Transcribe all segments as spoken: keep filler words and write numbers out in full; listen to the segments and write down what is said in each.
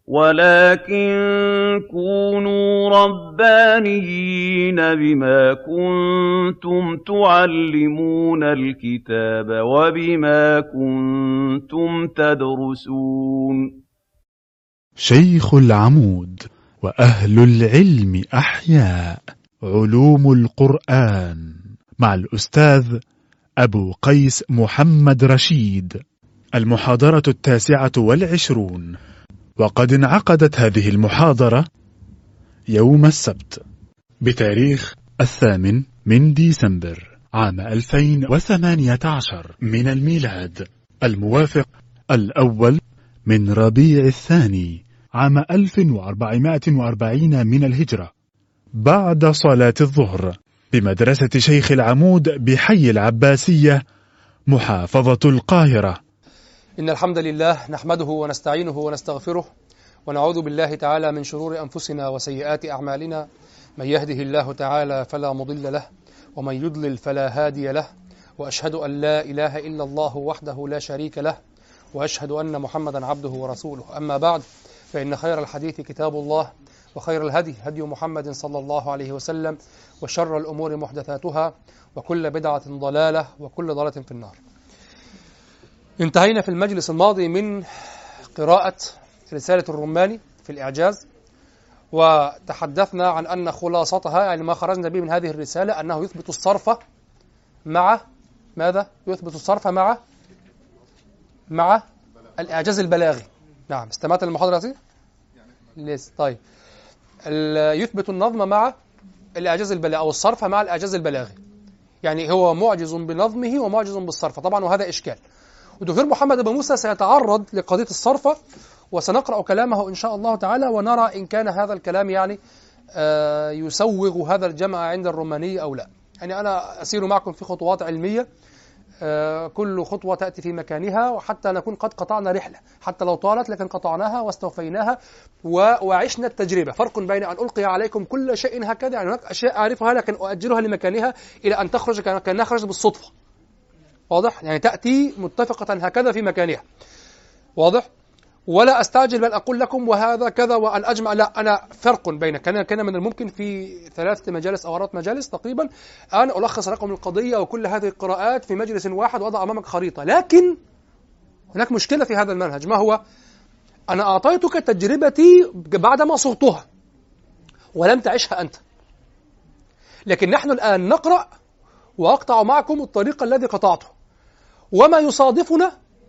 ولكن كونوا ربانيين بما كنتم تعلمون الكتاب وبما كنتم تدرسون. شيخ العمود وأهل العلم أحياء، علوم القرآن، مع الأستاذ أبو قيس محمد رشيد، المحاضرة التاسعة والعشرون. وقد انعقدت هذه المحاضرة يوم السبت بتاريخ الثامن من ديسمبر عام ألفين وثمانية عشر من الميلاد، الموافق الأول من ربيع الثاني عام ألف وأربعمائة وأربعين من الهجرة، بعد صلاة الظهر، بمدرسة شيخ العمود بحي العباسية، محافظة القاهرة. إن الحمد لله نحمده ونستعينه ونستغفره، ونعوذ بالله تعالى من شرور أنفسنا وسيئات أعمالنا. من يهده الله تعالى فلا مضل له، ومن يضلل فلا هادي له، وأشهد أن لا إله إلا الله وحده لا شريك له، وأشهد أن محمدا عبده ورسوله. أما بعد، فإن خير الحديث كتاب الله، وخير الهدي هدي محمد صلى الله عليه وسلم، وشر الأمور محدثاتها، وكل بدعة ضلالة، وكل ضلالة في النار. انتهينا في المجلس الماضي من قراءة رسالة الرماني في الإعجاز، وتحدثنا عن أن خلاصتها، يعني ما خرجنا به من هذه الرسالة، أنه يثبت الصرف مع ماذا؟ يثبت الصرف مع مع الإعجاز البلاغي. نعم، استمعت للمحاضرة دي؟ ليس. طيب، يثبت النظم مع الإعجاز البلاغي، أو الصرف مع الإعجاز البلاغي، يعني هو معجز بنظمه ومعجز بالصرف طبعا، وهذا إشكال. والدكتور محمد أبو موسى سيتعرض لقضية الصرف، وسنقرأ كلامه إن شاء الله تعالى، ونرى إن كان هذا الكلام يعني آه يسوغ هذا الجمع عند الرماني أو لا. يعني أنا أسير معكم في خطوات علمية، آه كل خطوة تأتي في مكانها، وحتى نكون قد قطعنا رحلة، حتى لو طالت لكن قطعناها واستوفيناها وعشنا التجربة. فرق بين أن ألقي عليكم كل شيء هكذا، يعني هناك أشياء أعرفها لكن أؤجلها لمكانها، إلى أن تخرج كأن نخرج بالصدفة. واضح؟ يعني تأتي متفقة هكذا في مكانها. واضح؟ ولا أستعجل بل أقول لكم وهذا كذا وأن أجمع، لا، أنا فرق بين كان كان من الممكن في ثلاثة مجالس أو أربعة مجالس تقريبا أن ألخص لكم القضية وكل هذه القراءات في مجلس واحد وأضع أمامك خريطة، لكن هناك مشكلة في هذا المنهج. ما هو؟ أنا أعطيتك تجربتي بعدما صغتها ولم تعيشها أنت، لكن نحن الآن نقرأ وأقطع معكم الطريق الذي قطعته، وما يصادفنا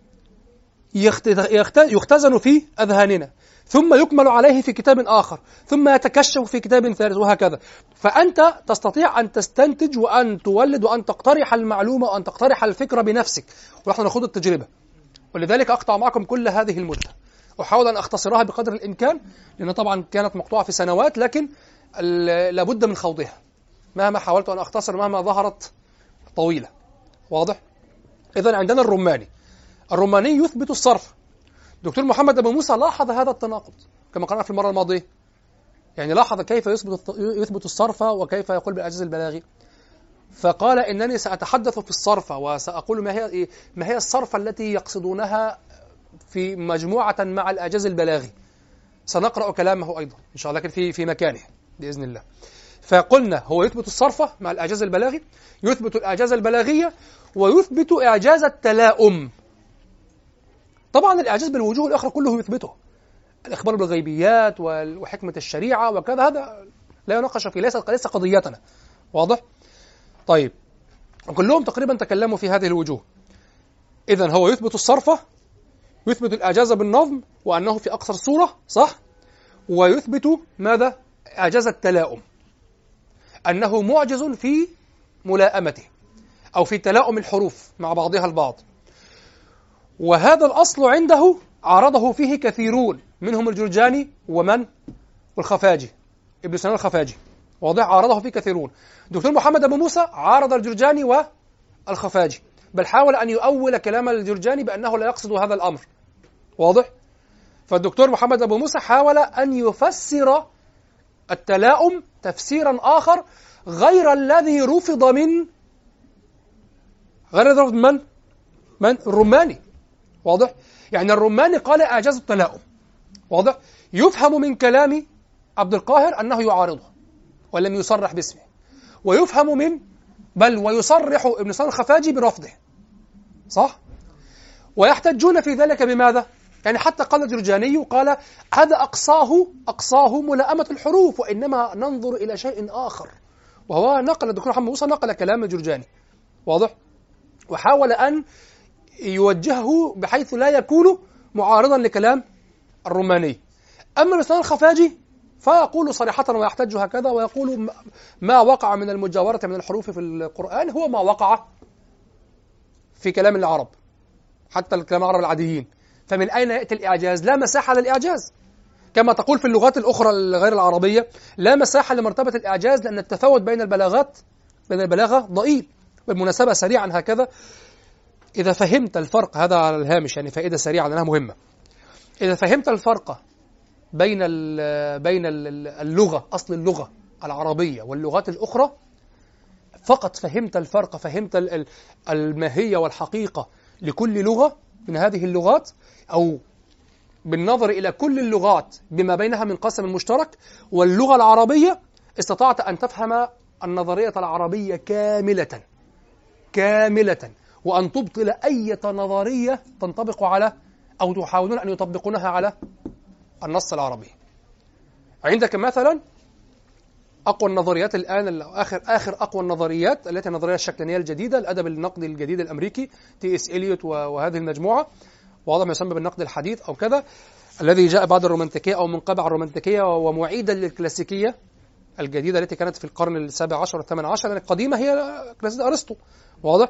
يختزن في أذهاننا، ثم يكمل عليه في كتاب آخر، ثم يتكشف في كتاب ثالث، وهكذا. فأنت تستطيع أن تستنتج وأن تولد وأن تقترح المعلومة وأن تقترح الفكرة بنفسك، ونحن نخوض التجربة. ولذلك أقطع معكم كل هذه المدة، أحاول أن أختصرها بقدر الإمكان، لأنها طبعا كانت مقطوعة في سنوات، لكن لابد من خوضها مهما حاولت أن أختصر، مهما ظهرت طويلة. واضح؟ إذن عندنا الرماني. الرماني يثبت الصرف. دكتور محمد أبو موسى لاحظ هذا التناقض كما قرأنا في المرة الماضية، يعني لاحظ كيف يثبت يثبت الصرف وكيف يقول بالإعجاز البلاغي، فقال إنني سأتحدث في الصرف وسأقول ما هي ما هي الصرف التي يقصدونها في مجموعة مع الإعجاز البلاغي. سنقرأ كلامه أيضا إن شاء الله، لكن في في مكانه بإذن الله. فقلنا هو يثبت الصرف مع الإعجاز البلاغي، يثبت الإعجاز البلاغية، ويثبت إعجاز التلاؤم. طبعا الإعجاز بالوجوه الأخرى كله يثبته، الإخبار بالغيبيات وحكمة الشريعة وكذا، هذا لا يناقش فيه، ليس ليس قضيتنا. واضح؟ طيب، كلهم تقريبا تكلموا في هذه الوجوه. إذن هو يثبت الصرف، يثبت الإعجاز بالنظم وأنه في أقصر صورة، صح؟ ويثبت ماذا؟ إعجاز التلاؤم، أنه معجز في ملاءمته أو في تلاؤم الحروف مع بعضها البعض. وهذا الأصل عنده عارضه فيه كثيرون، منهم الجرجاني ومن؟ والخفاجي، ابن سنان الخفاجي. واضح؟ عارضه فيه كثيرون. دكتور محمد أبو موسى عارض الجرجاني والخفاجي، بل حاول أن يؤول كلام الجرجاني بأنه لا يقصد هذا الأمر. واضح؟ فالدكتور محمد أبو موسى حاول أن يفسر التلاؤم تفسيرا آخر غير الذي رفض من غير الذي رفض من؟ من؟ الرماني. واضح؟ يعني الرماني قال إعجاز التلاؤم، واضح؟ يفهم من كلام عبد القاهر أنه يعارضه ولم يصرح باسمه، ويفهم من بل ويصرح ابن سلام الخفاجي برفضه، صح؟ ويحتجون في ذلك بماذا؟ يعني حتى قال الجرجاني قال هذا أقصاه أقصاه ملائمة الحروف، وإنما ننظر إلى شيء آخر، وهو نقل الدكتور محمد موسى نقل كلام الجرجاني، واضح؟ وحاول أن يوجهه بحيث لا يكون معارضا لكلام الروماني. أما الإسلام الخفاجي فيقول صريحة ويحتج هكذا، ويقول ما وقع من المجاورة من الحروف في القرآن هو ما وقع في كلام العرب، حتى الكلام العرب العاديين، فمن أين يأتي الإعجاز؟ لا مساحة للإعجاز، كما تقول في اللغات الأخرى الغير العربية لا مساحة لمرتبة الإعجاز، لأن التفاوت بين البلاغات بين البلاغة ضئيل. بالمناسبة سريعا هكذا، إذا فهمت الفرق، هذا على الهامش يعني فائدة سريعة لأنها مهمة، إذا فهمت الفرق بين بين اللغة أصل اللغة العربية واللغات الأخرى، فقط فهمت الفرق، فهمت الماهية والحقيقة لكل لغة من هذه اللغات، أو بالنظر إلى كل اللغات بما بينها من قسم مشترك واللغة العربية، استطعت أن تفهم النظرية العربية كاملة كاملة، وأن تبطل أي نظرية تنطبق على أو تحاولون أن يطبقونها على النص العربي. عندك مثلا أقوى النظريات الآن، آخر آخر أقوى النظريات التي النظرية الشكلانية الجديدة، الأدب النقدي الجديد الأمريكي، تي إس إليوت وهذه المجموعة، واضح ما يسمى بالنقد الحديث أو كذا، الذي جاء بعد الرومانتيكية أو من قبل الرومانتيكية ومعيدا للكلاسيكية الجديدة التي كانت في القرن السابع عشر والثامن عشر، لأن القديمة هي كلاسيكية أرسطو، واضح.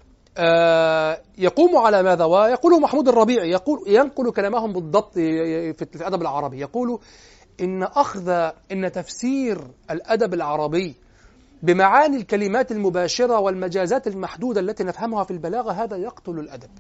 آه يقوم على ماذا؟ ويقول محمود الربيعي، يقول ينقل كلامهم بالضبط في الأدب العربي، يقول إن أخذ إن تفسير الأدب العربي بمعاني الكلمات المباشرة والمجازات المحدودة التي نفهمها في البلاغة هذا يقتل الأدب.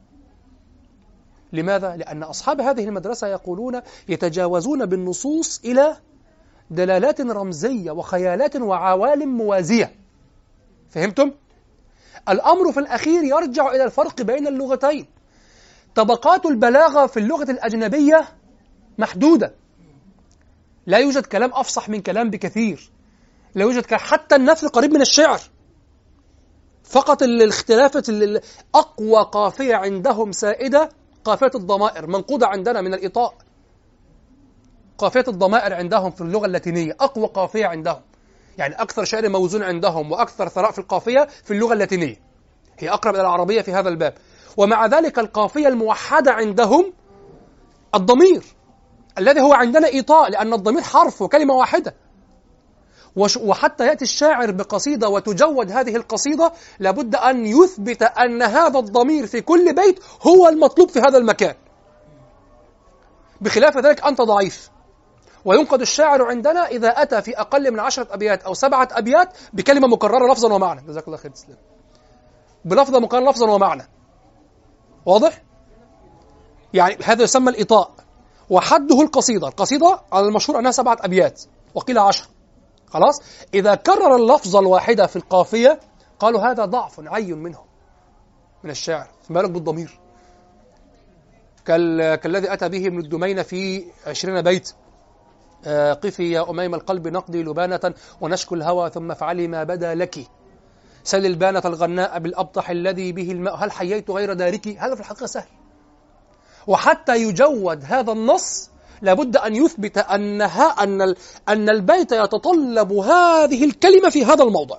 لماذا؟ لأن أصحاب هذه المدرسة يقولون يتجاوزون بالنصوص إلى دلالات رمزية وخيالات وعوالم موازية. فهمتم؟ الأمر في الأخير يرجع إلى الفرق بين اللغتين. طبقات البلاغة في اللغة الأجنبية محدودة، لا يوجد كلام أفصح من كلام بكثير، لا يوجد حتى النثر قريب من الشعر، فقط الاختلاف أقوى قافية عندهم سائدة قافية الضمائر، منقودة عندنا من الإطاء. قافية الضمائر عندهم في اللغة اللاتينية أقوى قافية عندهم، يعني أكثر شعر موزون عندهم وأكثر ثراء في القافية في اللغة اللاتينية، هي أقرب إلى العربية في هذا الباب. ومع ذلك القافية الموحدة عندهم الضمير الذي هو عندنا إيطاء، لأن الضمير حرف وكلمة واحدة. وحتى يأتي الشاعر بقصيدة وتجود هذه القصيدة لابد أن يثبت أن هذا الضمير في كل بيت هو المطلوب في هذا المكان، بخلاف ذلك أنت ضعيف. وينقد الشاعر عندنا إذا أتى في أقل من عشرة أبيات أو سبعة أبيات بكلمة مكررة لفظا ومعنى، جزاك الله خير تسلم، بلفظة مكررة لفظا ومعنى، واضح؟ يعني هذا يسمى الإطاء، وحده القصيدة. القصيدة على المشهور أنها سبعة أبيات وقيل عشر، خلاص. إذا كرر اللفظة الواحدة في القافية قالوا هذا ضعف عي منه من الشاعر، فما بالك بالضمير؟ كال... كالذي أتى به ابن الدمين في عشرين بيت: آه قفي يا أميم القلب نقضي لبانة ونشكو الهوى ثم افعلي ما بدا لك، سل البانة الغناء بالأبطح الذي به الماء هل حييت غير دارك. هذا في الحقيقة سهل. وحتى يجود هذا النص لابد أن يثبت أنها أن ال... أن البيت يتطلب هذه الكلمة في هذا الموضع.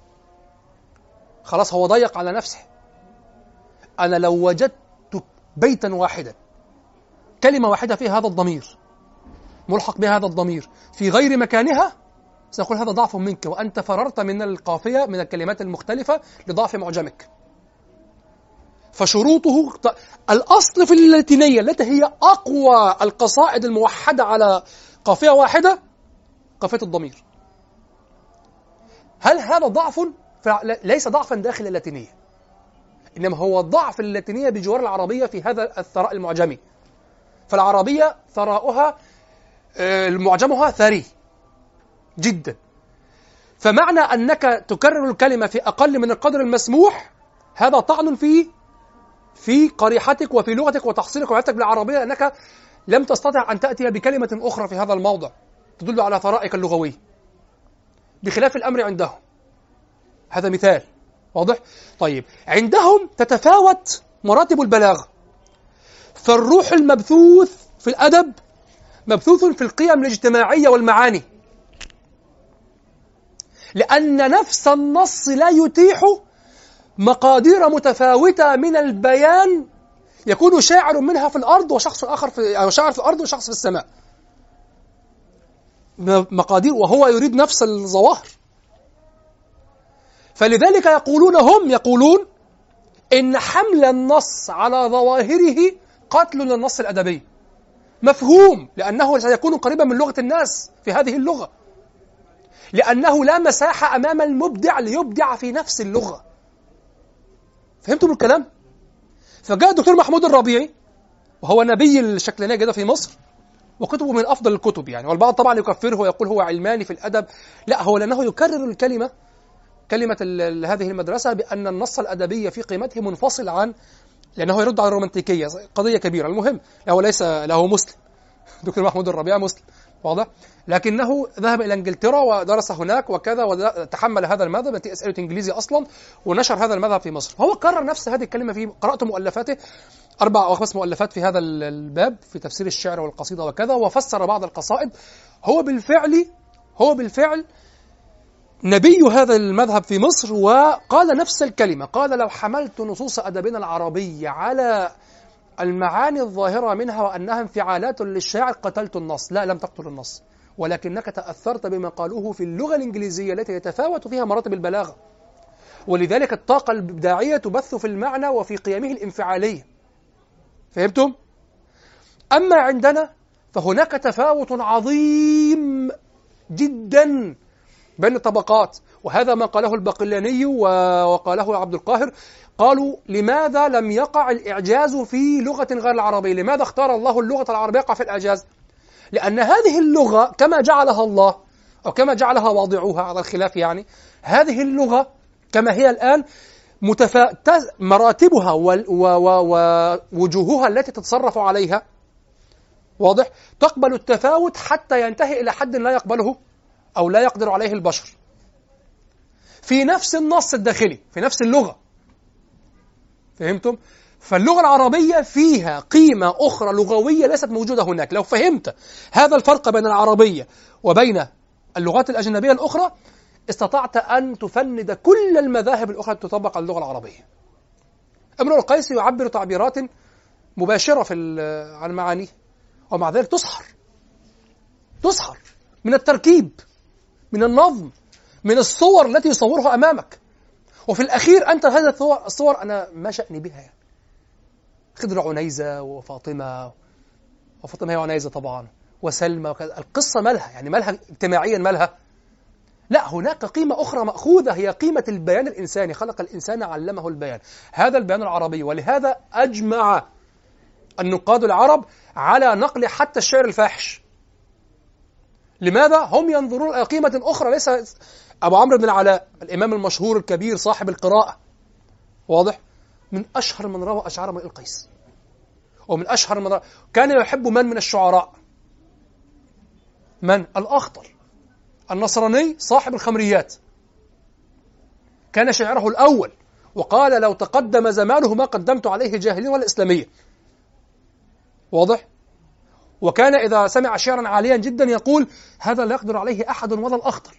خلاص هو ضيق على نفسه. أنا لو وجدت بيتا واحدا كلمة واحدة في هذا الضمير ملحق بهذا الضمير في غير مكانها سأقول هذا ضعف منك، وأنت فررت من القافية من الكلمات المختلفة لضعف معجمك. فشروطه الأصل في اللاتينية التي هي أقوى القصائد الموحدة على قافية واحدة قافية الضمير. هل هذا ضعف؟ ليس ضعفا داخل اللاتينية، إنما هو ضعف اللاتينية بجوار العربية في هذا الثراء المعجمي. فالعربية ثراؤها المعجمها ثري جدا، فمعنى أنك تكرر الكلمة في أقل من القدر المسموح هذا طعن في في قريحتك وفي لغتك وتحصيلك وعيتك بالعربية، أنك لم تستطع أن تأتي بكلمة أخرى في هذا الموضع تدل على ثرائك اللغوي، بخلاف الأمر عندهم. هذا مثال واضح؟ طيب، عندهم تتفاوت مراتب البلاغة، فالروح المبثوث في الأدب مبثوث في القيم الاجتماعية والمعاني، لأن نفس النص لا يتيح مقادير متفاوتة من البيان يكون شاعر منها في الأرض وشخص آخر في أو شاعر في الأرض وشخص في السماء، مقادير، وهو يريد نفس الظواهر. فلذلك يقولون هم يقولون إن حمل النص على ظواهره قتل للنص الأدبي، مفهوم، لأنه سيكون قريبا من لغة الناس في هذه اللغة، لأنه لا مساحة أمام المبدع ليبدع في نفس اللغة. فهمتم الكلام؟ فجاء الدكتور محمود الربيعي وهو نبي الشكلانية كده في مصر، وكتبه من أفضل الكتب يعني، والبعض طبعا يكفره ويقول هو علماني في الأدب. لا، هو لأنه يكرر الكلمة كلمة هذه المدرسة بأن النص الأدبي في قيمته منفصل عن، لأنه يرد على الرومانتيكية، قضية كبيرة. المهم، هو ليس له مسلم، دكتور محمود الربيعي مسلم واضح، لكنه ذهب إلى إنجلترا ودرس هناك وكذا، وتحمل هذا المذهب، أنت أسئلة إنجليزي أصلا، ونشر هذا المذهب في مصر. هو كرر نفس هذه الكلمة في، قرأت مؤلفاته، أربع أو خمس مؤلفات في هذا الباب في تفسير الشعر والقصيدة وكذا، وفسر بعض القصائد. هو بالفعل هو بالفعل نبي هذا المذهب في مصر، وقال نفس الكلمة، قال: لو حملت نصوص أدبنا العربي على المعاني الظاهرة منها وأنها انفعالات للشاعر قتلت النص. لا، لم تقتل النص، ولكنك تأثرت بما قالوه في اللغة الإنجليزية التي يتفاوت فيها مراتب البلاغة، ولذلك الطاقة الإبداعية تبث في المعنى وفي قيمه الانفعالية. فهمتم؟ أما عندنا فهناك تفاوت عظيم جدا بين الطبقات، وهذا ما قاله الباقلاني وقاله عبد القاهر. قالوا: لماذا لم يقع الإعجاز في لغة غير العربية؟ لماذا اختار الله اللغة العربية يقع في الإعجاز؟ لأن هذه اللغة كما جعلها الله أو كما جعلها واضعوها على الخلاف يعني، هذه اللغة كما هي الآن متفا... مراتبها ووجوهها التي تتصرف عليها واضح تقبل التفاوت حتى ينتهي إلى حد لا يقبله أو لا يقدر عليه البشر في نفس النص الداخلي في نفس اللغة. فهمتم؟ فاللغة العربية فيها قيمة أخرى لغوية ليست موجودة هناك. لو فهمت هذا الفرق بين العربية وبين اللغات الأجنبية الأخرى استطعت أن تفند كل المذاهب الأخرى التي تطبق على اللغة العربية. امرؤ القيس يعبر تعبيرات مباشرة في عن معانيه، ومع ذلك تسحر تسحر من التركيب، من النظم، من الصور التي يصورها أمامك. وفي الأخير أنت هذه الصور, الصور أنا ما شأني بها. خضر عنيزة وفاطمة، وفاطمة هي عنيزة طبعا، وسلمى وكذا. القصة مالها يعني مالها اجتماعيا مالها؟ لا، هناك قيمة أخرى مأخوذة، هي قيمة البيان الإنساني. خلق الإنسان علمه البيان، هذا البيان العربي. ولهذا أجمع النقاد العرب على نقل حتى الشعر الفاحش. لماذا؟ هم ينظرون إلى قيمة أخرى. ليس أبو عمرو بن العلاء الإمام المشهور الكبير صاحب القراءة واضح، من أشهر من روى أشعار امرؤ القيس، ومن أشهر من روى. كان يحب من من الشعراء؟ من؟ الأخطل النصراني صاحب الخمريات، كان شعره الأول، وقال: لو تقدم زمانه ما قدمت عليه جاهلين ولا إسلامية. واضح؟ وكان إذا سمع شعرا عاليا جدا يقول: هذا لا يقدر عليه أحد ولا الأخطل.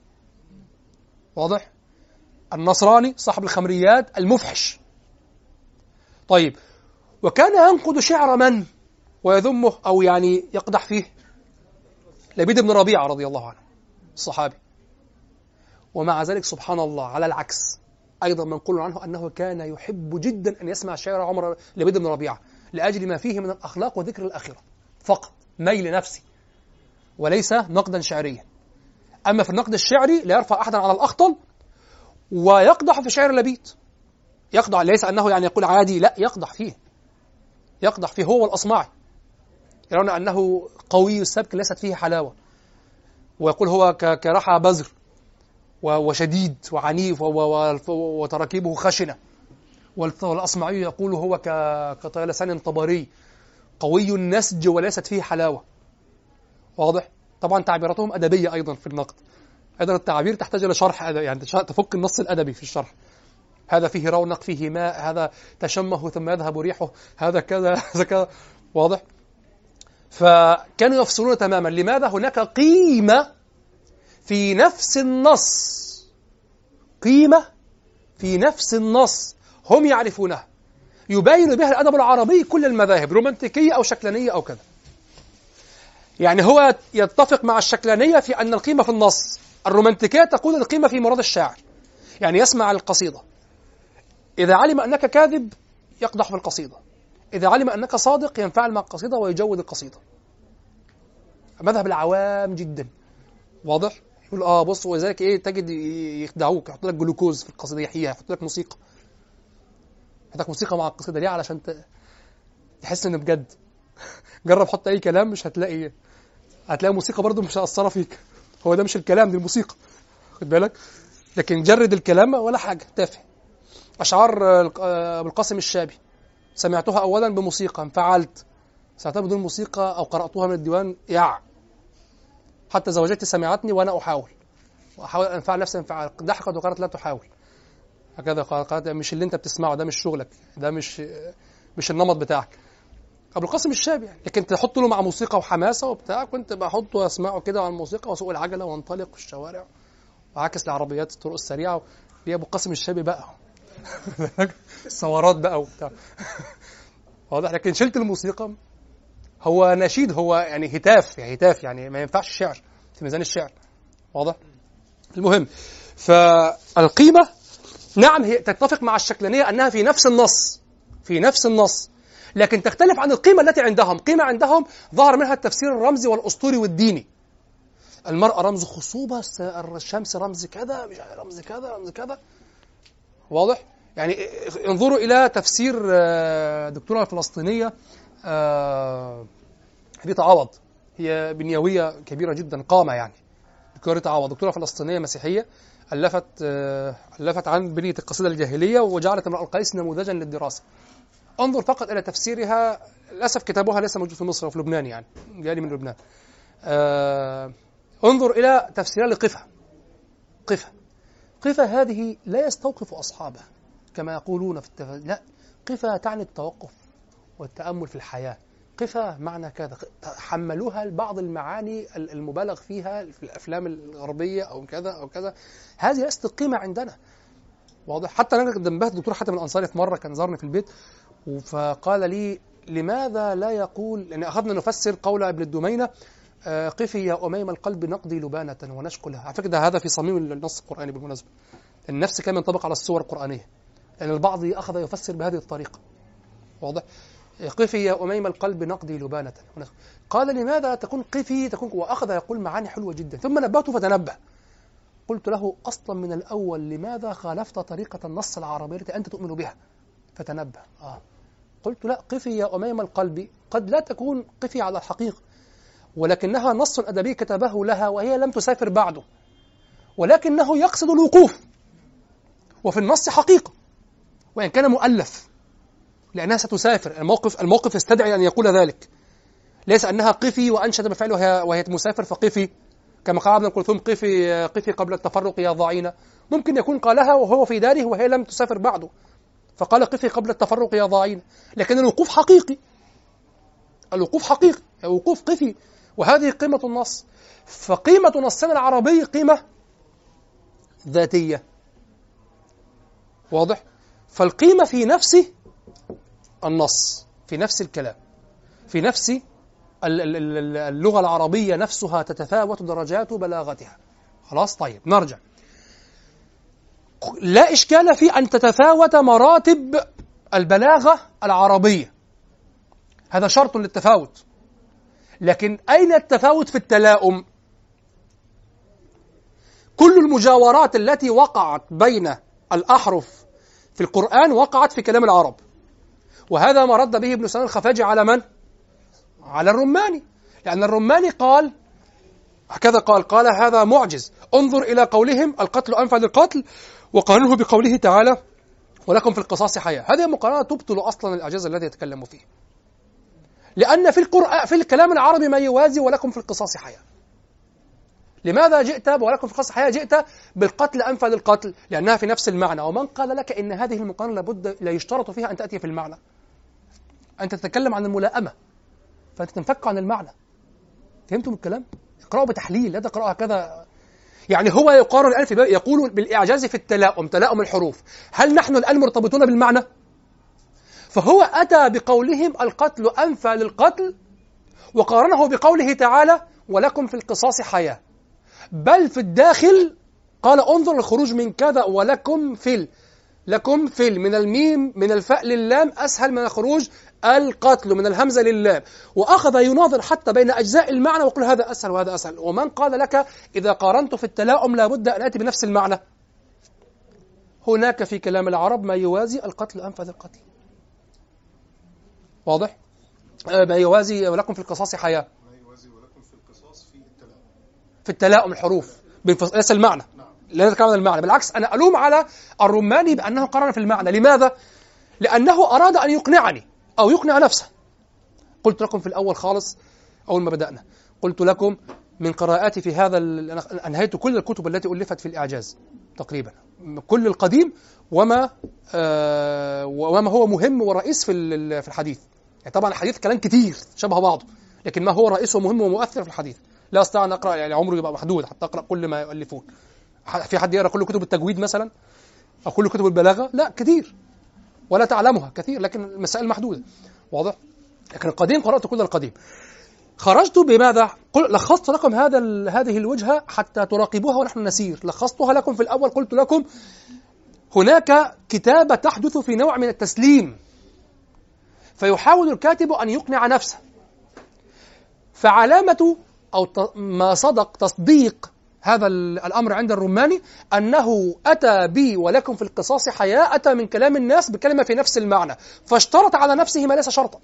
واضح؟ النصراني صاحب الخمريات المفحش. طيب، وكان ينقد شعر من ويذمه أو يعني يقدح فيه؟ لبيد بن ربيعة رضي الله عنه الصحابي. ومع ذلك سبحان الله على العكس أيضا منقول عنه أنه كان يحب جدا أن يسمع شعر عمر لبيد بن ربيعة لأجل ما فيه من الأخلاق وذكر الآخرة فقط، ميل نفسي وليس نقدا شعريا. أما في النقد الشعري لا يرفع أحدا على الأخطل، ويقدح في شعر لبيد. يقدح ليس أنه يعني يقول عادي، لا، يقدح فيه يقدح فيه هو والأصمعي، يرون أنه قوي السبك ليست فيه حلاوة، ويقول هو كرحى بزر وشديد وعنيف وتراكيبه خشنة. والأصمعي يقول هو كطيلسان طبري قوي النسج وليست فيه حلاوة. واضح؟ طبعا تعبيراتهم أدبية أيضا في النقد، أيضا التعابير تحتاج إلى شرح أدبي، يعني تفك النص الأدبي في الشرح. هذا فيه رونق، فيه ماء، هذا تشمه ثم يذهب ريحه، هذا كذا هذا كذا. واضح؟ فكانوا يفصلون تماما. لماذا؟ هناك قيمة في نفس النص، قيمة في نفس النص هم يعرفونها، يبين بها الأدب العربي كل المذاهب، رومانتيكية أو شكلانية أو كذا. يعني هو يتفق مع الشكلانية في أن القيمة في النص، الرومانتيكية تقول القيمة في مراد الشاعر. يعني يسمع القصيدة، إذا علم أنك كاذب يقدح في القصيدة، إذا علم أنك صادق ينفعل مع القصيدة ويجود القصيدة. مذهب العوام جدا. واضح؟ يقول آه بص، وذلك إيه تجد يخدعوك، يحط لك جلوكوز في القصيدة يحييها، يحط لك موسيقى، يحط لك موسيقى مع القصيدة ليه؟ علشان تحس إنه بجد. جرب حط أي كلام مش هتلاقي، هتلاقي موسيقى برضو مش هتأثر فيك. هو ده مش الكلام، دي الموسيقى، خد بالك. لكن جرد الكلام ولا حاجة، تافه. أشعار أبو القاسم الشابي سمعتها أولا بموسيقى انفعلت، سمعتها بدون موسيقى أو قرأتها من الديوان يع. حتى زوجتي سمعتني وأنا أحاول وأحاول أن أنفعل نفسي انفعال، ضحكت وقالت لا تحاول. هكذا قالت مش اللي أنت بتسمعه، ده مش شغلك، ده مش مش النمط بتاعك. أبو القاسم الشابي يعني. لكن تحط له مع موسيقى وحماسة وبتاع، كنت بحطه وأسمعه كده على الموسيقى وأسوق العجلة وانطلق في الشوارع وعاكس العربيات الطرق السريعة. دي أبو القاسم الشابي بقى الثورات بقى وبتاع. واضح؟ لكن شلت الموسيقى، هو نشيد، هو يعني هتاف، يعني هتاف يعني ما ينفعش الشعر في ميزان الشعر. واضح؟ المهم، فالقيمة نعم هي تتفق مع الشكلانية أنها في نفس النص، في نفس النص، لكن تختلف عن القيمة التي عندهم. قيمة عندهم ظهر منها التفسير الرمزي والأسطوري والديني. المرأة رمز خصوبة، الشمس رمز كذا، مش رمز كذا، رمز كذا. واضح؟ يعني انظروا إلى تفسير دكتورة فلسطينية ريتا عوض، هي بنيوية كبيرة جدا، قامة يعني. دكتورة ريتا عوض دكتورة فلسطينية مسيحية، ألفت ألفت عن بنية القصيدة الجاهلية وجعلت امرأ القيس نموذجا للدراسة. انظر فقط إلى تفسيرها. للأسف كتابها ليس موجود في مصر وفي لبنان، يعني جاي من لبنان. آه انظر إلى تفسيرها لقفة. قفة قفة هذه لا يستوقف أصحابها كما يقولون في التفسير، لا، قفة تعني التوقف والتأمل في الحياة. قفة معنى كذا، حملوها بعض المعاني المبالغ فيها في الأفلام الغربية أو كذا أو كذا. هذه ليست القيمة عندنا. واضح؟ حتى أنا انبهت الدكتور حاتم الأنصاري في مرة كان زارني في البيت، فقال لي لماذا لا يقول، لأن يعني أخذنا نفسر قول ابن الدمينة آه قفي يا أميم القلب نقضي لبانة ونشكلها. على فكرة هذا في صميم النص القرآني بالمناسبة، النفس كان ينطبق على الصور القرآنية، لأن البعض أخذ يفسر بهذه الطريقة. واضح؟ قفي يا أميم القلب نقضي لبانة. قال لماذا تكون قفي تكون، وأخذ يقول معاني حلوة جدا. ثم نبهته فتنبه، قلت له أصلا من الأول لماذا خالفت طريقة النص العربي التي أنت تؤمن بها؟ فتنبه. آه. قلت لا، قفي يا أميم القلب قد لا تكون قفي على الحقيقة، ولكنها نص أدبي كتبه لها وهي لم تسافر بعده، ولكنه يقصد الوقوف، وفي النص حقيقة وإن كان مؤلف، لأنها ستسافر. الموقف الموقف يستدعي أن يقول ذلك، ليس أنها قفي وأنشد بفعلها وهي مسافر فقفي، كما قال ابن كلثوم قفي قفي قبل التفرق يا ضعينة. ممكن يكون قالها وهو في داره وهي لم تسافر بعده، فقال قفي قبل التفرق يا ضعينة. لكن الوقوف حقيقي، الوقوف حقيقي، الوقوف قفي، وهذه قيمة النص. فقيمة نصنا العربي قيمة ذاتية. واضح؟ فالقيمة في نفس النص، في نفس الكلام، في نفس اللغة العربية نفسها تتفاوت درجات بلاغتها. خلاص؟ طيب نرجع. لا إشكال في أن تتفاوت مراتب البلاغة العربية، هذا شرط للتفاوت. لكن أين التفاوت في التلاؤم؟ كل المجاورات التي وقعت بين الأحرف في القرآن وقعت في كلام العرب، وهذا ما رد به ابن سنان الخفاجي على من؟ على الرماني، لأن الرماني قال هكذا، قال قال هذا معجز، انظر إلى قولهم القتل أنفع للقتل وقارنه بقوله تعالى ولكم في القصاص حياة. هذه مقارنة تبطل أصلا الإعجاز الذي يتكلم فيه، لأن في القرآن في الكلام العربي ما يوازي ولكم في القصاص حياة. لماذا جئت ولكم في القصاص حياة؟ جئت بالقتل أنفى للقتل لأنها في نفس المعنى. ومن قال لك إن هذه المقارنة لابد لا يشترط فيها أن تأتي في المعنى؟ أنت تتكلم عن الملائمة فأنت تنفك عن المعنى. فهمتم الكلام؟ اقرأوا بتحليل، لا تقرأوا هكذا. يعني هو يقارن الآن في يقول بالإعجاز في التلاؤم، تلاؤم الحروف. هل نحن الآن مرتبطون بالمعنى؟ فهو أتى بقولهم القتل أنفى للقتل وقارنه بقوله تعالى ولكم في القصاص حياة. بل في الداخل قال انظر الخروج من كذا ولكم في ال... لكم في ال... من الميم من الفاء لللام أسهل من الخروج القتل من الهمزة لللام. وأخذ يناظر حتى بين أجزاء المعنى ويقول هذا أسهل وهذا أسهل. ومن قال لك إذا قارنت في التلاؤم لابد أن أتي بنفس المعنى؟ هناك في كلام العرب ما يوازي القتل أنفذ القتل. واضح؟ ما يوازي ولكم في القصاص حياة. ما يوازي ولكم في القصاص في التلاؤم. في التلاؤم الحروف ليس المعنى. نعم. لا نتكلم عن المعنى. بالعكس أنا ألوم على الرماني بأنه قرن في المعنى. لماذا؟ لأنه أراد أن يقنعني أو يقنع نفسه. قلت لكم في الأول خالص أول ما بدأنا قلت لكم من قراءاتي في هذا أنهيت كل الكتب التي ألفت في الإعجاز تقريبا كل القديم وما آه وما هو مهم ورئيس في في الحديث. يعني طبعا الحديث كلام كتير شبه بعضه لكن ما هو رئيس ومهم ومؤثر في الحديث لا أستطيع أن أقرأ. يعني عمري يبقى محدود حتى أقرأ كل ما يؤلفون. في حد يقرأ كل كتب التجويد مثلا أو كل كتب البلاغة؟ لا كتير ولا تعلمها كثير لكن المسائل محدودة. واضح؟ لكن القديم قرأت كل القديم. خرجت بماذا؟ قل لخصت لكم هذا هذه الوجهة حتى تراقبوها ونحن نسير. لخصتها لكم في الأول قلت لكم هناك كتابة تحدث في نوع من التسليم فيحاول الكاتب أن يقنع نفسه. فعلامة أو ما صدق تصديق هذا الأمر عند الرماني أنه أتى بي ولكم في القصاص حياة أتى من كلام الناس بكلمة في نفس المعنى فاشترط على نفسه ما ليس شرطا.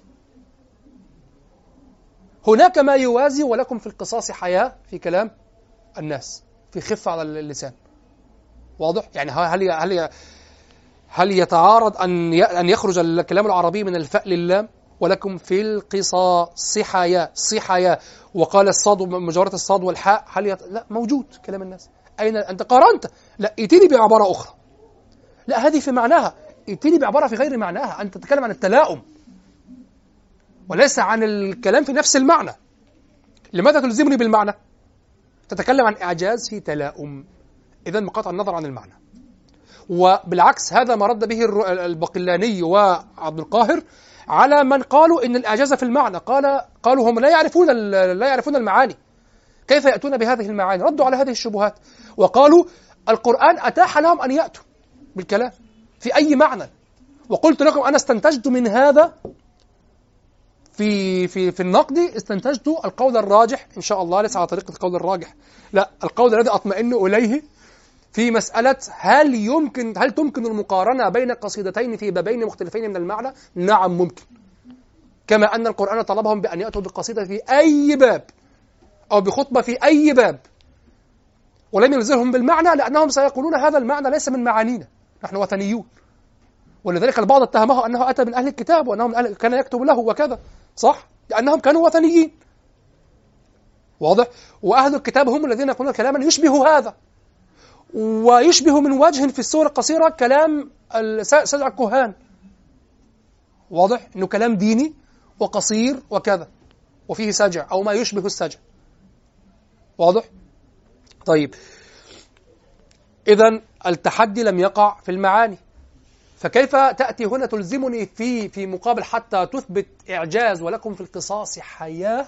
هناك ما يوازي ولكم في القصاص حياة في كلام الناس في خفة على اللسان. واضح؟ يعني هل هل هل يتعارض أن أن يخرج الكلام العربي من الفاء لللام ولكم في القصاص حياة صحياة وقال الصاد مجرد الصاد والحاء هل يت... لا موجود كلام الناس. أين أنت قارنت؟ لا ائتني بعبارة أخرى. لا هذه في معناها ائتني بعبارة في غير معناها. أنت تتكلم عن التلاؤم وليس عن الكلام في نفس المعنى. لماذا تلزمني بالمعنى؟ تتكلم عن إعجاز في تلاؤم إذن بقطع النظر عن المعنى. وبالعكس هذا ما رد به البقلاني وعبد القاهر على من قالوا إن الإعجاز في المعنى. قال قالوا هم لا يعرفون لا يعرفون المعاني كيف يأتون بهذه المعاني. ردوا على هذه الشبهات وقالوا القرآن أتاح لهم أن يأتوا بالكلام في أي معنى. وقلت لكم أنا استنتجت من هذا في في في النقد استنتجت القول الراجح إن شاء الله ليس على طريقة القول الراجح لا القول الذي أطمئن إليه في مسألة هل يمكن هل تمكن المقارنة بين قصيدتين في بابين مختلفين من المعنى؟ نعم ممكن. كما أن القرآن طلبهم بأن يأتوا بقصيدة في أي باب أو بخطبة في أي باب ولم يلزمهم بالمعنى لأنهم سيقولون هذا المعنى ليس من معانينا نحن وثنيون. ولذلك البعض اتهمه أنه أتى من أهل الكتاب وأنه من أهل كان يكتب له وكذا صح لأنهم كانوا وثنيين. واضح؟ وأهل الكتاب هم الذين يقولون كلاما يشبه هذا ويشبه من وجه في السور القصيرة كلام سجع الكهان. واضح؟ إنه كلام ديني وقصير وكذا وفيه سجع أو ما يشبه السجع. واضح؟ طيب إذن التحدي لم يقع في المعاني فكيف تأتي هنا تلزمني في في مقابل حتى تثبت إعجاز ولكم في القصاص حياة؟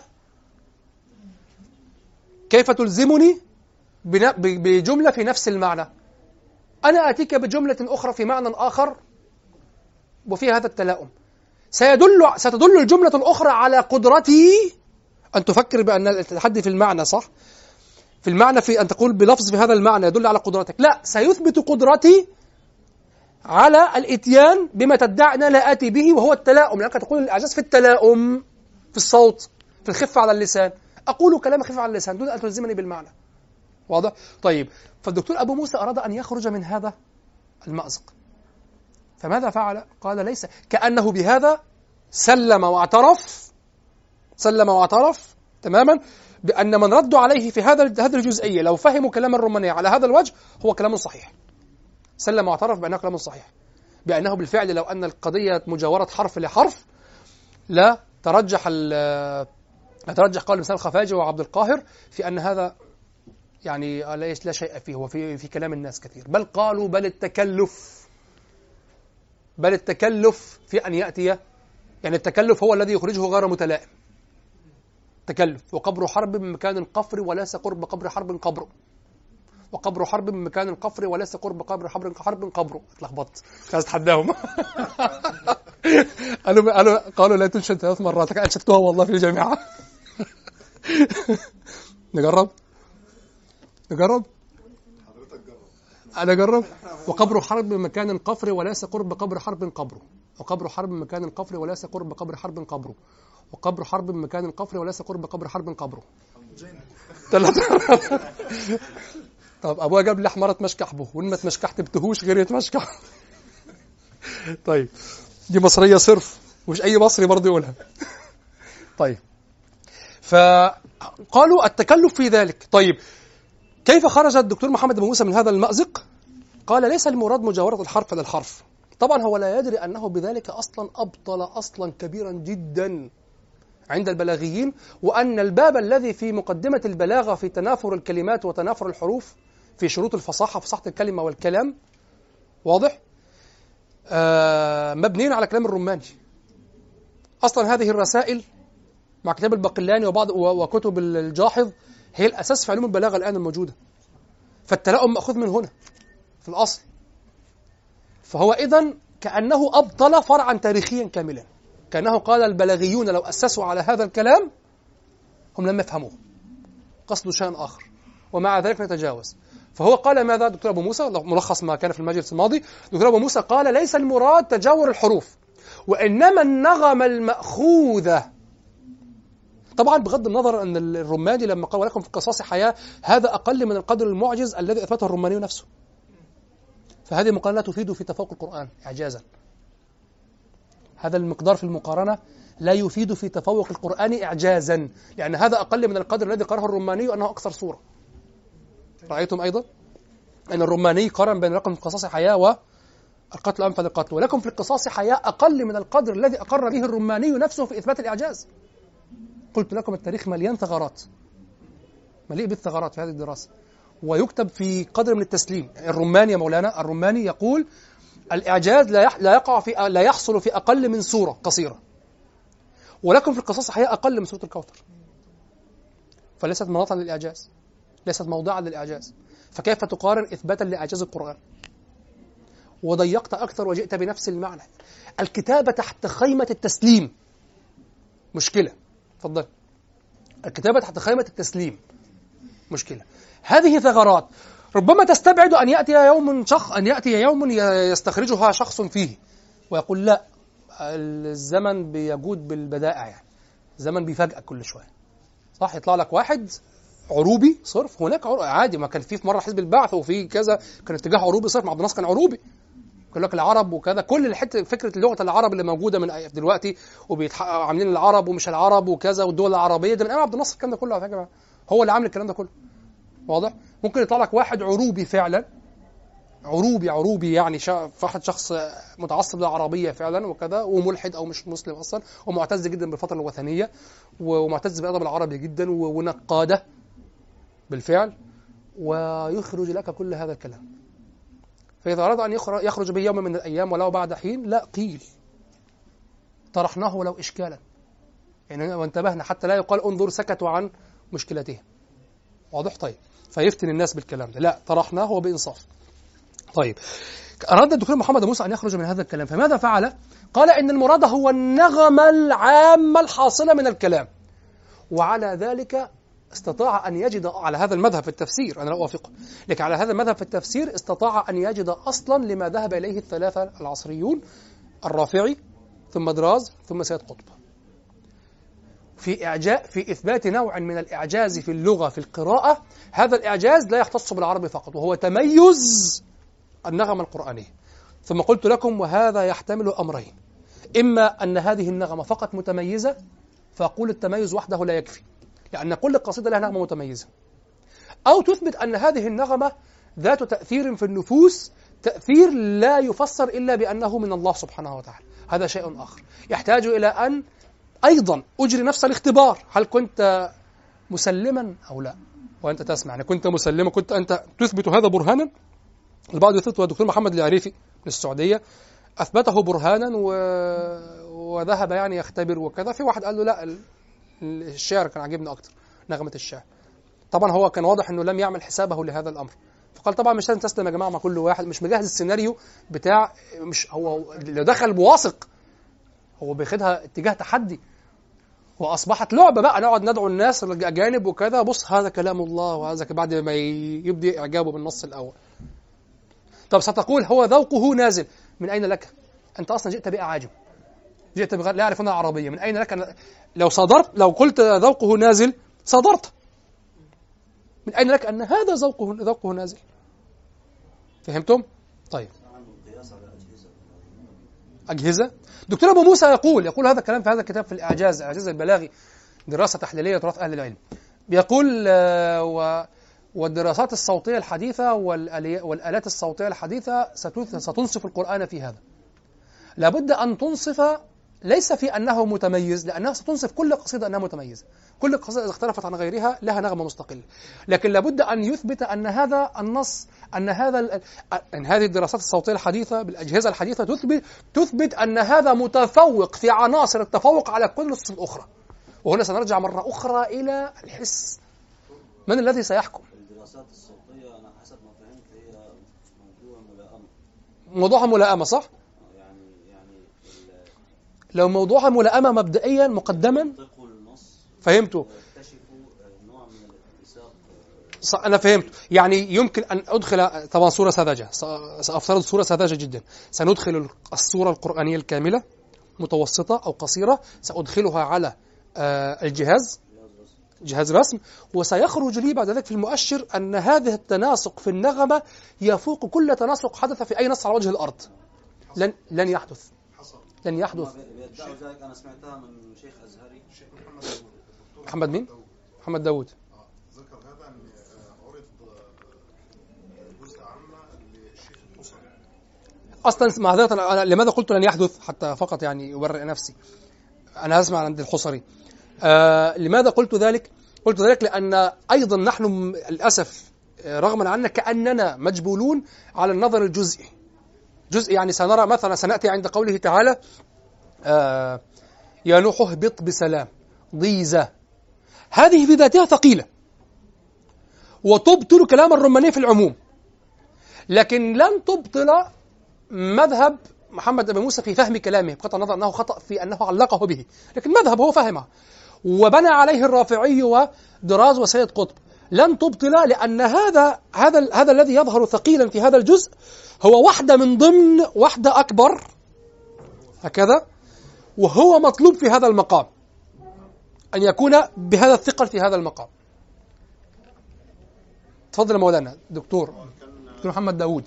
كيف تلزمني بجملة في نفس المعنى؟ أنا أتيك بجملة أخرى في معنى آخر وفي هذا التلاؤم. سيدل ستدل الجملة الأخرى على قدرتي أن تفكر بأن التحدي في المعنى صح؟ في المعنى في أن تقول بلفظ في هذا المعنى يدل على قدرتك. لا سيثبت قدرتي على الاتيان بما تدعي أنا لا آتي به وهو التلاؤم لأنك تقول الإعجاز في التلاؤم في الصوت في الخفة على اللسان. أقول كلام خفة على اللسان دون أن تلزمني بالمعنى. واضح؟ طيب فالدكتور أبو موسى أراد أن يخرج من هذا المأزق فماذا فعل؟ قال ليس كأنه بهذا سلم واعترف سلم واعترف تماما بأن من ردوا عليه في هذا هذه الجزئية لو فهموا كلام الرومانية على هذا الوجه هو كلام صحيح. سلم واعترف بأنه كلام صحيح، بأنه بالفعل لو أن القضية مجاورة حرف لحرف لا ترجح ترجح قول مثال الخفاجي وعبد القاهر في أن هذا يعني لا شيء فيه وفي في كلام الناس كثير، بل قالوا بل التكلف بل التكلف في أن يأتي، يعني التكلف هو الذي يخرجه غير متلائم. تكلف وقبر حرب من مكان القفر وليس قرب قبر حرب قبره، وقبر حرب من مكان القفر وليس قرب قبر حرب حرب قبره. اتلخبطت مش عايز اتحداهم. قالوا قالوا قالوا لا تنشد ثلاث مرات، انشدتها والله في الجامعه. نجرب نجرب انا اجرب. وقبر حرب من مكان القفر وليس قرب قبر حرب قبره، وقبر حرب من مكان القفر وليس قرب قبر حرب قبره، وقبر حرب من مكان القفر وليس قرب قبر حرب قبره. طب ابويا جاب لي حماره تمشكح به، وان ما تمشكحت بتهوش غير يتمشكح. طيب دي مصريه صرف، ومش اي مصري برضه يقولها. طيب فقالوا التكلف في ذلك. طيب كيف خرج الدكتور محمد بن موسى من هذا المأزق؟ قال ليس المراد مجاورة الحرف للحرف. طبعا هو لا يدري أنه بذلك أصلا أبطل أصلا كبيرا جدا عند البلاغيين، وأن الباب الذي في مقدمة البلاغة في تنافر الكلمات وتنافر الحروف في شروط الفصاحة، فصاحة الكلمة والكلام، واضح؟ آه مبنيين على كلام الرماني. أصلا هذه الرسائل مع كتاب الباقلاني وبعض وكتب الجاحظ هي الأساس في علوم البلاغة الآن الموجودة، فالتلاؤم مأخوذ من هنا في الأصل. فهو إذن كأنه أبطل فرعا تاريخيا كاملا، كأنه قال البلاغيون لو أسسوا على هذا الكلام هم لم يفهموه، قصدوا شيئا آخر، ومع ذلك نتجاوز. فهو قال ماذا دكتور أبو موسى؟ ملخص ما كان في المجلس الماضي، دكتور أبو موسى قال ليس المراد تجاور الحروف، وإنما النغمة المأخوذة. طبعا بغض النظر أن الرماني لما قال ولكم في القصاص حياة، هذا أقل من القدر المعجز الذي أثبته الرماني نفسه. فهذه المقارنة تفيد في تفوق القرآن إعجازا. هذا المقدار في المقارنة لا يفيد في تفوق القرآن إعجازا، لأن هذا أقل من القدر الذي قرأه الرماني أنه أكثر صورة. رأيتم أيضا أن الرماني قارن بين رقم القصاص حياة والقتل أنفذ القتل، ولكم في القصاص حياة أقل من القدر الذي أقر به الرماني نفسه في إثبات الإعجاز. قلت لكم التاريخ مليان ثغرات، مليء بالثغرات في هذه الدراسة، ويكتب في قدر من التسليم. الرماني يا مولانا، الرماني يقول الإعجاز لا لا يقع في لا يحصل في أقل من سورة قصيرة، ولكم في القصاص حياة أقل من سورة الكوثر، فليست مناطا للإعجاز، ليست موضعا للإعجاز. فكيف تقارن إثباتا لإعجاز القرآن؟ وضيقت أكثر وجئت بنفس المعنى. الكتابة تحت خيمة التسليم مشكلة. تفضل. الكتابة تحت خيمة التسليم مشكلة. هذه ثغرات ربما تستبعد أن يأتي يوم شخص أن يأتي يوم يستخرجها شخص فيه ويقول لا، الزمن بيجود بالبدائع، يعني الزمن بيفاجئك كل شوية، صح؟ يطلع لك واحد عروبي صرف، هناك عادي، ما كان في في مرة حزب البعث وفي كذا كان اتجاه عروبي صرف، عبد الناصر كان عروبي، يقول لك العرب وكذا، كل الحته فكره لغه العرب اللي موجوده من دلوقتي وعاملين العرب ومش العرب وكذا والدول العربيه، ده من ايام عبد الناصر الكلام ده كله على فكره، هو اللي عامل الكلام ده كله، واضح؟ ممكن يطلع لك واحد عروبي فعلا، عروبي عروبي يعني واحد شخص متعصب للعربيه فعلا وكذا، وملحد او مش مسلم اصلا، ومعتز جدا بالفتره الوثنيه ومعتز بالادب العربي جدا ونقاده بالفعل، ويخرج لك كل هذا الكلام. فإذا أراد أن يخرج به يوم من الأيام ولو بعد حين، لا، قيل طرحناه ولو إشكالا، يعني وانتبهنا حتى لا يقال انظر سكتوا عن مشكلتهم، واضح؟ طيب فيفتن الناس بالكلام ده، لا، طرحناه وبإنصاف. طيب أراد الدكتور محمد موسى أن يخرج من هذا الكلام، فماذا فعل؟ قال إن المراد هو النغمة العامة الحاصلة من الكلام، وعلى ذلك استطاع أن يجد على هذا المذهب في التفسير، أنا لا أوافقه، لكن على هذا المذهب في التفسير استطاع أن يجد أصلا لما ذهب إليه الثلاثة العصريون، الرافعي ثم دراز ثم سيد قطب، في إعجاز في إثبات نوع من الإعجاز في اللغة في القراءة. هذا الإعجاز لا يختص بالعربي فقط، وهو تميز النغمة القرآنية. ثم قلت لكم وهذا يحتمل أمرين، إما أن هذه النغمة فقط متميزة فأقول التميز وحده لا يكفي، لأن كل قصيدة لها نغمة متميزة. أو تثبت أن هذه النغمة ذات تأثير في النفوس، تأثير لا يفسر إلا بأنه من الله سبحانه وتعالى، هذا شيء آخر يحتاج إلى أن أيضا أجري نفس الاختبار. هل كنت مسلما أو لا وأنت تسمع؟ يعني كنت مسلما، كنت أنت تثبت هذا برهانا. البعض يثبته، الدكتور محمد العريفي من السعودية أثبته برهانا و... وذهب يعني يختبر وكذا. في واحد قال له لا، الشعر كان عجبني أكتر، نغمة الشعر. طبعا هو كان واضح أنه لم يعمل حسابه لهذا الأمر، فقال طبعا مش لازم تسلم يا جماعة مع كل واحد، مش مجهز السيناريو بتاع، مش هو لو دخل بواثق هو بياخدها اتجاه تحدي، وأصبحت لعبة بقى، نقعد ندعو الناس الأجانب وكذا، بص هذا كلام الله وهذا بعد ما يبدي إعجابه بالنص الأول. طب ستقول هو ذوقه نازل، من أين لك؟ أنت أصلا جئت بأ عاجم، جئت بغير لا يعرفون العربية، من أين لك أن لو صدرت، لو قلت ذوقه نازل صدرت، من أين لك أن هذا ذوقه ذوقه نازل؟ فهمتم؟ طيب. أجهزة. دكتور أبو موسى يقول يقول هذا الكلام في هذا الكتاب في الإعجاز، إعجاز البلاغي، دراسة تحليلية تراث أهل العلم. بيقول آه و والدراسات الصوتية الحديثة والآلات الصوتية الحديثة ستنصف القرآن في هذا. لابد أن تنصف، ليس في أنه متميز، لأنها ستنصف كل قصيدة أنها متميزة، كل قصيدة إذا اختلفت عن غيرها لها نغمة مستقلة، لكن لابد أن يثبت أن هذا النص، أن هذا أن هذه الدراسات الصوتية الحديثة بالأجهزة الحديثة تثبت تثبت أن هذا متفوق في عناصر التفوق على كل النصوص الأخرى. وهنا سنرجع مرة أخرى إلى الحس، من الذي سيحكم؟ الدراسات الصوتية أنا حسب ما فهمت هي موضوع ملائمة، موضوعها ملائمة صح؟ يعني يعني لو موضوعها ملائمة مبدئيا مقدما فهمته، نوع من الاتساق. أنا فهمت، يعني يمكن أن أدخل طبعا صورة ساذجة، سأفترض صورة ساذجة جدا، سندخل الصورة القرآنية الكاملة متوسطة أو قصيرة، سأدخلها على الجهاز جهاز رسم، وسيخرج لي بعد ذلك في المؤشر أن هذا التناسق في النغمة يفوق كل تناسق حدث في أي نص على وجه الأرض. لن لن يحدث لن يحدث أنا سمعتها من شيخ أزهري، الشيخ محمد داود. محمد مين؟ محمد داود. آه. ذكر هذا أن عرض جزء عامة للشيخ الحصري. أصلا معذرة، لماذا قلت لن يحدث؟ حتى فقط يعني أبرئ نفسي، أنا أسمع عند الحصري. آه لماذا قلت ذلك؟ قلت ذلك لأن أيضا نحن للأسف رغما عنا كأننا مجبولون على النظر الجزئي. جزء يعني سنرى مثلا، سنأتي عند قوله تعالى آه يا نوح اهبط بسلام ضيزة، هذه في ذاتها ثقيلة وتبطل كلام الرماني في العموم، لكن لن تبطل مذهب محمد بن موسى في فهم كلامه، بقطع النظر أنه خطأ في أنه علقه به، لكن مذهب هو فهمه وبنى عليه الرافعي ودراز وسيد قطب. لن تبطل، لأن هذا هذا هذا الذي يظهر ثقيلا في هذا الجزء هو واحدة من ضمن واحدة أكبر هكذا، وهو مطلوب في هذا المقام أن يكون بهذا الثقل في هذا المقام. تفضل مولانا دكتور دكتور محمد داود.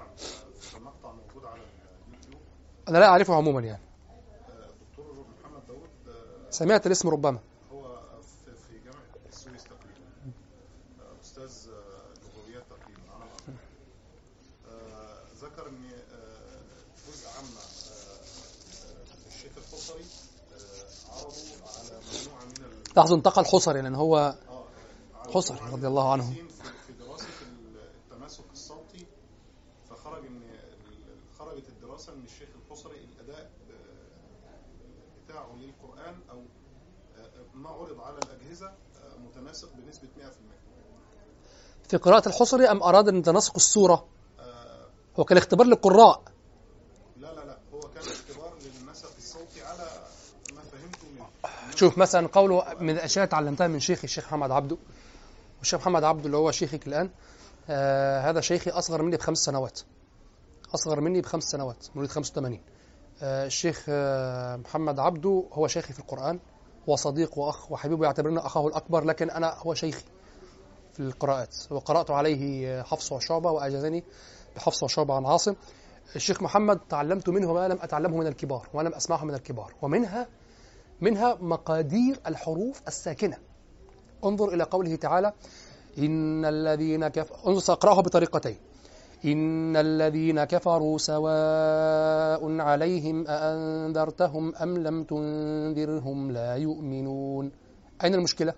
أنا لا أعرفه عموما يعني. دكتور محمد داود سمعت الاسم ربما. هو في جامعة السويس تقريبا، أستاذ لغويات تقريبا على ما أظن. ذكر إن جزء عامة الشيخ الحصري عرضوا على مجموعة من ال لحظة، انتقل حصري لأن هو حصري رضي الله عنه في دراسة التماسك الصوتي، فخرج إن خرجت الدراسة إن الشيخ الحصري الأداء بتاعه للقرآن أو ما عرض على الأجهزة متناسق بنسبة مئة في المئة في قراءة الحصري، أم أراد أن تناسق الصورة؟ هو كان اختبار للقراء. لا لا لا هو كان اختبار للنسق الصوتي على ما فهمته منه. شوف مثلا قوله من الأشياء تعلمتها من شيخي الشيخ محمد عبده، والشيخ محمد عبده اللي هو شيخك الآن، آه هذا شيخي أصغر مني بخمس سنوات أصغر مني بخمس سنوات مواليد خمسة وثمانين. آه الشيخ آه محمد عبده هو شيخي في القرآن، هو صديق وأخ وحبيب، يعتبرني أخاه الأكبر، لكن أنا هو شيخي في القراءات، وقرأت عليه حفص وشعبة وأجازني بحفص وشعبة عن عاصم. الشيخ محمد تعلمت منه ما لم أتعلمه من الكبار ولم أسمعه من الكبار، ومنها منها مقادير الحروف الساكنة. انظر إلى قوله تعالى إن الذين كفروا، انظر سأقرأها بطريقتين. إن الذين كفروا سواء عليهم أأنذرتهم أم لم تنذرهم لا يؤمنون. أين المشكلة؟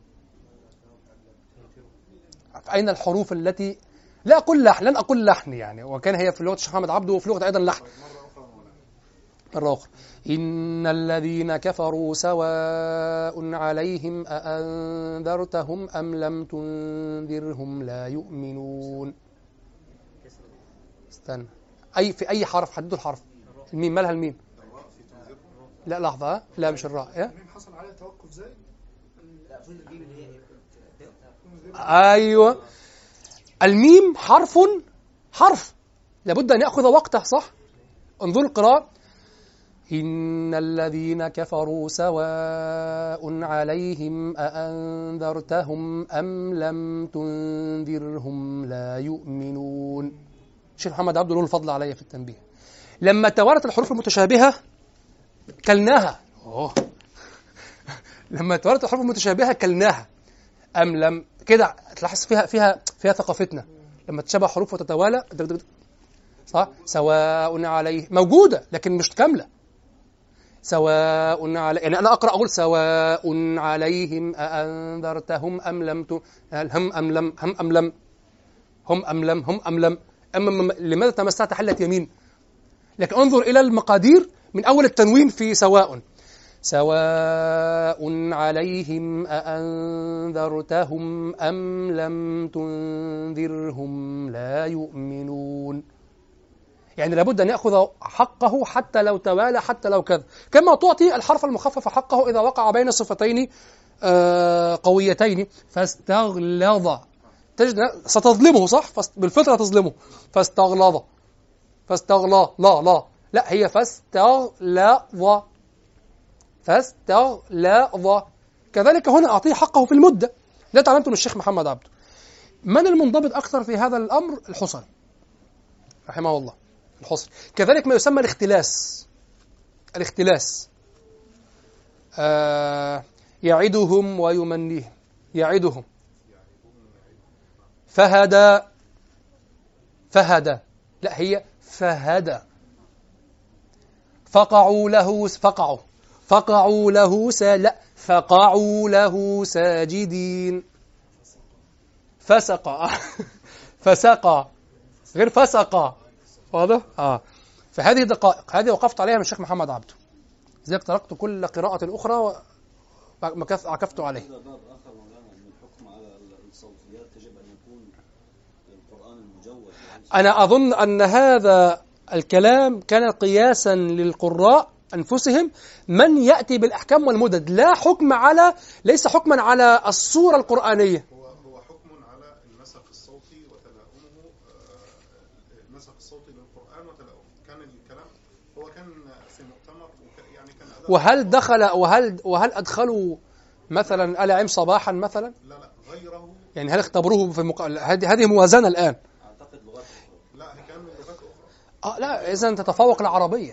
أين الحروف التي لا أقول لحن، لن أقول لحن يعني، وكان هي في لغة الشيخ محمد عبده وفي لغة أيضا لحن. مرة أخرى إن الذين كفروا سواء عليهم أأنذرتهم أم لم تنذرهم لا يؤمنون. استنى، أي في أي حرف حددوا الحرف. الميم مالها الميم؟ لا لحظة، لا مش الراء. إيه؟ حصل عليها توقف زي أيوة، الميم حرف حرف لابد أن يأخذ وقته، صح؟ انظروا القراءة إن الذين كفروا سواء عليهم أأنذرتهم أم لم تنذرهم لا يؤمنون. الشيخ محمد عبده له الفضل علي في التنبيه. لما توارت الحروف المتشابهة كلناها. أوه. لما توارت الحروف المتشابهة كلناها. أم لم كده تلاحظ فيها فيها فيها ثقافتنا. لما تشابه حروف وتتوالى صح؟ سواء عليه موجودة لكن مش كاملة. سواء علي، يعني أنا أقرأ أقول سواء عليهم أأنذرتهم أم لم ت... هم أم لم هم أم لم هم أم لم هم أم لم أم لماذا تمسعت حلت يمين؟ لكن انظر إلى المقادير من أول التنوين في سواء. سواء عليهم أأنذرتهم أم لم تنذرهم لا يؤمنون. يعني لابد أن يأخذ حقه حتى لو توالى، حتى لو كذا، كما تعطي الحرف المخفف حقه إذا وقع بين صفتين قويتين. فاستغلظ تجد ستظلمه، صح؟ بالفطرة تظلمه. فاستغلظ فاستغلظ لا لا لا هي فاستغلظ فاستغلظ. كذلك هنا أعطيه حقه في المدة. لا تعلمتم الشيخ محمد عبده. من المنضبط أكثر في هذا الأمر؟ الحصري رحمه الله، الحصري. كذلك ما يسمى الاختلاس. الاختلاس آه يعدهم ويمنيهم. يعدهم فهدى فهدى لا هي فهدى. فقعوا له فقعوا فقعوا له سا لا فقعوا له ساجدين. فسق فسق غير فسق. واضح؟ اه فهذه دقائق، هذه وقفت عليها من الشيخ محمد عبده، لذلك تركت كل قراءة أخرى وعكفت عليه. باب آخر مولانا من الحكم على الصوتيات تجب أن يكون القرآن المجود. أنا أظن أن هذا الكلام كان قياسا للقراء أنفسهم من يأتي بالأحكام والمدد، لا حكم على ليس حكما على الصورة القرآنية. هو هو حكم على النسق الصوتي وتلاؤمه. النسق الصوتي للقرآن وتلاؤمه. كان الكلام هو كان في مؤتمر يعني كان أداء. وهل دخل وهل وهل أدخلوا مثلا آل عم صباحا مثلا؟ لا لا غيره. يعني هل اختبروه في المق... هذه هذه موازنة الآن. أعتقد لغات لا كان لغات أخرى. آه لا إذا تتفوق العربية.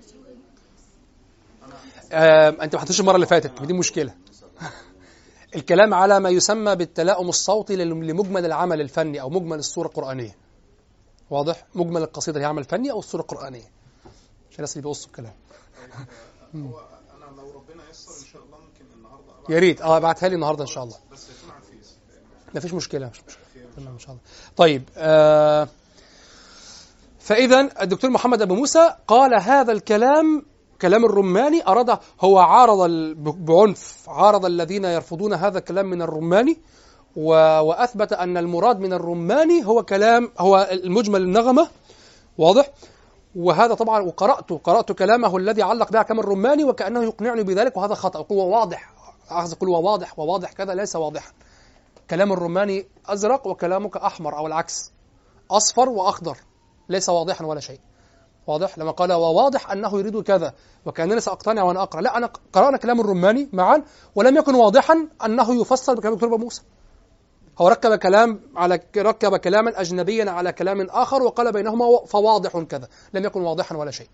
آه، أنت ما حطيتش المرة اللي فاتت، دي مشكلة. الكلام على ما يسمى بالتلاؤم الصوتي لمجمل العمل الفني أو مجمل الصورة القرآنية. واضح؟ مجمل القصيدة هي عمل فني أو الصورة القرآنية. عشان الناس اللي بيقصوا الكلام. هو أنا لو ربنا ييسر إن شاء الله ممكن النهاردة يا ريت اه ابعتها لي النهارده إن شاء الله. بس يكون على الفيس. ما فيش مشكلة مش مشكلة. تمام إن شاء الله. طيب آه فإذا الدكتور محمد أبو موسى قال هذا الكلام كلام الرماني، أراد هو عارض بعنف عارض الذين يرفضون هذا الكلام من الرماني، وأثبت أن المراد من الرماني هو كلام هو المجمل النغمة. واضح؟ وهذا طبعا وقرأت قرأت كلامه الذي علق بها كما الرماني وكأنه يقنعني بذلك، وهذا خطأ. هو واضح، أخذ يقول هو واضح وواضح كذا، ليس واضحا. كلام الرماني أزرق وكلامك أحمر أو العكس، أصفر وأخضر، ليس واضحا ولا شيء. واضح؟ لما قال وواضح أنه يريد كذا وكأنني سأقتنع وأنا أقرأ، لا أنا قرأنا كلام الرماني معا ولم يكن واضحا أنه يفسر بكلام الدكتور أبو موسى. هو ركب كلام على ركب كلاما أجنبيا على كلام آخر وقال بينهما فواضح كذا، لم يكن واضحا ولا شيء.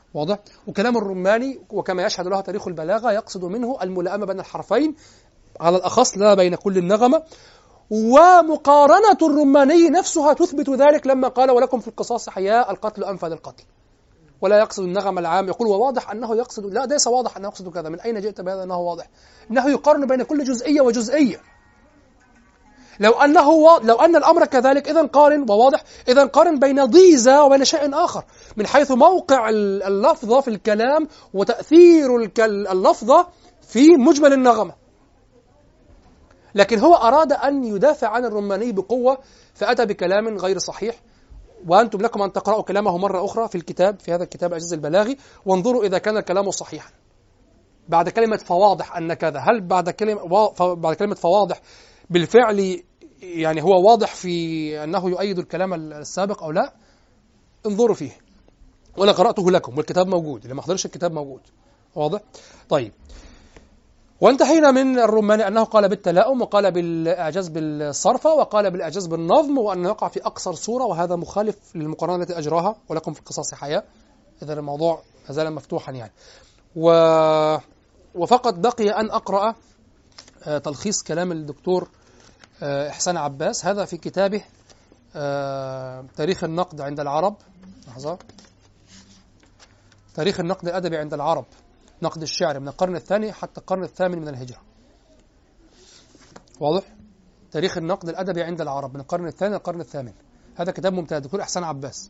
واضح؟ وكلام الرماني وكما يشهد له تاريخ البلاغة يقصد منه الملائمة بين الحرفين على الأخص لا بين كل النغمة. ومقارنة الرماني نفسها تثبت ذلك لما قال ولكم في القصاص حياة القتل أنفى للقتل، ولا يقصد النغم العام. يقول وواضح أنه يقصد، لا ليس واضح أنه يقصد كذا. من أين جئت بهذا أنه واضح؟ إنه يقارن بين كل جزئية وجزئية. لو أنه و... لو أن الأمر كذلك إذن قارن وواضح، إذن قارن بين ضيزة وبين شيء آخر من حيث موقع اللفظة في الكلام وتأثير اللفظة في مجمل النغمة. لكن هو أراد أن يدافع عن الرماني بقوة فأتى بكلام غير صحيح. وأنتم لكم أن تقرأوا كلامه مرة أخرى في الكتاب، في هذا الكتاب إعجاز البلاغي، وانظروا إذا كان الكلام صحيحا. بعد كلمة فواضح أن كذا، هل بعد كلمة بعد كلمة فواضح بالفعل يعني هو واضح في أنه يؤيد الكلام السابق أو لا؟ انظروا فيه. وأنا قرأته لكم والكتاب موجود، اللي ما حضرش الكتاب موجود. واضح؟ طيب، وانتهينا من الرماني أنه قال بالتلاؤم، وقال بالإعجاز بالصرفة، وقال بالإعجاز بالنظم، وأنه يقع في أقصر صورة، وهذا مخالف للمقارنة التي أجراها ولكم في القصاص حياة. إذا الموضوع ما زال مفتوحا يعني. و... وفقط بقي أن أقرأ تلخيص كلام الدكتور إحسان عباس، هذا في كتابه تاريخ النقد عند العرب. لحظة. تاريخ النقد الأدبي عند العرب، نقد الشعر من القرن الثاني حتى القرن الثامن من الهجرة. واضح؟ تاريخ النقد الأدبي عند العرب من القرن الثاني للقرن الثامن. هذا كتاب ممتاز، دكتور إحسان عباس.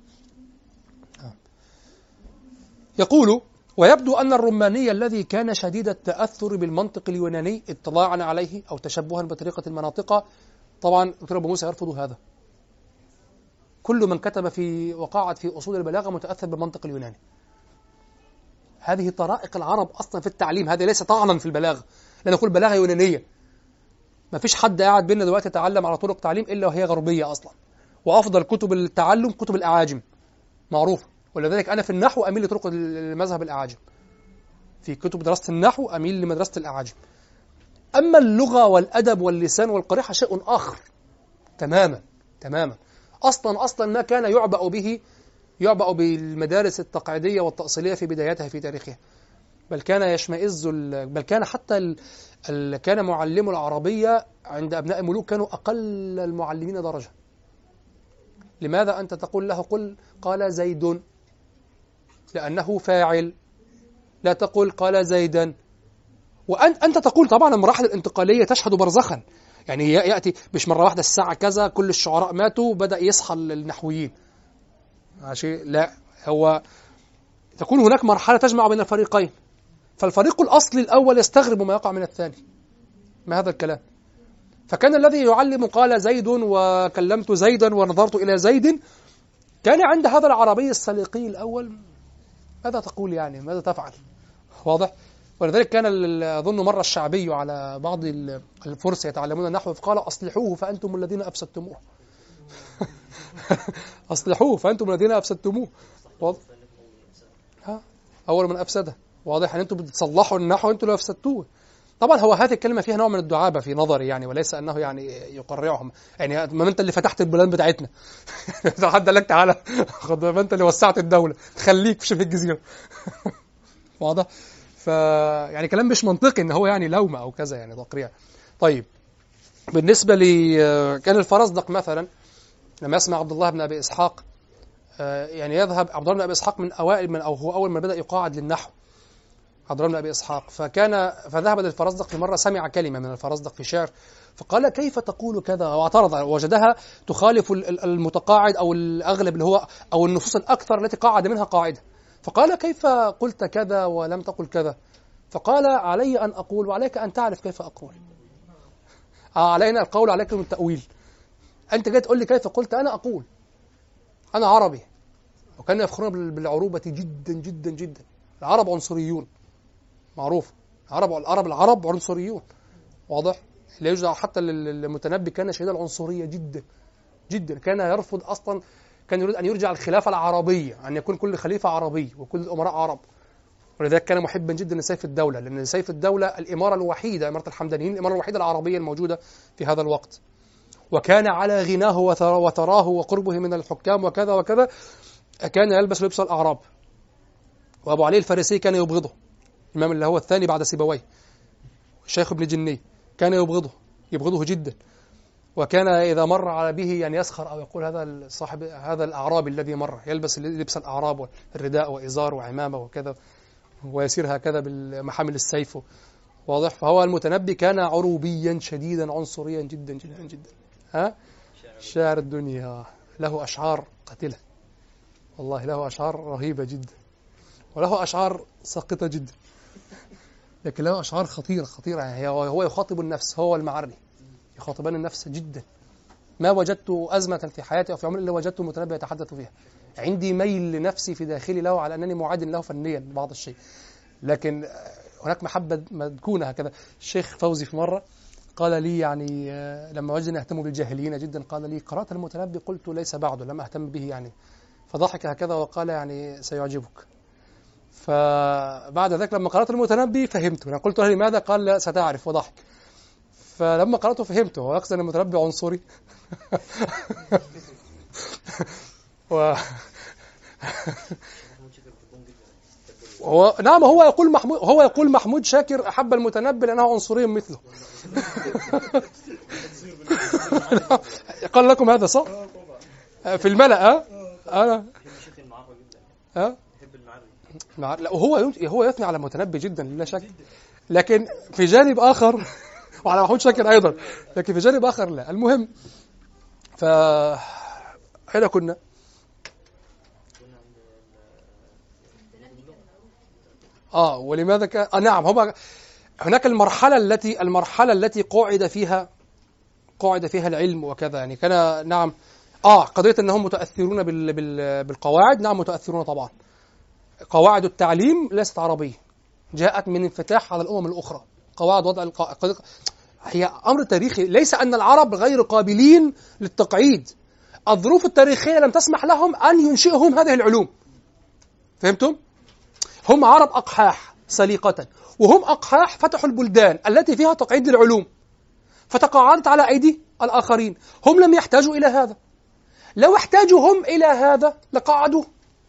يقول: ويبدو أن الرماني الذي كان شديد التأثر بالمنطق اليوناني اطلاعا عليه أو تشبها بطريقة المناطق، طبعا دكتور أبو موسى يرفض هذا. كل من كتب في وقعد في أصول البلاغة متأثر بالمنطق اليوناني. هذه طرائق العرب أصلا في التعليم، هذه ليس طعنا في البلاغة، لأن نقول بلاغة يونانية. ما فيش حد قاعد بيننا دلوقتي يتعلم على طرق تعليم إلا وهي غربية أصلا. وأفضل كتب التعلم كتب الأعاجم معروفة، ولذلك أنا في النحو أميل لطرق المذهب الأعاجم. في كتب دراسة النحو أميل لمدرسة الأعاجم. أما اللغة والأدب واللسان والقريحة شيء آخر تماما تماما. أصلا أصلا ما كان يعبأ به يعبأ بالمدارس التقعيدية والتأصيلية في بدايتها في تاريخها، بل كان يشمئز بل كان حتى ال... ال... كان معلم العربية عند أبناء الملوك كانوا أقل المعلمين درجة. لماذا أنت تقول له قل قال زيد لأنه فاعل، لا تقول قال زيدا. وأنت أنت تقول طبعا المراحل الانتقالية تشهد برزخا، يعني يأتي مش مرة واحدة الساعة كذا كل الشعراء ماتوا بدأ يصحى النحويين، ماشي؟ لا، هو تكون هناك مرحلة تجمع بين الفريقين، فالفريق الأصلي الأول يستغرب ما يقع من الثاني. ما هذا الكلام؟ فكان الذي يعلم قال زيد وكلمت زيدا ونظرت إلى زيد كان عند هذا العربي السليقي الأول ماذا تقول يعني ماذا تفعل؟ واضح؟ ولذلك كان أظن مر الشعبي على بعض الفرس يتعلمون النحو فقال أصلحوه فأنتم الذين أفسدتموه. أصلحوه فأنتم الذين أفسدتموه. واضح؟ ها أول من أفسده. واضح أن أنتم بتصلحوا النحو أنتم اللي أفسدتوه. طبعا هو هذه الكلمة فيها نوع من الدعابة في نظري يعني، وليس أنه يعني يقرعهم يعني. ما أنت اللي فتحت البلاد بتاعتنا. حد لك تعالى خد، ما أنت اللي وسعت الدولة، خليك في شبه الجزيرة. واضح؟ ف يعني كلام مش منطقي إن هو يعني لومة أو كذا يعني تقريع. طيب بالنسبة لي كان الفرزدق مثلا لما يسمع عبد الله بن أبي إسحاق يعني يذهب عبد الله بن أبي إسحاق من أوائل من أو هو أول من بدأ يقاعد للنحو عبد الله بن أبي إسحاق، فكان فذهب للفرزدق في مرة سمع كلمة من الفرزدق في شعر فقال كيف تقول كذا، واعترض وجدها تخالف المتقاعد أو الأغلب اللي هو أو النصوص الأكثر التي قاعد منها قاعدة، فقال كيف قلت كذا ولم تقل كذا؟ فقال علي أن أقول وعليك أن تعرف كيف أقول. آه علينا القول عليكم التأويل. أنت جاي تقول لي كيف قلت، أنا أقول أنا عربي. وكان يفخرون بالعروبة جدا جدا جدا. العرب عنصريون معروف، العرب العرب العرب عنصريون. واضح؟ لا يوجد حتى المتنبي كان شديد العنصرية جدا جدا، كان يرفض أصلا، كان يريد أن يرجع الخلافة العربية، أن يكون كل خليفة عربي وكل الأمراء عرب. ولذلك كان محبا جدا لسيف الدولة، لأن سيف الدولة الإمارة الوحيدة، إمارة الحمدانيين الإمارة الوحيدة العربية الموجودة في هذا الوقت، وكان على غناه وثراه وقربه من الحكام وكذا وكذا، كان يلبس لبس الأعراب. وأبو علي الفارسي كان يبغضه، الإمام اللي هو الثاني بعد سيبويه، الشيخ ابن جني كان يبغضه يبغضه جدا، وكان إذا مر على به يعني يسخر أو يقول هذا صاحب هذا الأعرابي الذي مر يلبس لبس الأعراب والرداء وإزار وعمامة وكذا ويسير هكذا بالمحامل السيف، واضح. فهو المتنبي كان عروبيا شديدا عنصريا جدا جدا جدا، ها شاعر الدنيا، له أشعار قاتلة والله، له أشعار رهيبة جدا، وله أشعار ساقطة جدا، لكن له أشعار خطيرة خطيرة. يعني هو يخاطب النفس، هو المعري يخاطبان النفس جدا. ما وجدت أزمة في حياتي أو في عمري إلا وجدت المتنبي يتحدث فيها. عندي ميل لنفسي في داخلي له على أنني معاد له فنيا بعض الشيء، لكن هناك محبة مدكونة هكذا. الشيخ فوزي في مرة قال لي يعني لما وجدني أهتم بالجاهليين جدا قال لي قرأت المتنبي؟ قلت ليس بعد، لم أهتم به يعني، فضحك هكذا وقال يعني سيعجبك. فبعد ذلك لما قرأت المتنبي فهمته، أنا قلت له لماذا؟ قال لا ستعرف، وضحك. فلما قرأته فهمته، هو يقصد أن المتنبي عنصري و... هو نعم هو يقول محمود هو يقول محمود شاكر أحب المتنبي لأنه عنصري مثله. قال لكم هذا صح؟ في الملأ ها؟ أنا ها؟ لا وهو هو يثني على المتنبي جدا لا شك، لكن في جانب آخر وعلى محمود شاكر أيضا، لكن في جانب آخر لا. المهم ف حين كنا آه ولماذا كان آه نعم هو هناك المرحلة التي المرحلة التي قاعد فيها قاعد فيها العلم وكذا، يعني كان نعم آه قضية أنهم متأثرون بال بال بالقواعد، نعم متأثرون طبعا. قواعد التعليم ليست عربية، جاءت من انفتاح على الأمم الأخرى. قواعد وضع القواعد هي أمر تاريخي، ليس أن العرب غير قابلين للتقعيد، الظروف التاريخية لم تسمح لهم أن ينشئهم هذه العلوم. فهمتم؟ هم عرب أقحاح سليقة، وهم أقحاح فتحوا البلدان التي فيها تقعيد للعلوم، فتقاعدت على أيدي الآخرين. هم لم يحتاجوا إلى هذا، لو احتاجوا هم إلى هذا لقعدوا.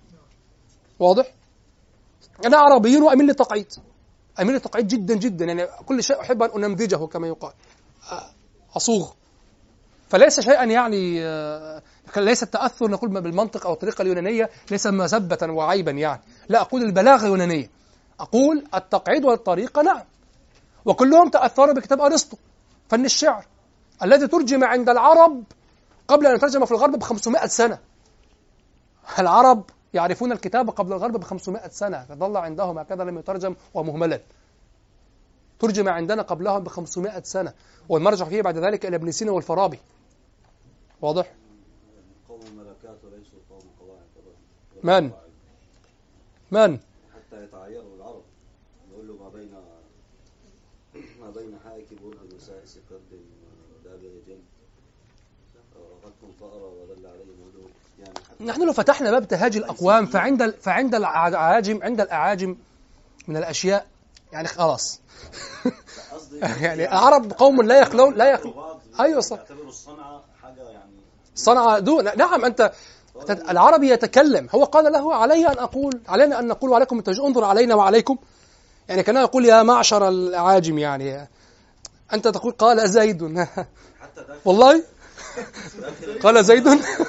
واضح؟ أنا عربي وأميل للتقعيد، أميل للتقعيد جدا جدا، يعني كل شيء أحب أن أنمذجه كما يقال، أصوغ. فليس شيئا يعني ليس التأثر نقول بالمنطق أو الطريقة اليونانية ليس مذبة وعيبا يعني، لا أقول البلاغة اليونانية، أقول التقعيد والطريقة نعم، وكلهم تأثروا بكتاب أرسطو فن الشعر الذي ترجم عند العرب قبل أن يترجم في الغرب بخمسمائة سنة. العرب يعرفون الكتاب قبل الغرب بخمسمائة سنة، ظل عندهم هكذا لم يترجم ومهملا، ترجم عندنا قبلهم بخمسمائة سنة، والمرجع فيه بعد ذلك إلى ابن سينا والفارابي. واضح؟ قوم ملكات وليسوا قوم قواعد. من؟ من؟ حتى يتعايروا العرب، يقول له ما بين ما بين حائك بون النساء سكرد دابر جن رغتكم فأرى ودل عليهم هدوء. يعني نحن لو فتحنا باب تهاجي الأقوام فعند فعند الأعاجم عند الأعاجم من الأشياء يعني خلاص. يعني العرب قوم لا يخلون لا يخلون. أيوة صح. الصنعة حاجة يعني صنعة دون نعم أنت العربي يتكلم، هو قال له علي أن أقول علينا أن نقول وعليكم التوجيه، انظر علينا وعليكم، يعني كان يقول يا معشر الأعاجم، يعني أنت تقول قال زيد والله قال زيد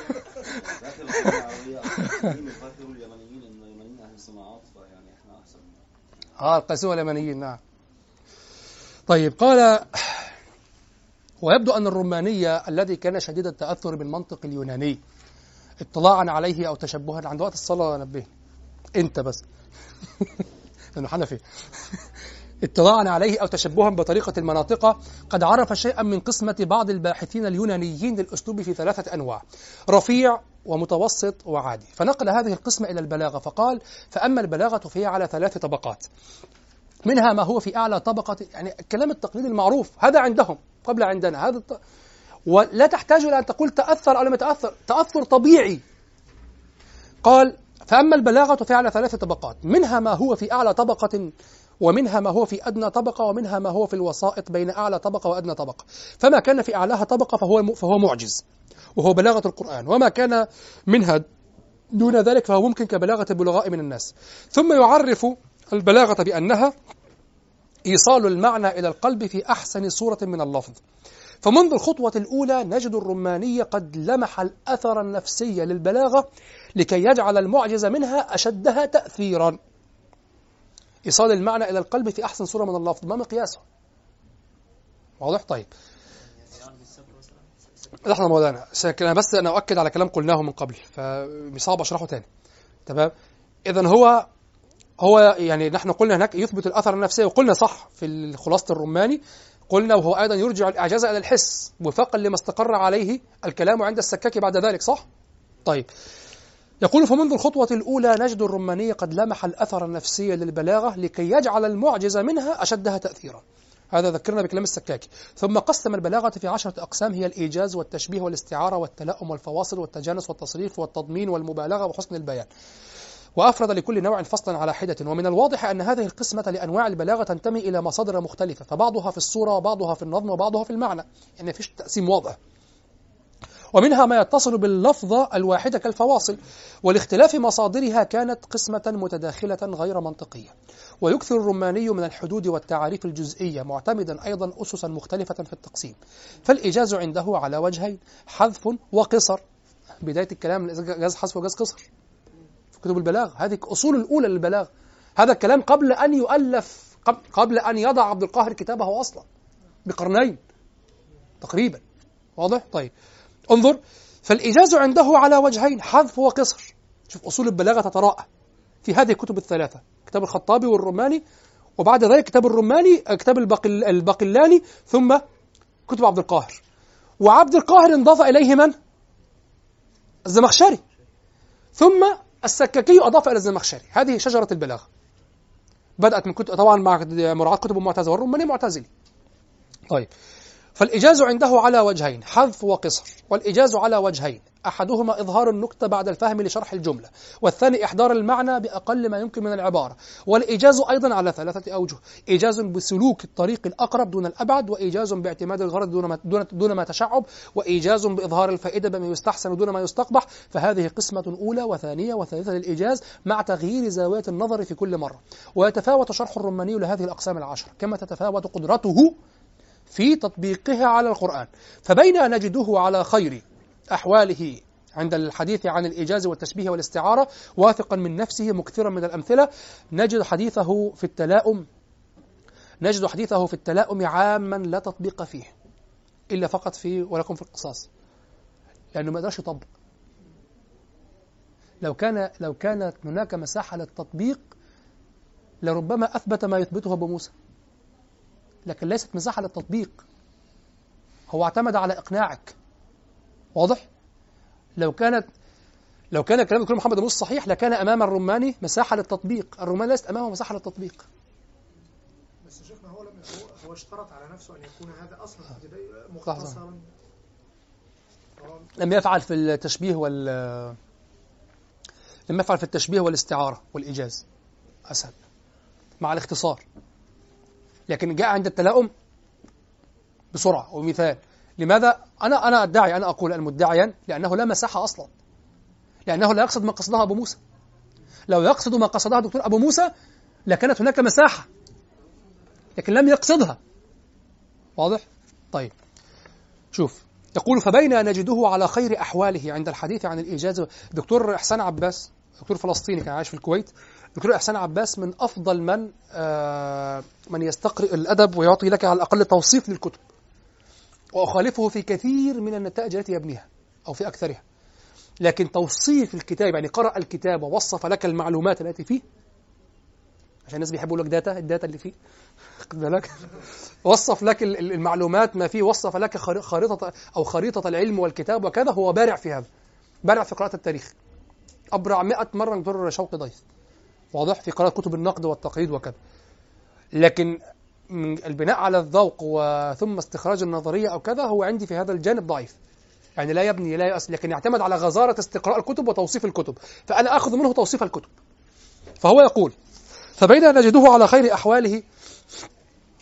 اه القيسية واليمنيين نعم. طيب قال ويبدو أن الرومانية الذي كان شديد التأثر بالمنطق اليوناني اطلاعا عليه أو تشبها عند وقت الصلاة نبه أنت بس لأنه حنفي اطلاعا عليه أو تشبها بطريقة المناطق قد عرف شيئا من قسمة بعض الباحثين اليونانيين للأسلوب في ثلاثة أنواع: رفيع ومتوسط وعادي. فنقل هذه القسمة إلى البلاغة فقال فأما البلاغة فهي على ثلاث طبقات، منها ما هو في أعلى طبقة، يعني الكلام التقليدي المعروف هذا عندهم قبل عندنا هذا الط... ولا تحتاج إلى أن تقول تأثر أو لم يتأثر، تأثر طبيعي. قال فأما البلاغة فهي على ثلاث طبقات، منها ما هو في أعلى طبقة ومنها ما هو في أدنى طبقة ومنها ما هو في الوسائط بين أعلى طبقة وأدنى طبقة. فما كان في أعلاها طبقة فهو فهو معجز وهو بلاغة القرآن، وما كان منها دون ذلك فهو ممكن كبلاغة البلغاء من الناس. ثم يعرف البلاغة بأنها إيصال المعنى إلى القلب في أحسن صورة من اللفظ. فمنذ الخطوة الأولى نجد الرماني قد لمح الأثر النفسي للبلاغة لكي يجعل المعجز منها أشدها تأثيرا. إيصال المعنى إلى القلب في أحسن صورة من اللفظ، ما مقياسه؟ واضح؟ طيب لحظة مولانا، أنا بس أنا أؤكد على كلام قلناه من قبل فصعب أشرحه تاني. تمام؟ إذن هو هو يعني نحن قلنا هناك يثبت الأثر النفسي، وقلنا صح في خلاصة الرماني، قلنا وهو أيضا يرجع الإعجاز إلى الحس وفقا لما استقر عليه الكلام عند السكاكي بعد ذلك، صح؟ طيب يقول فمنذ الخطوة الأولى نجد الرماني قد لمح الأثر النفسي للبلاغة لكي يجعل المعجز منها أشدها تأثيرا. هذا ذكرنا بكلام السكاكي. ثم قسم البلاغة في عشرة أقسام هي الإيجاز والتشبيه والاستعارة والتلاؤم والفواصل والتجانس والتصريف والتضمين والمبالغة وحسن البيان، وأفرد لكل نوع فصلا على حدة. ومن الواضح أن هذه القسمة لأنواع البلاغة تنتمي إلى مصادر مختلفة، فبعضها في الصورة وبعضها في النظم وبعضها في المعنى، يعني فيش تقسيم واضح. ومنها ما يتصل باللفظة الواحدة كالفواصل، والاختلاف مصادرها كانت قسمة متداخلة غير منطقية. ويكثر الرماني من الحدود والتعاريف الجزئية، معتمدا أيضا أسسا مختلفة في التقسيم. فالإيجاز عنده على وجهين، حذف وقصر. بداية الكلام جاز حذف وجاز قصر في كتب البلاغ، هذه أصول الأولى للبلاغ. هذا الكلام قبل أن يؤلف، قبل أن يضع عبد القاهر كتابه أصلا بقرنين تقريبا. واضح؟ طيب انظر، فالإيجاز عنده على وجهين، حذف وقصر. شوف أصول البلاغة تتراءى في هذه الكتب الثلاثة، كتاب الخطابي والرماني، وبعد ذلك كتاب الرماني، كتاب البقل البقلاني، ثم كتب عبد القاهر. وعبد القاهر انضاف إليه من؟ الزمخشري، ثم السكاكي أضاف إلى الزمخشري. هذه شجرة البلاغة، بدأت من كتب طبعا مع مراعاة كتب المعتزلة، والرماني معتزلي. طيب فالإجاز عنده على وجهين، حذف وقصر. والإجاز على وجهين، أحدهما إظهار النكتة بعد الفهم لشرح الجملة، والثاني إحضار المعنى بأقل ما يمكن من العبارة. والإجاز أيضا على ثلاثة أوجه، إيجاز بسلوك الطريق الأقرب دون الأبعد، وإيجاز باعتماد الغرض دون ما, دون, دون ما تشعب، وإيجاز بإظهار الفائدة بما يستحسن دون ما يستقبح. فهذه قسمة أولى وثانية وثالثة للإيجاز مع تغيير زاوية النظر في كل مرة. ويتفاوت شرح الرماني لهذه الأقسام العشر كما تتفاوت قدرته في تطبيقها على القرآن. فبين نجده على خير أحواله عند الحديث عن الإيجاز والتشبيه والاستعارة واثقا من نفسه مكثرا من الأمثلة، نجد حديثه في التلاؤم نجد حديثه في التلاؤم عاما لا تطبيق فيه إلا فقط في ولكم في القصاص، لأنه ما يقدرش يطبق. لو كان لو كانت هناك مساحة للتطبيق لربما أثبت ما يثبته أبو موسى، لكن ليست مساحة للتطبيق. هو اعتمد على إقناعك. واضح؟ لو كانت لو كان كلام دكتور محمد موسى صحيح لكان أمام الرماني مساحة للتطبيق. الرماني ليست أمامه مساحة للتطبيق. بس شيخنا هو لم هو, هو اشترط على نفسه أن يكون هذا أصلا مختصرا، لم يفعل في التشبيه وال لم يفعل في التشبيه والاستعارة والإيجاز أسهل مع الاختصار، لكن جاء عند التلاؤم بسرعة. ومثال لماذا أنا أنا أدعي أنا أقول المدعيا لأنه لا مساحة أصلا، لأنه لا يقصد ما قصدها أبو موسى. لو يقصد ما قصدها دكتور أبو موسى لكانت هناك مساحة، لكن لم يقصدها. واضح؟ طيب شوف، يقول فبين نجده على خير أحواله عند الحديث عن الإيجاز. دكتور إحسان عباس، دكتور فلسطيني كان عايش في الكويت، دكتور إحسان عباس من أفضل من آه من يستقرئ الأدب ويعطي لك على الأقل توصيف للكتب، وأخالفه في كثير من النتائج التي يبنيها أو في أكثرها. لكن توصيف الكتاب، يعني قرأ الكتاب ووصف لك المعلومات التي فيه، عشان الناس بيحبوا لك داتا، الداتا اللي فيه خد بالك، وصف لك المعلومات ما فيه، وصف لك خريطة أو خريطة العلم والكتاب وكذا. هو بارع في هذا، بارع في قراءة التاريخ، أبرع مئة مرة من دكتور شوقي ضيف. واضح؟ في قراءة كتب النقد والتقييد وكذا. لكن البناء على الذوق وثم استخراج النظرية أو كذا هو عندي في هذا الجانب ضعيف، يعني لا يبني لا يأس، لكن يعتمد على غزارة استقراء الكتب وتوصيف الكتب، فأنا أخذ منه توصيف الكتب. فهو يقول فبين نجده على خير أحواله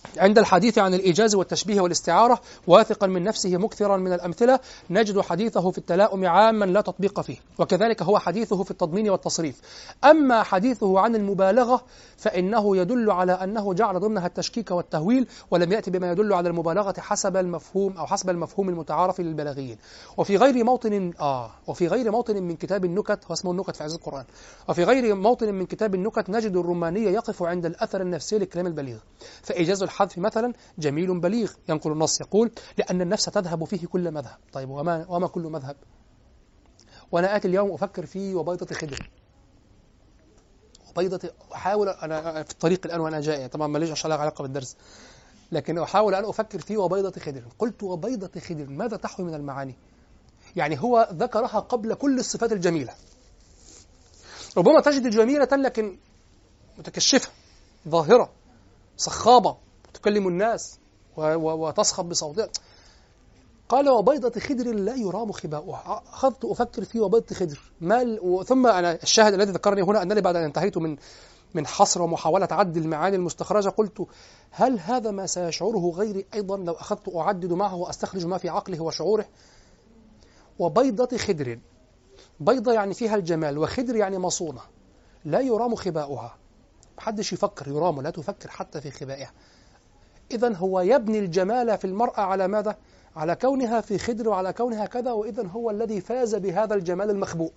عند الحديث عن الإيجاز والتشبيه والاستعارة واثقا من نفسه مكثرا من الأمثلة، نجد حديثه في التلاؤم عاما لا تطبيق فيه، وكذلك هو حديثه في التضمين والتصريف. أما حديثه عن المبالغة فإنه يدل على أنه جعل ضمنها التشكيك والتهويل، ولم يأتي بما يدل على المبالغة حسب المفهوم أو حسب المفهوم المتعارف للبلاغيين. وفي غير موطن آه وفي غير موطن من كتاب النكت، هو اسمه النكت في عز القرآن، وفي غير موطن من كتاب النكت نجد الرماني يقف عند الأثر النفسي للكلام البليغ، فإيجاز الحذف مثلا جميل بليغ. ينقل النص يقول: لأن النفس تذهب فيه كل مذهب. طيب وما, وما كل مذهب؟ وأنا آتي اليوم أفكر في وبيضة خدر، وبيضة أحاول أنا في الطريق الآن وأنا جاي، طبعا ما ليش علاقة بالدرس، لكن أحاول أن أفكر في وبيضة خدر. قلت وبيضة خدر ماذا تحوي من المعاني؟ يعني هو ذكرها قبل كل الصفات الجميلة. ربما تجد جميلة لكن متكشفة ظاهرة صخابة تكلم الناس وتصخب بصوتها. قال وبيضة خدر لا يرام خباؤها. أخذت أفكر في وبيضة خدر ما ثم أنا الشاهد الذي ذكرني هنا أنني بعد أن انتهيت من من حصر ومحاولة عد المعاني المستخرجة قلت: هل هذا ما سيشعره غيري أيضا لو أخذت أعدد معه وأستخرج ما في عقله وشعوره؟ وبيضة خدر، بيضة يعني فيها الجمال، وخدر يعني مصونة، لا يرام خباؤها. محدش يفكر يرام، لا تفكر حتى في خبائها. إذن هو يبني الجمال في المرأة على ماذا؟ على كونها في خدر وعلى كونها كذا، وإذن هو الذي فاز بهذا الجمال المخبوء.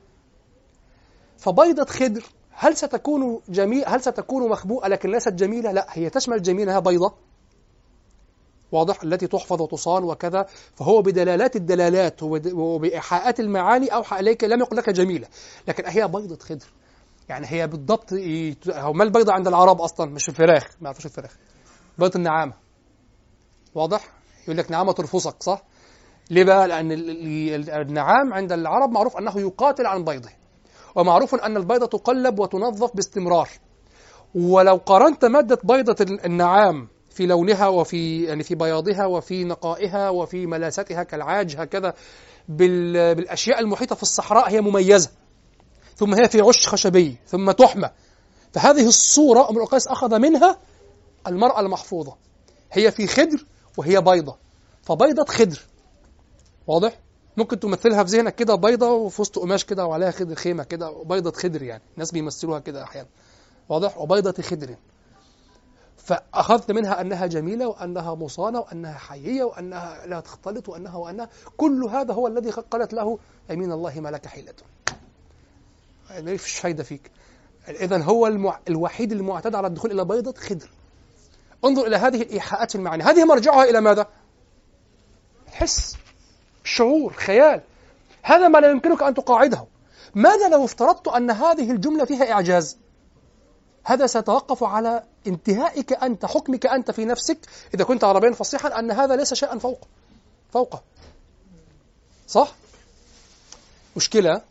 فبيضة خدر هل ستكون جميل هل ستكون مخبوءة لكن ليست جميلة؟ لا، هي تشمل جميلها بيضة واضح التي تحفظ وتصان وكذا، فهو بدلالات الدلالات وبإيحاءات المعاني أوحى إليك، لم يقل لك جميلة لكن هي بيضة خدر. يعني هي بالضبط هو ما البيضة عند العرب أصلا؟ مش الفراخ، ما يعرفوش الفراخ، بيضة النعامة. واضح؟ يقول لك نعامة ترفصك، صح؟ ليه بقى؟ لأن النعام عند العرب معروف أنه يقاتل عن بيضه، ومعروف أن البيضة تقلب وتنظف باستمرار. ولو قارنت مادة بيضة النعام في لونها وفي يعني في بياضها وفي نقائها وفي ملاستها كالعاج هكذا بالأشياء المحيطة في الصحراء، هي مميزة، ثم هي في عش خشبي ثم تحمى. فهذه الصورة امرؤ القيس أخذ منها المرأة المحفوظة، هي في خدر وهي بيضة، فبيضة خدر. واضح؟ ممكن تمثلها في ذهنك كده بيضة وفي وسط قماش كده وعليها خدر خيمة كده، بيضة خدر، يعني الناس بيمثلوها كده أحيانا. واضح؟ وبيضة خدر. فأخذت منها أنها جميلة وأنها مصانة وأنها حيية وأنها لا تختلط وأنها وأنها كل هذا هو الذي قالت له يمين الله ما لك حيلة، يعني فيش فايدة فيك. إذن هو المع... الوحيد المعتاد على الدخول إلى بيضة خدر. انظر إلى هذه الإيحاءات المعاني، هذه مرجعها إلى ماذا؟ حس، شعور، خيال. هذا ما لا يمكنك أن تقاعده. ماذا لو افترضت أن هذه الجملة فيها إعجاز؟ هذا سيتوقف على انتهائك أنت، حكمك أنت في نفسك إذا كنت عربيا فصيحا أن هذا ليس شيئا فوق فوقه. صح؟ مشكلة.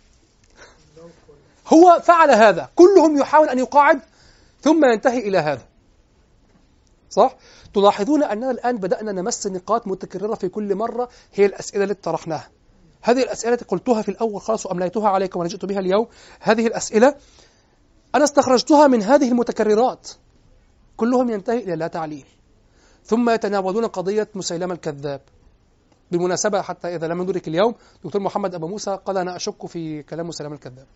هو فعل هذا، كلهم يحاول أن يقاعد ثم ينتهي إلى هذا. صح؟ تلاحظون أننا الآن بدأنا نمس نقاط متكررة في كل مرة، هي الأسئلة التي طرحناها. هذه الأسئلة التي قلتها في الأول خلاص وأمليتها عليكم وأنا جئت بها اليوم. هذه الأسئلة أنا استخرجتها من هذه المتكررات، كلهم ينتهي إلى لا تعليل، ثم يتناولون قضية مسيلمة الكذاب. بالمناسبة حتى إذا لم ندرك اليوم، دكتور محمد أبو موسى قال أنا أشك في كلام مسيلمة الكذاب.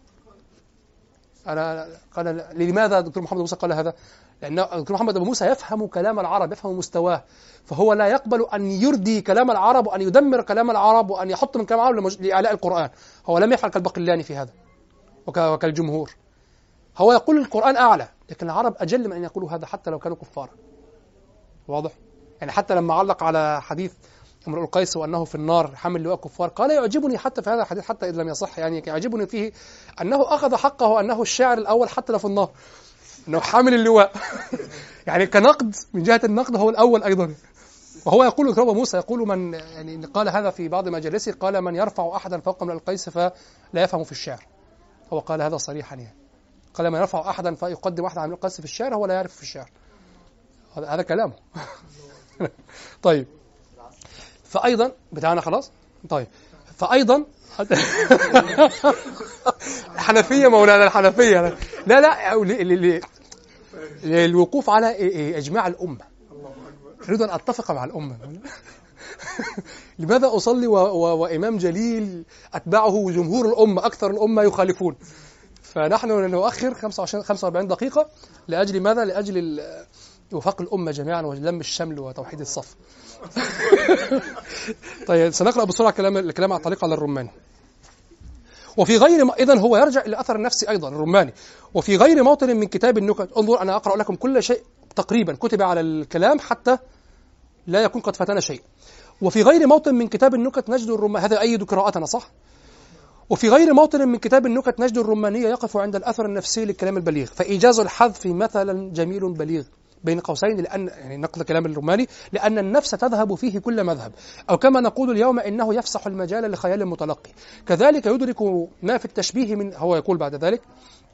أنا قال لماذا دكتور محمد أبو موسى قال هذا؟ لأن دكتور محمد أبو موسى يفهم كلام العرب، يفهم مستواه، فهو لا يقبل أن يردي كلام العرب وأن يدمر كلام العرب وأن يحط من كلام العرب لإعلاء القرآن. هو لم يفعل كالبقلاني في هذا وكالجمهور. هو يقول القرآن أعلى، لكن العرب أجل من أن يقولوا هذا حتى لو كانوا كفارا. واضح؟ يعني حتى لما علق على حديث امرؤ القيس وأنه في النار حامل لواء كفار، قال يعجبني حتى في هذا الحديث حتى إذا لم يصح، يعني يعجبني فيه أنه أخذ حقه أنه الشاعر الأول حتى لو في النار، أنه حامل اللواء. يعني كنقد من جهة النقد هو الأول أيضا. وهو يقول دكتور أبو موسى يقول من يعني قال هذا في بعض مجالسه، قال من يرفع أحدا فوق امرؤ القيس فلا يفهم في الشعر. هو قال هذا صريحا، يعني قال من يرفع أحدا فيقدم واحد عن امرؤ القيس في الشعر هو لا يعرف في الشعر. هذا كلامه. طيب فأيضا بتاعنا خلاص. طيب فأيضا الحنفية مولانا الحنفية، لا لا للوقوف على إجماع الأمة. أريد أن أتفق مع الأمة. لماذا أصلي و... و... وإمام جليل أتبعه جمهور الأمة أكثر الأمة يخالفون؟ فنحن نؤخر خمسة وعشرين خمسة وأربعين دقيقة لأجل ماذا؟ لأجل وفاق الأمة جميعا ولم الشمل وتوحيد الصف. طيب سنقرأ بسرعة كلام الكلام على التعليق على الرماني. وفي غير ما إذن هو يرجع إلى أثر النفسي أيضا الرماني. وفي غير موطن من كتاب النكت، انظر أنا أقرأ لكم كل شيء تقريبا كتب على الكلام حتى لا يكون قد فاتنا شيء. وفي غير موطن من كتاب النكت نجد الرماني، هذا أيد قراءتنا صح؟ وفي غير موطن من كتاب النكت نجد الرمانية يقف عند الأثر النفسي للكلام البليغ، فإيجاز الحذف مثلا جميل بليغ بين قوسين، لأن يعني نقل كلام الرماني لأن النفس تذهب فيه كل مذهب، أو كما نقول اليوم إنه يفسح المجال لخيال المتلقي. كذلك يدرك ما في التشبيه من، هو يقول بعد ذلك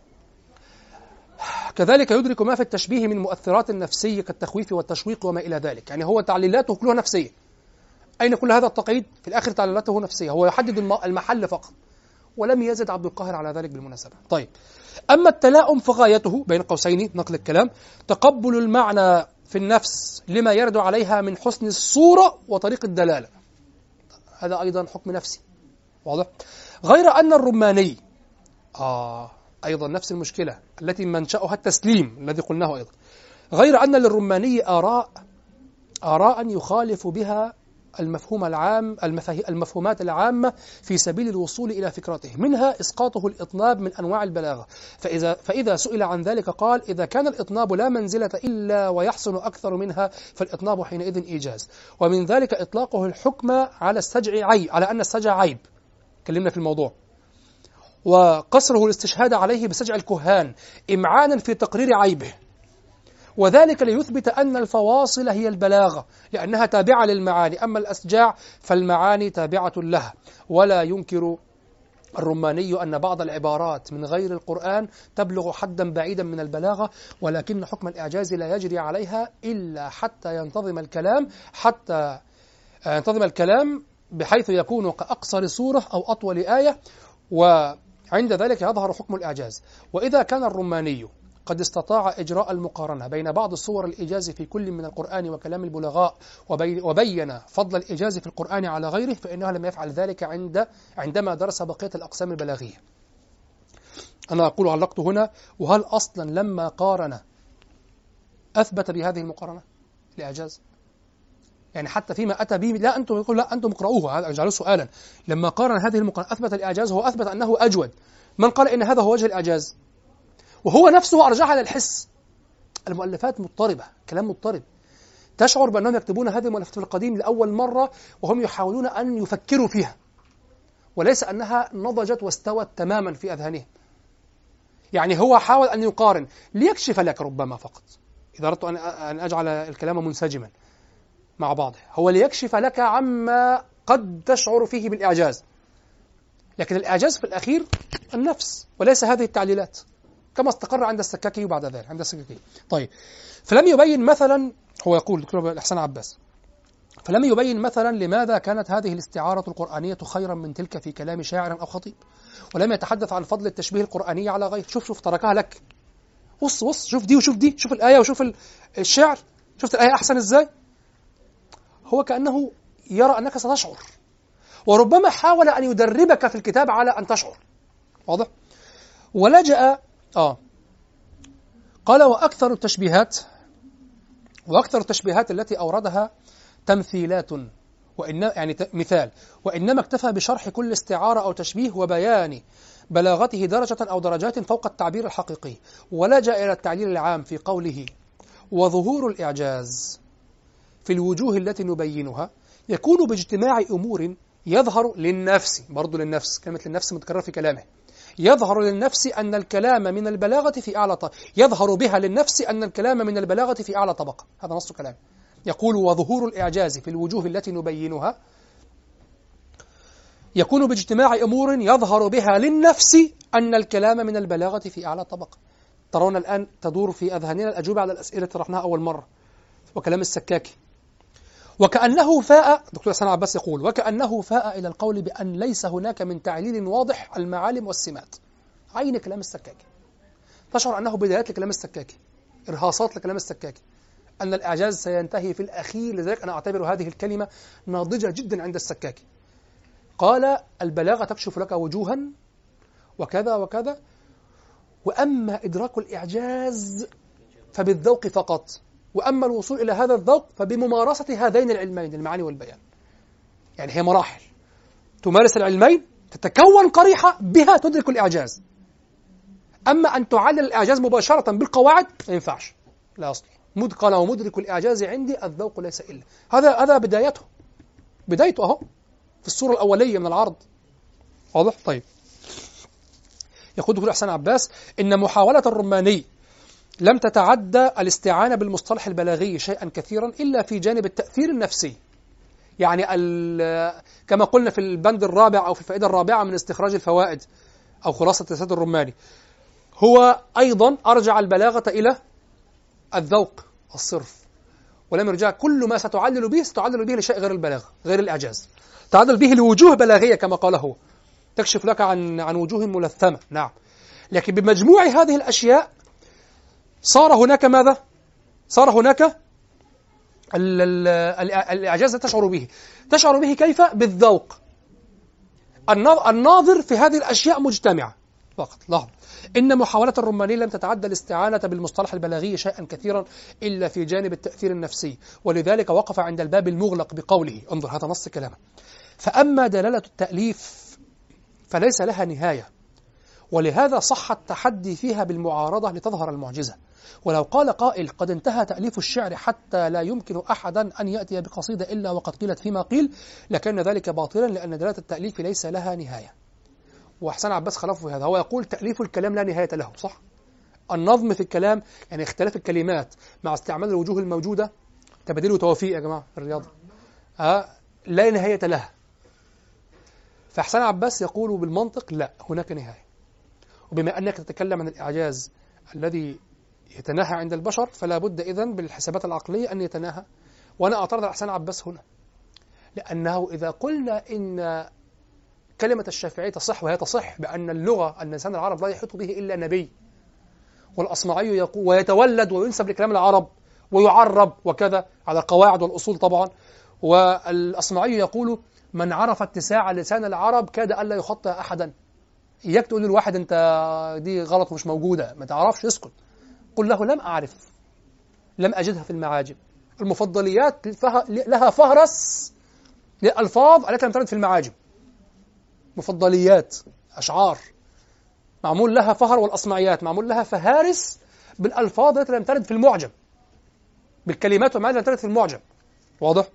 كذلك يدرك ما في التشبيه من مؤثرات النفسية كالتخويف والتشويق وما إلى ذلك. يعني هو تعليلاته كلها نفسية. أين كل هذا التقييد؟ في الآخر تعليلاته نفسية، هو يحدد المحل فقط، ولم يزد عبد القاهر على ذلك بالمناسبة. طيب، أما التلاؤم فغايته بين قوسين نقل الكلام تقبل المعنى في النفس لما يرد عليها من حسن الصورة وطريق الدلالة، هذا أيضا حكم نفسي واضح. غير أن الرماني آه أيضا نفس المشكلة التي منشأها التسليم الذي قلناه أيضا. غير أن للرماني آراء آراء يخالف بها المفهوم العام المفهومات العامة في سبيل الوصول إلى فكرته، منها إسقاطه الإطناب من أنواع البلاغة، فإذا, فإذا سئل عن ذلك قال إذا كان الإطناب لا منزلة إلا ويحسن أكثر منها فالإطناب حينئذ إيجاز. ومن ذلك إطلاقه الحكم على السجع عيب، على أن السجع عيب، كلمنا في الموضوع، وقصره الاستشهاد عليه بسجع الكهان إمعانا في تقرير عيبه، وذلك ليثبت أن الفواصل هي البلاغة لأنها تابعة للمعاني، أما الأسجاع فالمعاني تابعة لها. ولا ينكر الرماني أن بعض العبارات من غير القرآن تبلغ حدا بعيدا من البلاغة، ولكن حكم الإعجاز لا يجري عليها إلا حتى ينتظم الكلام حتى ينتظم الكلام بحيث يكون كأقصر سورة أو أطول آية، وعند ذلك يظهر حكم الإعجاز. وإذا كان الرماني قد استطاع إجراء المقارنة بين بعض صور الإيجاز في كل من القرآن وكلام البلغاء وبين فضل الإيجاز في القرآن على غيره، فإنه لم يفعل ذلك عند عندما درس بقية الأقسام البلاغية. أنا أقول علقت هنا، وهل أصلا لما قارن أثبت بهذه المقارنة الإعجاز؟ يعني حتى فيما أتى به، لا أنتم يقول لا أنتم اقرأوه، هذا اجعلوه سؤالا. لما قارن هذه المقارنة أثبت الإعجاز، هو أثبت أنه أجود. من قال إن هذا هو وجه الإعجاز؟ وهو نفسه أرجعها للحس. المؤلفات مضطربة، كلام مضطرب، تشعر بأنهم يكتبون هذه المؤلفات في القديم لأول مرة وهم يحاولون أن يفكروا فيها، وليس أنها نضجت واستوت تماما في أذهانهم. يعني هو حاول أن يقارن ليكشف لك ربما فقط، إذا أردت أن أجعل الكلام منسجما مع بعضه، هو ليكشف لك عما قد تشعر فيه بالإعجاز، لكن الإعجاز في الأخير النفس وليس هذه التعليلات، كما استقر عند السكاكي وبعد ذلك عند السكاكي. طيب، فلم يبين مثلا، هو يقول دكتور الإحسان عباس، فلم يبين مثلا لماذا كانت هذه الاستعارة القرآنية خيرا من تلك في كلام شاعر أو خطيب، ولم يتحدث عن فضل التشبيه القرآني على غير. شوف شوف تركها لك، بص بص شوف دي وشوف دي، شوف الآية وشوف الشعر، شفت الآية أحسن إزاي؟ هو كأنه يرى أنك ستشعر، وربما حاول أن يدربك في الكتاب على أن تشعر، واضح؟ ولجأ آه قال وأكثر التشبيهات وأكثر التشبيهات التي أوردها تمثيلات، وإن يعني مثال، وإنما اكتفى بشرح كل استعارة أو تشبيه وبيان بلاغته درجة أو درجات فوق التعبير الحقيقي، ولجأ إلى التعليل العام في قوله وظهور الإعجاز في الوجوه التي نبينها يكون باجتماع أمور يظهر للنفس، برضو للنفس، كلمة للنفس متكرر في كلامه، يظهر للنفس أن الكلام من البلاغة في أعلى طبقة، يظهر بها للنفس أن الكلام من البلاغة في أعلى طبقة، هذا نص كلام. يقول وظهور الإعجاز في الوجوه التي نبينها يكون باجتماع أمور يظهر بها للنفس أن الكلام من البلاغة في أعلى طبقة. ترون الآن تدور في أذهاننا الأجوبة على الأسئلة التي طرحناها أول مرة، وكلام السكاكي. وكأنه فاء، دكتور حسن عباس يقول وكأنه فاء إلى القول بأن ليس هناك من تعليل واضح المعالم والسمات. عين كلام السكاكي، تشعر أنه بدايات لكلام السكاكي، إرهاصات لكلام السكاكي أن الإعجاز سينتهي في الأخير. لذلك أنا أعتبر هذه الكلمة ناضجة جدا عند السكاكي. قال البلاغة تكشف لك وجوها وكذا وكذا، وأما إدراك الإعجاز فبالذوق فقط، وأما الوصول إلى هذا الذوق فبممارسة هذين العلمين، المعاني والبيان. يعني هي مراحل، تمارس العلمين تتكون قريحة بها تدرك الإعجاز. أما أن تعلل الإعجاز مباشرة بالقواعد ما ينفعش، لا أصل. مد قال ومدرك الإعجاز عندي الذوق ليس إلا هذا. هذا بدايته بدايته أهو في الصورة الأولية من العرض. واضح؟ طيب. يقول دكتور حسن عباس إن محاولة الرماني لم تتعدى الاستعانة بالمصطلح البلاغي شيئا كثيرا إلا في جانب التأثير النفسي. يعني كما قلنا في البند الرابع أو في الفائدة الرابعة من استخراج الفوائد أو خلاصة السيد الرماني، هو أيضا أرجع البلاغة إلى الذوق الصرف، ولم يرجع كل ما ستعلل به ستعلل به لشيء غير البلاغة، غير الإعجاز. تعلل به لوجوه بلاغية كما قال هو، تكشف لك عن عن وجوه ملثمة، نعم. لكن بمجموع هذه الأشياء صار هناك ماذا؟ صار هناك الإعجاز تشعر به. تشعر به كيف؟ بالذوق. الناظر في هذه الأشياء مجتمعة فقط. لاحظ إن محاولة الرماني لم تتعدى الاستعانة بالمصطلح البلاغي شيئا كثيرا إلا في جانب التأثير النفسي، ولذلك وقف عند الباب المغلق بقوله، انظر هذا نص كلامه: فأما دلالة التأليف فليس لها نهاية، ولهذا صح التحدي فيها بالمعارضة لتظهر المعجزة. ولو قال قائل قد انتهى تأليف الشعر حتى لا يمكن أحدا أن يأتي بقصيدة إلا وقد قيلت فيما قيل، لكن ذلك باطلا، لأن دلالة التأليف ليس لها نهاية. وحسن عباس خلفه في هذا، هو يقول تأليف الكلام لا نهاية له، صح؟ النظم في الكلام يعني اختلاف الكلمات مع استعمال الوجوه الموجودة، تبديل وتوفيق يا جماعة في الرياضة، آه لا نهاية لها. فحسن عباس يقول بالمنطق لا، هناك نهاية. وبما أنك تتكلم عن الإعجاز الذي يتناهى عند البشر، فلا بد إذن بالحسابات العقلية أن يتناهى. وأنا أعترض على حسن عباس هنا، لأنه إذا قلنا إن كلمة الشافعي تصح، وهي تصح بأن اللغة أن لسان العرب لا يحيط به إلا نبي، والأصمعي يقول ويتولد وينسب لكلام العرب ويعرب وكذا على القواعد والأصول طبعا، والأصمعي يقول من عرف اتساع لسان العرب كاد ألا يخطئ أحدا. إياك تقول للواحد أنت دي غلط مش موجودة، ما تعرفش، اسكت. قل له لم أعرف، لم أجدها في المعاجم. المفضليات لها فهرس للألفاظ التي لم ترد في المعاجم، مفضليات أشعار معمول لها فهر، والأصمعيات معمول لها فهارس بالألفاظ التي لم ترد في المعجم، بالكلمات والمعاني التي لم ترد في المعجم. واضح؟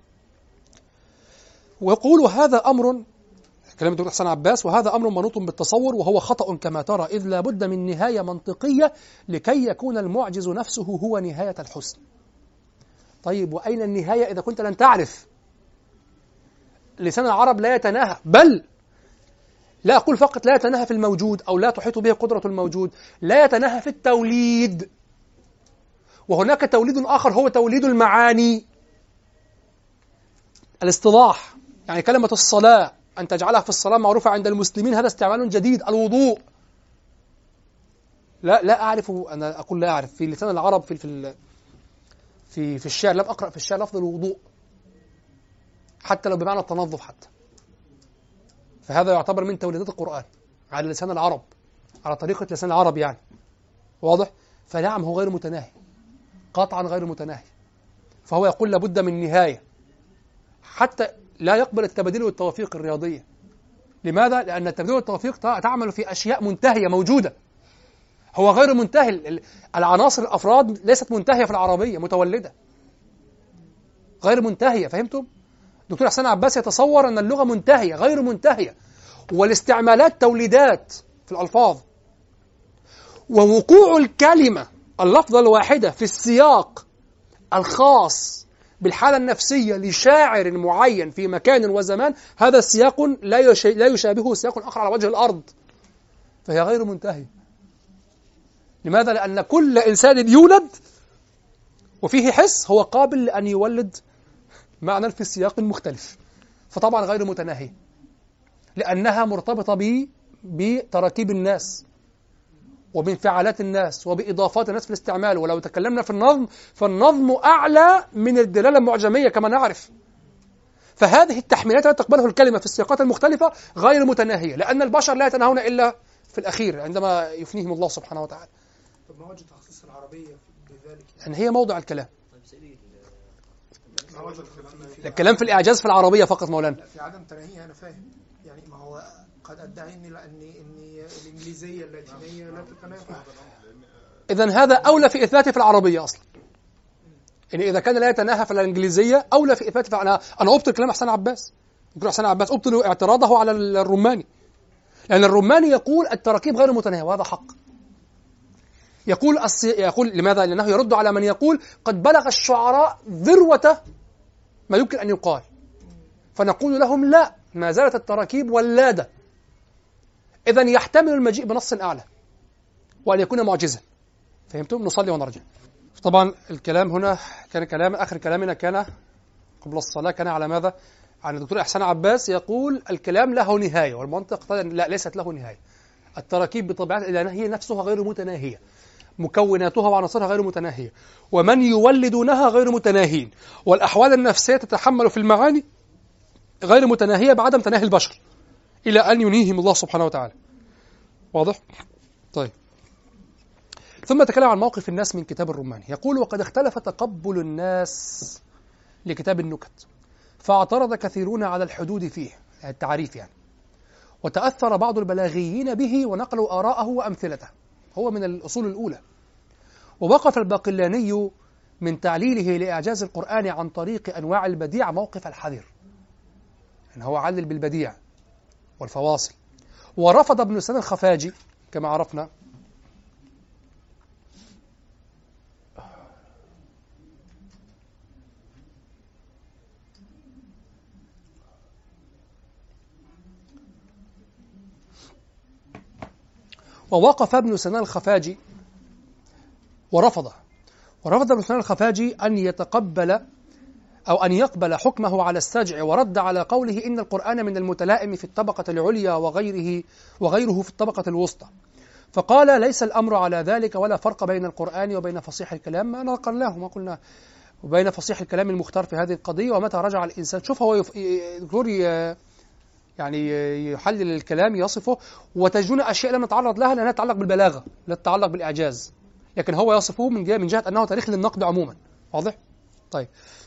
ويقول هذا أمر، كلام الدكتور حسن عباس، وهذا أمر منوط بالتصور وهو خطأ كما ترى، إذ لا بد من نهاية منطقية لكي يكون المعجز نفسه هو نهاية الحسن. طيب وأين النهاية إذا كنت لن تعرف؟ لسان العرب لا يتناهى، بل لا أقول فقط لا يتناهى في الموجود أو لا تحيط به قدرة الموجود، لا يتناهى في التوليد. وهناك توليد آخر هو توليد المعاني. الاصطلاح يعني كلمة الصلاة أن تجعلها في الصلاة معروفة عند المسلمين، هذا استعمال جديد. الوضوء لا لا أعرف، أنا أقول لا أعرف في لسان العرب في في في, في الشعر، لم أقرأ في الشعر لفظ الوضوء حتى لو بمعنى التنظف حتى. فهذا يعتبر من توليدات القرآن على لسان العرب، على طريقة لسان العرب يعني. واضح؟ فنعم هو غير متناهي، قطعا غير متناهي. فهو يقول لابد من نهاية، حتى لا يقبل التبادل والتوفيق الرياضية. لماذا؟ لأن التبادل والتوفيق تعمل في أشياء منتهية موجودة، هو غير منتهي. العناصر الأفراد ليست منتهية في العربية، متولدة غير منتهية. فهمتم؟ دكتور حسن عباس يتصور أن اللغة منتهية، غير منتهية، والاستعمالات توليدات في الألفاظ، ووقوع الكلمة اللفظة الواحدة في السياق الخاص بالحالة النفسية لشاعر معين في مكان وزمان، هذا السياق لا لا يشابهه سياق آخر على وجه الأرض، فهي غير منتهية. لماذا؟ لأن كل إنسان يولد وفيه حس هو قابل لأن يولد معنى في سياق مختلف، فطبعا غير متناهي، لأنها مرتبطة ب بتراكيب الناس وبانفعالات الناس وبإضافات الناس في الاستعمال. ولو تكلمنا في النظم فالنظم أعلى من الدلالة المعجمية كما نعرف. فهذه التحميلات التي تقبله الكلمة في السياقات المختلفة غير متناهية، لأن البشر لا يتناهون إلا في الأخير عندما يفنيهم الله سبحانه وتعالى. طب ما وجه تخصيص العربية بذلك؟ يعني هي موضع الكلام. ما وجه الكلام في الإعجاز في العربية فقط مولانا. في عدم تناهي أنا فاهم، يعني ما هو قد أدعي إني لأني إني الإنجليزية اللاتينية لا تتناهى. إذن هذا أولى في إثباته في العربية أصلا. يعني إذا كان لا يتناهى في الإنجليزية أولى في إثباته. أنا أنا أبطل كلام حسن عباس. يقول حسن عباس أبطل اعتراضه على الروماني، لأن الروماني يقول التراكيب غير متناهية، وهذا حق. يقول الصي... يقول لماذا؟ لأنه يرد على من يقول قد بلغ الشعراء ذروة ما يمكن أن يقال، فنقول لهم لا، ما زالت التراكيب ولادة. إذن يحتمل المجيء بنص أعلى وأن يكون معجزا. فهمتم؟ نصلي ونرجع. طبعا الكلام هنا كان كلام آخر كلامنا كان قبل الصلاة كان على ماذا؟ عن الدكتور إحسان عباس يقول الكلام له نهاية، والمنطق لا، ليست له نهاية. التراكيب بطبيعتها إذا هي نفسها غير متناهية، مكوناتها وعناصرها غير متناهية، ومن يولدونها غير متناهين، والأحوال النفسية تتحمل في المعاني غير متناهية بعدم تناهي البشر إلى أن ينهيهم الله سبحانه وتعالى. واضح؟ طيب. ثم تكلم عن موقف الناس من كتاب الرماني. يقول وقد اختلف تقبل الناس لكتاب النكت، فاعترض كثيرون على الحدود فيه، التعريف يعني، وتأثر بعض البلاغيين به ونقلوا آراءه وأمثلته، هو من الأصول الأولى. ووقف الباقلاني من تعليله لإعجاز القرآن عن طريق أنواع البديع موقف الحذر، يعني هو علل بالبديع والفواصل. ورفض ابن سنة الخفاجي كما عرفنا ووقف ابن سنان الخفاجي ورفض ورفض ابن سنان الخفاجي أن يتقبل أو أن يقبل حكمه على السجع، ورد على قوله إن القرآن من المتلائم في الطبقة العليا وغيره وغيره في الطبقة الوسطى. فقال ليس الأمر على ذلك، ولا فرق بين القرآن وبين فصيح الكلام، ما نقلناه ما قلنا، وبين فصيح الكلام المختار في هذه القضية. ومتى رجع الإنسان، شوف هو يف... دكتور يعني يحلل الكلام يصفه، وتجدون أشياء لم نتعرض لها لأنها تتعلق بالبلاغة، لا تتعلق بالإعجاز، لكن هو يصفه من جهة من جهة أنه تاريخ للنقد عموما. واضح؟ طيب.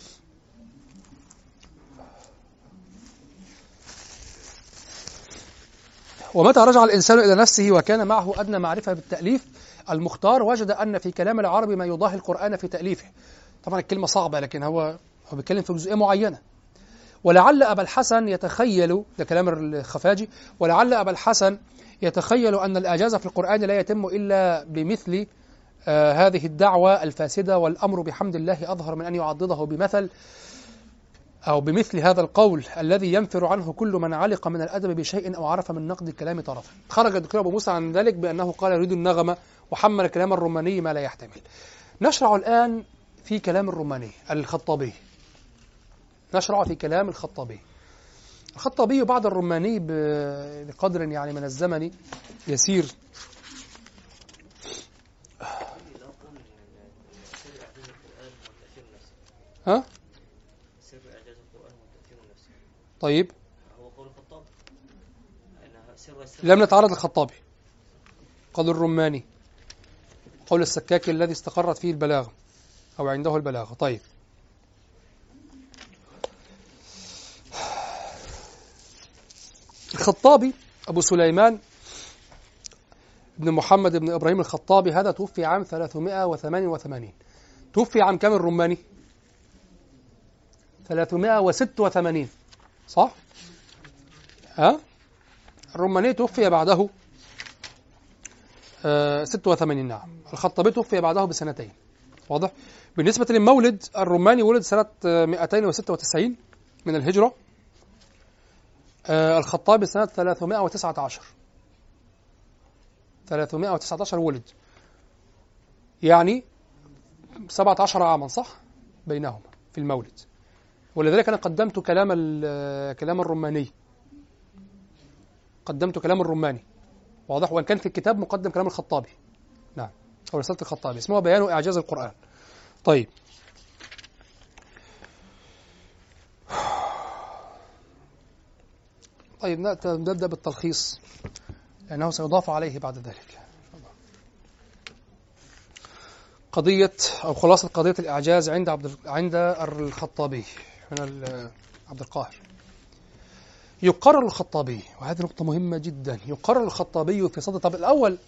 ومتى رجع الإنسان إلى نفسه وكان معه أدنى معرفة بالتأليف المختار، وجد أن في كلام العرب ما يضاهي القرآن في تأليفه. طبعا الكلمة صعبة، لكن هو هو بيتكلم في جزئية معينة. ولعل أبا الحسن يتخيل، ده كلام الخفاجي، ولعل أبا الحسن يتخيل أن الإعجاز في القرآن لا يتم إلا بمثل آه هذه الدعوة الفاسدة، والأمر بحمد الله أظهر من أن يعضده بمثل أو بمثل هذا القول الذي ينفر عنه كل من علق من الأدب بشيء أو عرف من نقد الكلام طرفا. خرج الدكتور أبو موسى عن ذلك بأنه قال يريد النغمة، وحمل الكلام الروماني ما لا يحتمل. نشرع الآن في كلام الروماني الخطابي. نشرع في كلام الخطابي. الخطابي بعد الروماني بقدر يعني من الزمن يسير. ها؟ طيب. لم نتعرض للخطابي، قول الروماني، قول السكاكي الذي استقرت فيه البلاغة أو عنده البلاغة. طيب. الخطابي أبو سليمان بن محمد بن إبراهيم الخطابي هذا توفي عام ثلاثمائة وثمانية وثمانين. توفي عام كام الروماني؟ ثلاثمائة وستة وثمانين، صح؟ ها؟ الروماني توفي بعده آه ستة وثمانين. نعم. الخطابي توفي بعده بسنتين. واضح؟ بالنسبة للمولد، الروماني ولد سنة مئتين وستة وتسعين من الهجرة، آه الخطابي سنة ثلاثمائة وتسعة عشر. ثلاثمائة وتسعة عشر ولد، يعني سبعة عشر عاما، صح؟ بينهما في المولد. ولذلك أنا قدمت كلام كلام الروماني، قدمت كلام الروماني. واضح؟ وإن كان في الكتاب مقدم كلام الخطابي، نعم، أو رسالة الخطابي اسمها بيان إعجاز القرآن. طيب، طيب نبدأ بالتلخيص لأنه سيضاف عليه بعد ذلك. قضية أو خلاصة قضية الإعجاز عند عبد عند الخطابي من عبد القاهر. يقرر الخطابي، وهذه نقطة مهمة جدا، يقرر الخطابي في صدر. طب الأول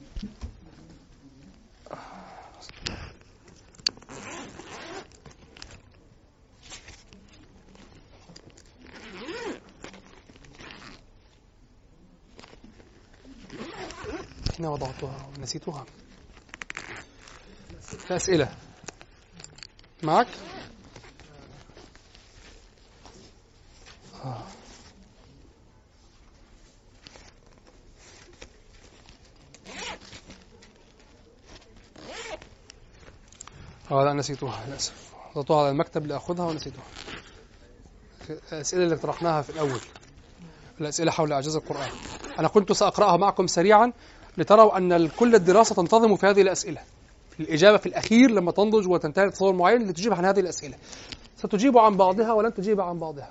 هنا وضعتها ونسيتها. أسئلة معك؟ آه. اه لا نسيتوها للأسف، وضعتها على المكتب لأخذها ونسيتوها. الأسئلة اللي طرحناها في الأول، الأسئلة حول إعجاز القرآن، أنا كنت سأقرأها معكم سريعا لتروا أن كل الدراسة تنتظم في هذه الأسئلة. الإجابة في الأخير لما تنضج وتنتهي لتصور معين لتجيب عن هذه الأسئلة، ستجيب عن بعضها ولن تجيب عن بعضها.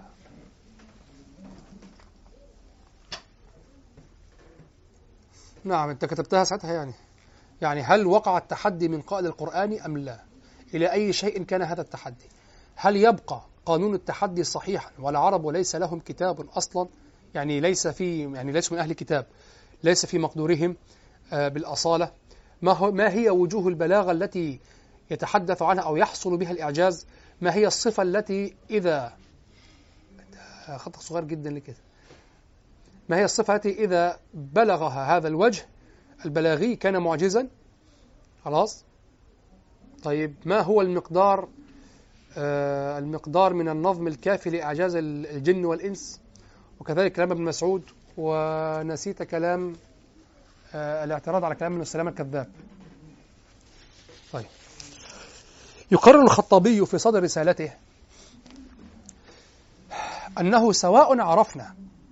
نعم، أنت كتبتها ساعتها يعني يعني هل وقع التحدي من قائل القرآن أم لا؟ إلى أي شيء كان هذا التحدي؟ هل يبقى قانون التحدي صحيحا والعرب وليس لهم كتاب أصلا؟ يعني ليس في يعني ليسوا من أهل كتاب، ليس في مقدورهم آه بالأصالة. ما هو ما هي وجوه البلاغة التي يتحدث عنها أو يحصل بها الإعجاز؟ ما هي الصفة التي إذا خط صغير جدا لكده ما هي الصفة التي إذا بلغها هذا الوجه البلاغي كان معجزا؟ خلاص. طيب، ما هو المقدار آه المقدار من النظم الكافي لإعجاز الجن والإنس؟ وكذلك كلام ابن مسعود، ونسيت كلام آه الاعتراض على كلام ابن السلام الكذاب. طيب، يقرر الخطابي في صدر رسالته أنه سواء عرفنا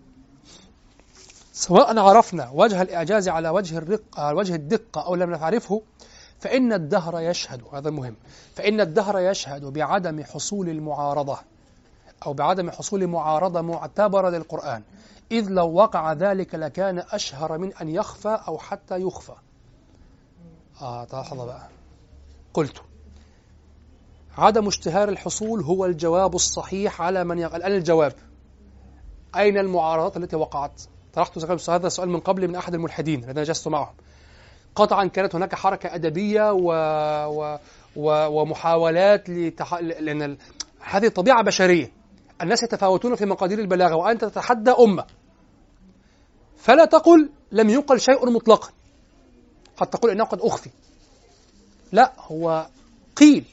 سواء عرفنا وجه الإعجاز على وجه الرقة على وجه الدقة أو لم نعرفه، فإن الدهر يشهد، هذا مهم، فإن الدهر يشهد بعدم حصول المعارضة أو بعدم حصول معارضة معتبرة للقرآن، إذ لو وقع ذلك لكان أشهر من أن يخفى أو حتى يخفى. آه تلاحظ بقى، قلت عدم اشتهار الحصول هو الجواب الصحيح على من يقل. الآن الجواب، أين المعارضات التي وقعت؟ طرحت هذا السؤال من قبل من أحد الملحدين الذين جلست معهم. قطعا كانت هناك حركة أدبية و... و... و... ومحاولات لتح... لأن ال... هذه طبيعة بشرية، الناس يتفاوتون في مقادير البلاغة وأنت تتحدى أمة، فلا تقل لم يقل شيء مطلقا، قد تقول إنه قد أخفي، لا، هو قيل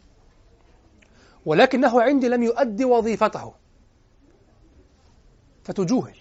ولكنه عندي لم يؤدي وظيفته فتجوهل.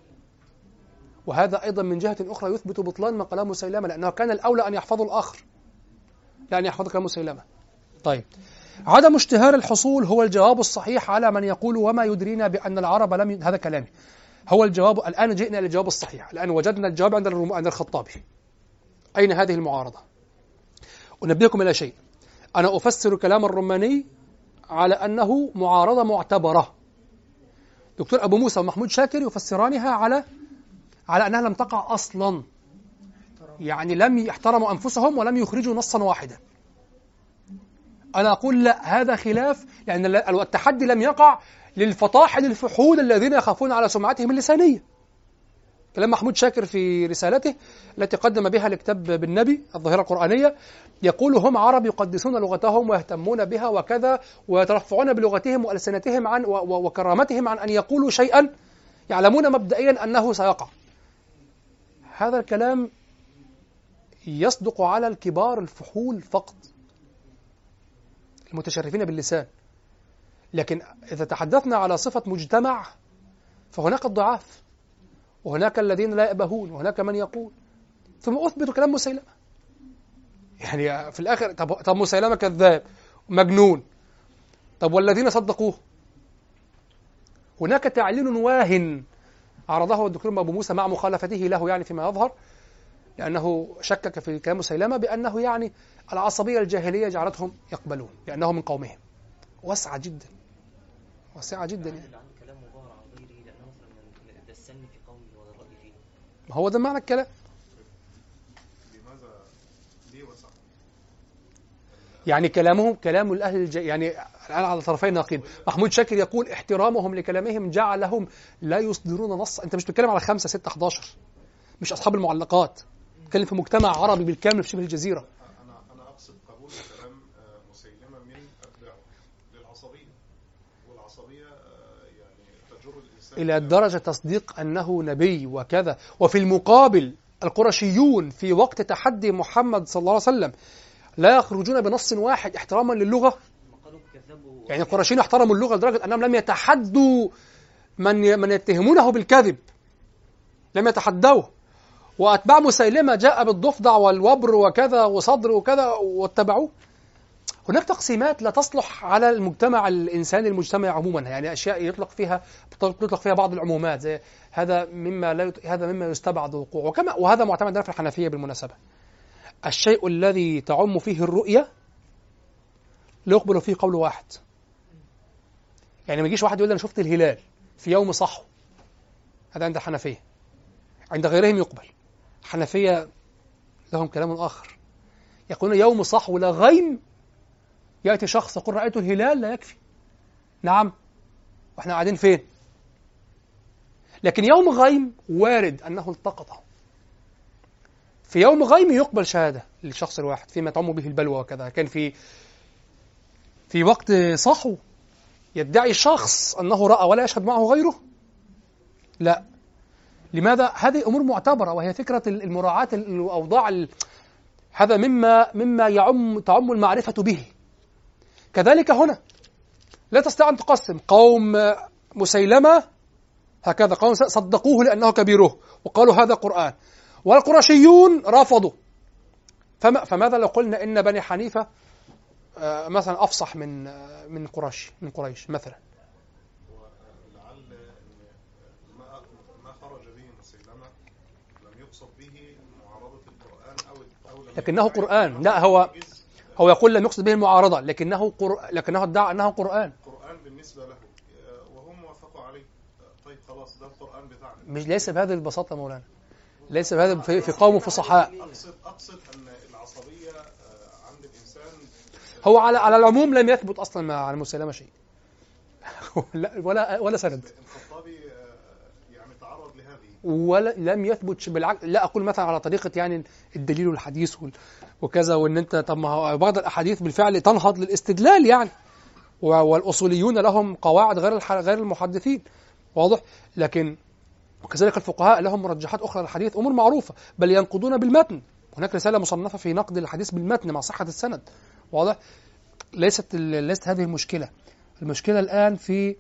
وهذا أيضا من جهة أخرى يثبت بطلان ما قاله مسيلمة، لأنه كان الأولى أن يحفظ الآخر لا أن يحفظ كلام مسيلمة. طيب، عدم اشتهار الحصول هو الجواب الصحيح على من يقول وما يدرينا بأن العرب لم ي... هذا كلامي هو الجواب. الآن جئنا إلى الجواب الصحيح، الآن وجدنا الجواب عند الرم... عند الخطابي. أين هذه المعارضة؟ أنبهكم إلى شيء، أنا أفسر كلام الرماني على أنه معارضة معتبرة. دكتور أبو موسى ومحمود شاكر يفسرانها على على أنها لم تقع أصلا، يعني لم يحترموا أنفسهم ولم يخرجوا نصا واحدا. أنا أقول لا، هذا خلاف، لأن يعني التحدي لم يقع للفطاحل الفحول الذين يخافون على سمعتهم اللسانية. كلام محمود شاكر في رسالته التي قدم بها لكتاب بالنبي الظاهرة القرآنية، يقول هم عرب يقدسون لغتهم ويهتمون بها وكذا، ويترفعون بلغتهم وألسنتهم عن وكرامتهم عن أن يقولوا شيئا يعلمون مبدئيا أنه سيقع. هذا الكلام يصدق على الكبار الفحول فقط المتشرفين باللسان، لكن إذا تحدثنا على صفة مجتمع فهناك الضعاف وهناك الذين لا يأبهون وهناك من يقول. ثم أثبت كلام مسيلمة، يعني في الآخر طب, طب مسيلمة كذاب مجنون، طب والذين صدقوه؟ هناك تعليل واهن عرضه الدكتور أبو موسى مع مخالفته له يعني فيما يظهر، لأنه شكك في كلام مسيلمة بأنه يعني العصبية الجاهلية جعلتهم يقبلون لأنه من قومهم. واسعة جدا، واسعة جدا يعني. ما هو ده معنى الكلام. يعني كلامهم كلام الأهل الج... يعني الآن على طرفين نقيض. محمود شاكر يقول احترامهم لكلامهم جعلهم لا يصدرون نص. أنت مش بتتكلم على خمسة ستة حداشر، مش أصحاب المعلقات، بتتكلم في مجتمع عربي بالكامل في شبه الجزيرة. أنا أنا أقصد قبول كلام مسيلمة من أتباعه للعصبية، والعصبية يعني تجر الإنسان إلى درجة تصديق أنه نبي وكذا. وفي المقابل القرشيون في وقت تحدي محمد صلى الله عليه وسلم لا يخرجون بنص واحد احتراما للغة. يعني القرشيين احترموا اللغة لدرجة أنهم لم يتحدوا من من يتهمونه بالكذب، لم يتحدوه. وأتباع مسيلمة جاء بالضفدع والوبر وكذا وصدر وكذا واتبعوه. هناك تقسيمات لا تصلح على المجتمع الإنساني المجتمع عموما، يعني أشياء يطلق فيها يطلق فيها بعض العمومات زي هذا مما لا يت... هذا مما يستبعد وقوعه. وكما وهذا معتمد في الحنفية بالمناسبة. الشيء الذي تعم فيه الرؤية لا يقبل فيه قول واحد. يعني ما يجيش واحد يقول لي أنا شفت الهلال في يوم صحو، هذا عند الحنفية. عند غيرهم يقبل. الحنفية لهم كلام آخر، يقولون يوم صحو لا غيم، يأتي شخص يقول رأيت الهلال لا يكفي. نعم، وإحنا قاعدين فين؟ لكن يوم غيم وارد أنه التقطه. في يوم غيم يقبل شهادة للشخص الواحد فيما تعم به البلوى وكذا. كان في في وقت صحو يدعي شخص أنه رأى ولا يشهد معه غيره؟ لا. لماذا؟ هذه أمور معتبرة، وهي فكرة المراعاة الأوضاع. هذا مما مما يعم تعم المعرفة به. كذلك هنا لا تستطيع أن تقسم قوم مسيلمة هكذا، قوم صدقوه لأنه كبيره وقالوا هذا قرآن، والقرشيون رفضوا. فما فماذا لو قلنا إن بني حنيفة مثلا أفصح من من قريش من قريش مثلا؟ ولعل ما ما خرج به مسيلمة لم يقصد به معارضة القرآن أو أو لكنه قرآن. لا، هو هو يقول لم يقصد به المعارضة، لكنه قر... لكنه ادعى أنه قرآن. قرآن بالنسبة له وهم وافقوا عليه. طيب خلاص ده القرآن بتاعنا. مش ليس بهذه البساطة مولانا، ليس بهذا في, في قوم فصحاء. أقصد أقصد أن العصبية عند الإنسان هو على على العموم لم يثبت أصلا مع عن مسيلمة شيء ولا ولا سند. الخطابي يعني تعرض لهذه ولا لم يثبت بالعكس. لا أقول مثلا على طريقة يعني الدليل والحديث وكذا، وإن أنت طب ما هو بعض الأحاديث بالفعل تنهض للاستدلال يعني، والأصوليون لهم قواعد غير غير المحدثين، واضح. لكن وكذلك الفقهاء لهم مرجحات أخرى للحديث، أمور معروفة، بل ينقضون بالمتن. هناك رسالة مصنفة في نقد الحديث بالمتن مع صحة السند، واضح. ليست ليست هذه المشكلة. المشكلة الآن في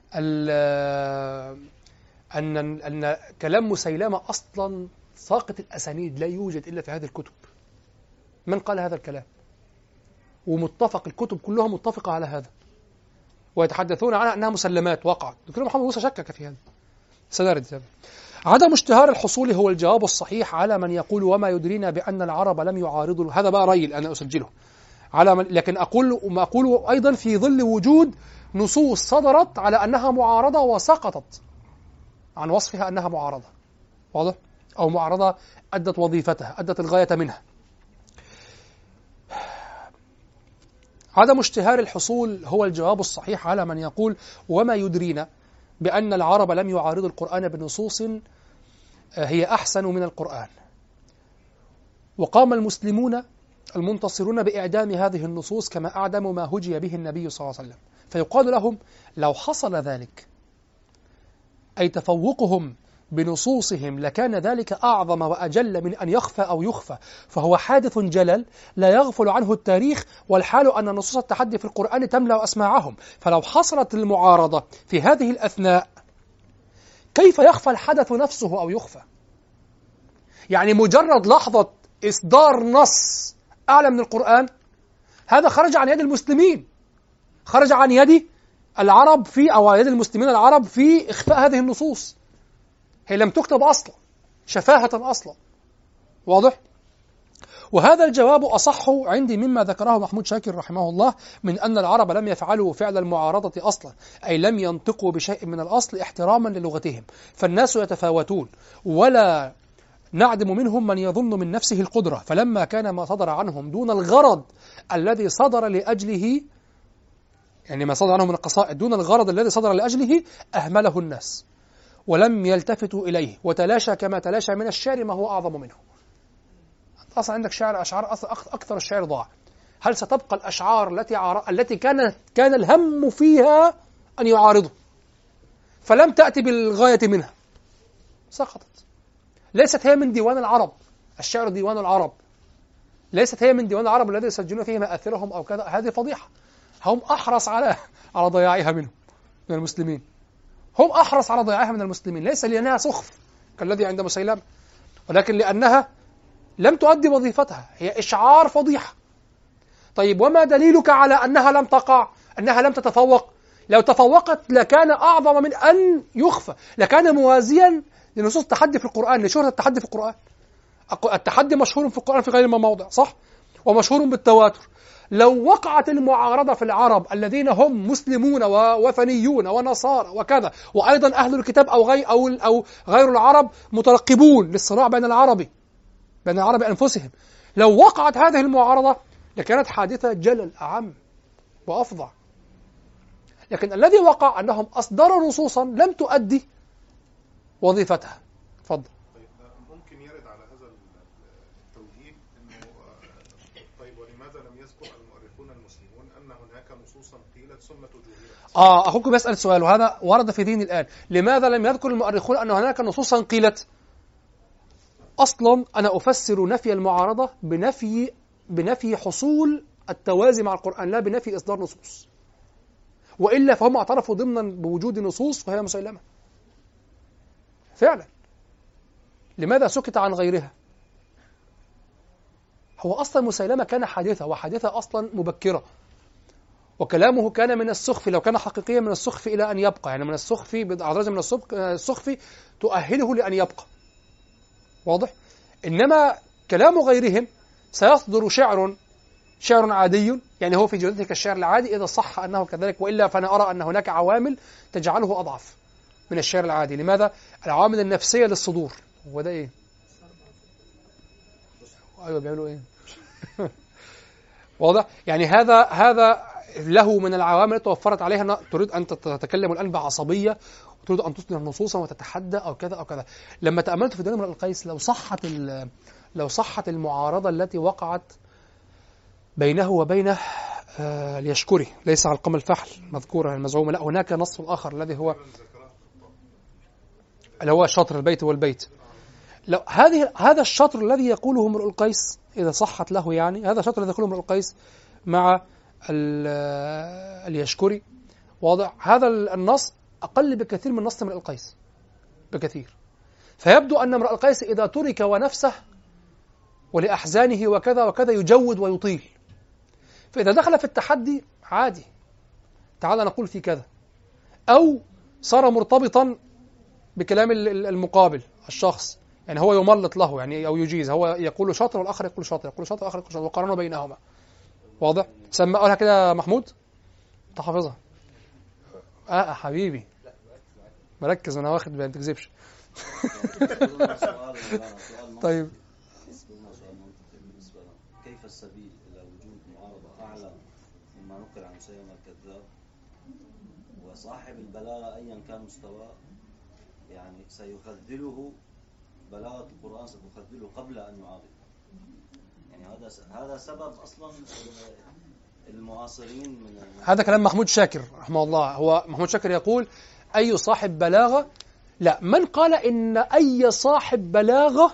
أن أن كلام مسيلمة أصلا ساقط الأسانيد، لا يوجد إلا في هذه الكتب. من قال هذا الكلام؟ ومتفق، الكتب كلها متفقة على هذا، ويتحدثون عنها أنها مسلمات وقعت. دكتور محمد موسى شكك في هذا. سنرد. عدم اشتهار الحصول هو الجواب الصحيح على من يقول وما يدرينا بأن العرب لم يعارضوا. هذا بقى رأيي أنا أسجله على من، لكن أقول وما أقول أيضا في ظل وجود نصوص صدرت على أنها معارضة وسقطت عن وصفها أنها معارضة، واضح، أو معارضة أدت وظيفتها، أدت الغاية منها. عدم اشتهار الحصول هو الجواب الصحيح على من يقول وما يدرينا بأن العرب لم يعارضوا القرآن بنصوص هي أحسن من القرآن. وقام المسلمون المنتصرون بإعدام هذه النصوص كما أعدموا ما هجي به النبي صلى الله عليه وسلم. فيقال لهم لو حصل ذلك، أي تفوقهم بنصوصهم، لكان ذلك أعظم وأجل من أن يخفى أو يخفى، فهو حادث جلل لا يغفل عنه التاريخ، والحال أن نصوص التحدي في القرآن تملأ أسماعهم. فلو حصلت المعارضة في هذه الأثناء كيف يخفى الحدث نفسه أو يخفى؟ يعني مجرد لحظة إصدار نص أعلى من القرآن، هذا خرج عن يد المسلمين، خرج عن يد العرب في أو يد المسلمين العرب في إخفاء هذه النصوص. هي لم تكتب أصلا، شفاهة أصلا، واضح؟ وهذا الجواب أصح عندي مما ذكره محمود شاكر رحمه الله من أن العرب لم يفعلوا فعل المعارضة أصلا، أي لم ينطقوا بشيء من الأصل احتراما للغتهم، فالناس يتفاوتون ولا نعدم منهم من يظن من نفسه القدرة، فلما كان ما صدر عنهم دون الغرض الذي صدر لأجله، يعني ما صدر عنهم من القصائد دون الغرض الذي صدر لأجله، أهمله الناس ولم يلتفتوا إليه، وتلاشى كما تلاشى من الشعر ما هو أعظم منه. أصلا عندك شعر أشعار أصلا أكثر الشعر ضاع. هل ستبقى الأشعار التي عار... التي كان كان الهم فيها أن يعارضوا، فلم تأتي بالغاية منها، سقطت. ليست هي من ديوان العرب، الشعر ديوان العرب، ليست هي من ديوان العرب الذي يسجلون فيه مآثرهم أو كذا. هذه فضيحة. هم أحرص على على ضياعها منهم من المسلمين، هم أحرص على ضياعها من المسلمين، ليس لأنها سخف كالذي عند مسيلمة، ولكن لأنها لم تؤدي وظيفتها، هي إشعار فضيحة. طيب وما دليلك على أنها لم تقع، أنها لم تتفوق؟ لو تفوقت لكان أعظم من أن يخفى، لكان موازيا لنصوص التحدي في القرآن، لشهرة التحدي في القرآن. التحدي مشهور في القرآن في غير ما موضع، صح؟ ومشهور بالتواتر. لو وقعت المعارضة في العرب الذين هم مسلمون ووثنيون ونصارى وكذا، وأيضا أهل الكتاب أو غير أو أو غير العرب مترقبون للصراع بين العرب بين العرب أنفسهم، لو وقعت هذه المعارضة لكانت حادثة جلل أعم وأفظع. لكن الذي وقع أنهم أصدروا نصوصا لم تؤدي وظيفتها. تفضل. طيب ممكن يرد على هذا التوجيه انه طيب ولماذا لم يذكر المؤرخون المسلمون ان هناك نصوصا قيلت ثم تجوهرت؟ اه اخوكم بيسأل سؤال وهذا ورد في دين الآن، لماذا لم يذكر المؤرخون ان هناك نصوصا قيلت؟ اصلا انا افسر نفي المعارضة بنفي بنفي حصول التوازي مع القرآن، لا بنفي اصدار نصوص، والا فهم اعترفوا ضمنا بوجود نصوص وهي مسيلمة فعلا. لماذا سكت عن غيرها؟ هو أصلا مسيلمة كان حادثة، وحادثة أصلا مبكرة، وكلامه كان من السخف، لو كان حقيقيا من السخف إلى أن يبقى، يعني من السخف بدرجة من السخف تؤهله لأن يبقى، واضح؟ إنما كلام غيرهم سيصدر شعر شعر عادي، يعني هو في جودته كالشعر العادي إذا صح أنه كذلك، وإلا فأنا أرى أن هناك عوامل تجعله أضعف من الشعر العادي. لماذا؟ العوامل النفسية للصدور. وده إيه؟ أيوة بيعملوا إيه؟ واضح؟ يعني هذا هذا له من العوامل توفرت عليها أن تريد أن تتكلم الآن بعصبية وتريد أن تصدر نصوصا وتتحدى أو كذا أو كذا. لما تأملت في ديوان امرئ القيس، لو صحت لو صحت المعارضة التي وقعت بينه وبين آه اليشكري، ليس على القمة الفحل مذكورة المزعومة، لا هناك نص آخر الذي هو اللي هو شطر البيت والبيت. لو هذه هذا الشطر الذي يقوله امرؤ القيس إذا صحت له، يعني هذا الشطر الذي يقوله امرؤ القيس مع اليشكري، واضح؟ هذا النص أقل بكثير من نص امرؤ القيس بكثير. فيبدو أن امرؤ القيس إذا ترك ونفسه ولأحزانه وكذا وكذا يجود ويطيل، فإذا دخل في التحدي عادي، تعال نقول في كذا، أو صار مرتبطا بكلام المقابل الشخص، يعني هو يملط له يعني أو يجيز، هو يقول شطر والآخر يقول شطر، يقول شطر والآخر يقول شطر، وقارنوا بينهما. واضح؟ سمى قولها كده محمود تحفظها. آه حبيبي مركز وأنا واخد ما تكذبش. طيب كيف السبيل إلى وجود معارضة أعلى مما نقل عن مسيلمة الكذاب؟ وصاحب البلاغة أيا كان مستواه يعني سيخذله، بلاغة القرآن ستخذله قبل أن يعارض. يعني هذا هذا سبب أصلا المعاصرين من هذا كلام محمود شاكر رحمه الله. هو محمود شاكر يقول أي صاحب بلاغة، لا، من قال إن أي صاحب بلاغة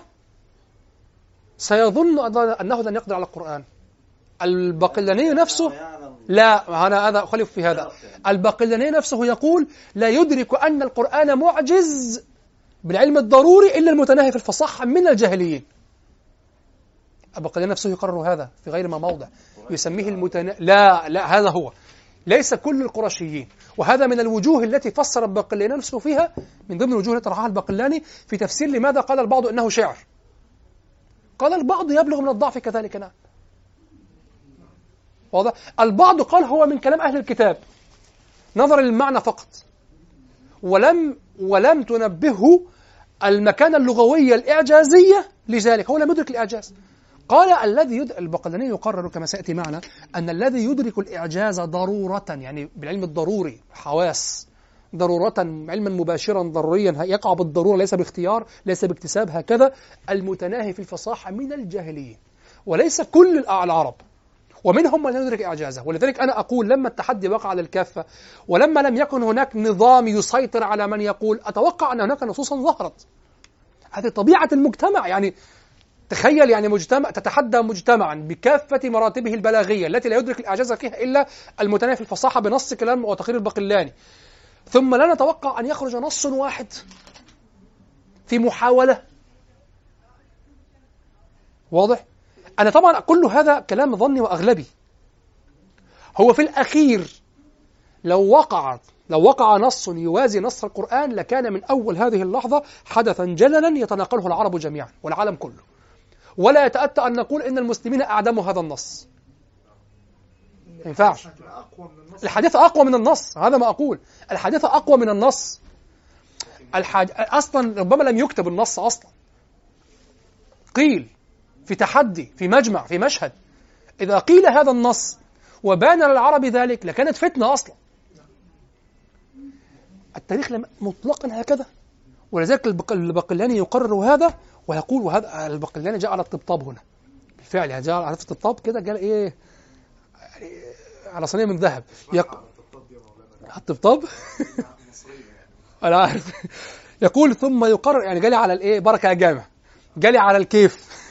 سيظن أنه لن يقدر على القرآن؟ الباقلاني نفسه، لا أنا هذا أخالف في هذا. الباقلاني نفسه يقول لا يدرك أن القرآن معجز بالعلم الضروري إلا المتناهي في الفصاحة من الجاهليين. الباقلاني نفسه يقرر هذا في غير ما موضع، يسميه المتناهي. لا لا هذا هو، ليس كل القرشيين، وهذا من الوجوه التي فسر الباقلاني نفسه فيها، من ضمن الوجوه التي طرحها الباقلاني في تفسير لماذا قال البعض إنه شعر. قال البعض يبلغ من الضعف كذلك. نعم واضح. البعض قال هو من كلام أهل الكتاب نظرا للمعنى فقط، ولم ولم تنبهه المكانة اللغوية الإعجازية لذلك، هو لم يدرك الإعجاز. قال الذي يد... البقلاني يقرر كما سيأتي معنا أن الذي يدرك الإعجاز ضرورة، يعني بالعلم الضروري حواس ضرورة، علما مباشرا ضروريا يقع بالضرورة ليس باختيار ليس باكتساب، هكذا المتناهي في الفصاحة من الجاهليين، وليس كل العرب، ومنهم من يدرك إعجازه. ولذلك أنا أقول لما التحدي وقع على الكافة ولما لم يكن هناك نظام يسيطر على من يقول، أتوقع أن هناك نصوصا ظهرت. هذه طبيعة المجتمع. يعني تخيل يعني مجتمع تتحدى مجتمعا بكافة مراتبه البلاغية التي لا يدرك الإعجاز فيها إلا المتناهي في الفصاحة بنص كلام وتقرير البقلاني، ثم لا نتوقع أن يخرج نص واحد في محاولة. واضح؟ أنا طبعا كل هذا كلام ظني وأغلبي. هو في الأخير لو وقع لو وقع نص يوازي نص القرآن لكان من أول هذه اللحظة حدثا جللا يتناقله العرب جميعا والعالم كله، ولا يتأتى أن نقول إن المسلمين أعدموا هذا النص. ما ينفعش. الحديث أقوى من النص، هذا ما أقول. الحديث أقوى من النص. الحاج... أصلا ربما لم يكتب النص أصلا، قيل في تحدي في مجمع في مشهد. إذا قيل هذا النص وبان للعرب ذلك لكانت فتنة أصلا. التاريخ لم مطلقا هكذا، ولذلك البقلاني يقرر هذا ويقول، وهذا البقلاني جاء على الطبطاب هنا بالفعل، جاء على الطبطاب كده قال إيه يعني على صينية من ذهب يق... الطبطاب أنا عارف. يقول ثم يقرر، يعني جالي على الإيه بركة يا جامع، جالي على الكيف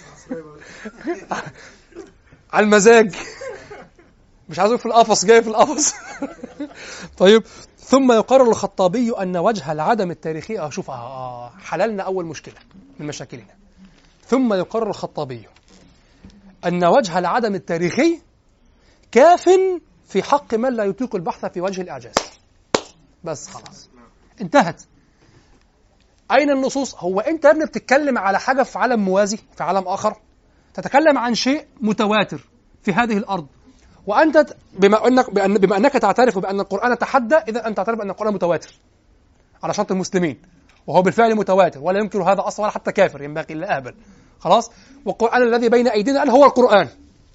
على المزاج، مش عايز في القفص، جاي في القفص. طيب ثم يقرر الخطابي أن وجه العدم التاريخي، أشوف آه حللنا أول مشكلة من مشاكلنا. ثم يقرر الخطابي أن وجه العدم التاريخي كاف في حق من لا يطيق البحث في وجه الإعجاز. بس خلاص انتهت. أين النصوص؟ هو أنت يا ابني بتتكلم على حاجة في عالم موازي في عالم آخر، تتكلم عن شيء متواتر في هذه الأرض، وأنت بما أنك, بأن بما أنك تعترف بأن القرآن تحدى، إذا أنت تعترف بأن القرآن متواتر على شرط المسلمين، وهو بالفعل متواتر ولا يمكن هذا أصلا ولا حتى كافر ينبغي إلا أهبل. خلاص. والقرآن الذي بين أيدينا هو القرآن،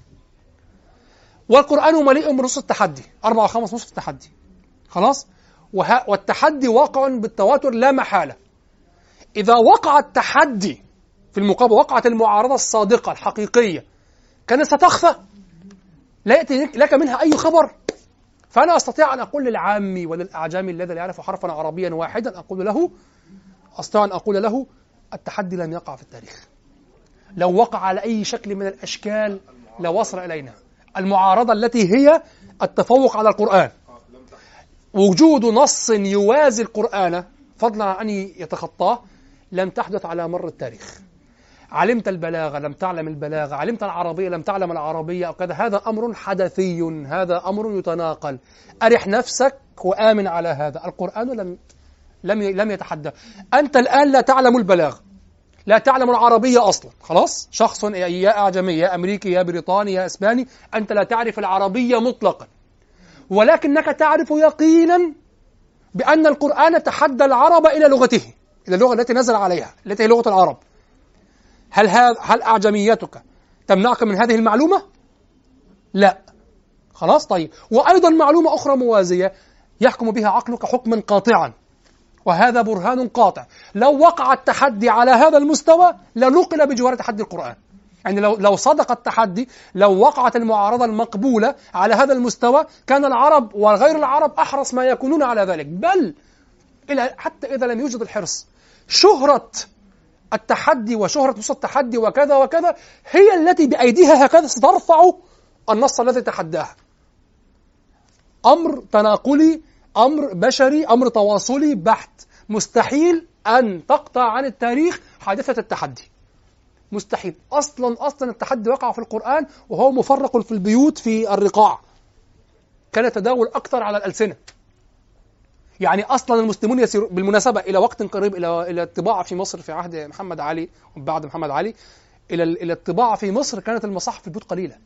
والقرآن مليء بنصوص التحدي، أربع أو خمس نصوص التحدي. خلاص. وه... والتحدي واقع بالتواتر لا محالة. إذا وقع التحدي في المقابل وقعت المعارضة الصادقة الحقيقية، كانت ستخفى لا يأتي لك منها أي خبر. فأنا أستطيع أن أقول للعامي وللأعجامي الذي لا يعرف حرفا عربيا واحدا، أقول له أستطيع أن أقول له التحدي لم يقع في التاريخ. لو وقع على أي شكل من الأشكال لوصل إلينا. المعارضة التي هي التفوق على القرآن، وجود نص يوازي القرآن فضلا عن أن يتخطاه، لم تحدث على مر التاريخ. علمت البلاغة لم تعلم البلاغة، علمت العربية لم تعلم العربية أو كذا، هذا أمر حدثي، هذا أمر يتناقل. أرح نفسك وآمن على هذا. القرآن لم لم لم يتحدى. أنت الآن لا تعلم البلاغة، لا تعلم العربية أصلا. خلاص. شخص يا أعجمي يا أمريكي يا بريطاني يا إسباني، أنت لا تعرف العربية مطلقا، ولكنك تعرف يقينا بأن القرآن تحدى العرب إلى لغته، إلى اللغة التي نزل عليها التي هي لغة العرب. هل هذا هل أعجميتك تمنعك من هذه المعلومة؟ لا. خلاص. طيب. وأيضا معلومة أخرى موازية يحكم بها عقلك حكما قاطعا، وهذا برهان قاطع. لو وقع التحدي على هذا المستوى لنقل بجوار تحدي القرآن. يعني لو لو صدق التحدي، لو وقعت المعارضة المقبولة على هذا المستوى، كان العرب وغير العرب أحرص ما يكونون على ذلك. بل إلى حتى إذا لم يوجد الحرص، شهرة التحدي وشهرة نص التحدي وكذا وكذا هي التي بأيديها هكذا سترفع النص الذي تحداه. أمر تناقلي، أمر بشري، أمر تواصلي بحت. مستحيل أن تقطع عن التاريخ حادثة التحدي، مستحيل. أصلا أصلا التحدي وقع في القرآن وهو مفرق في البيوت في الرقاع، كان يتداول أكثر على الألسنة. يعني أصلا المسلمون يسيرون بالمناسبة إلى وقت قريب، إلى إلى الطباعة في مصر في عهد محمد علي وبعد محمد علي، إلى إلى الطباعة في مصر كانت المصاحف في البيوت قليلة.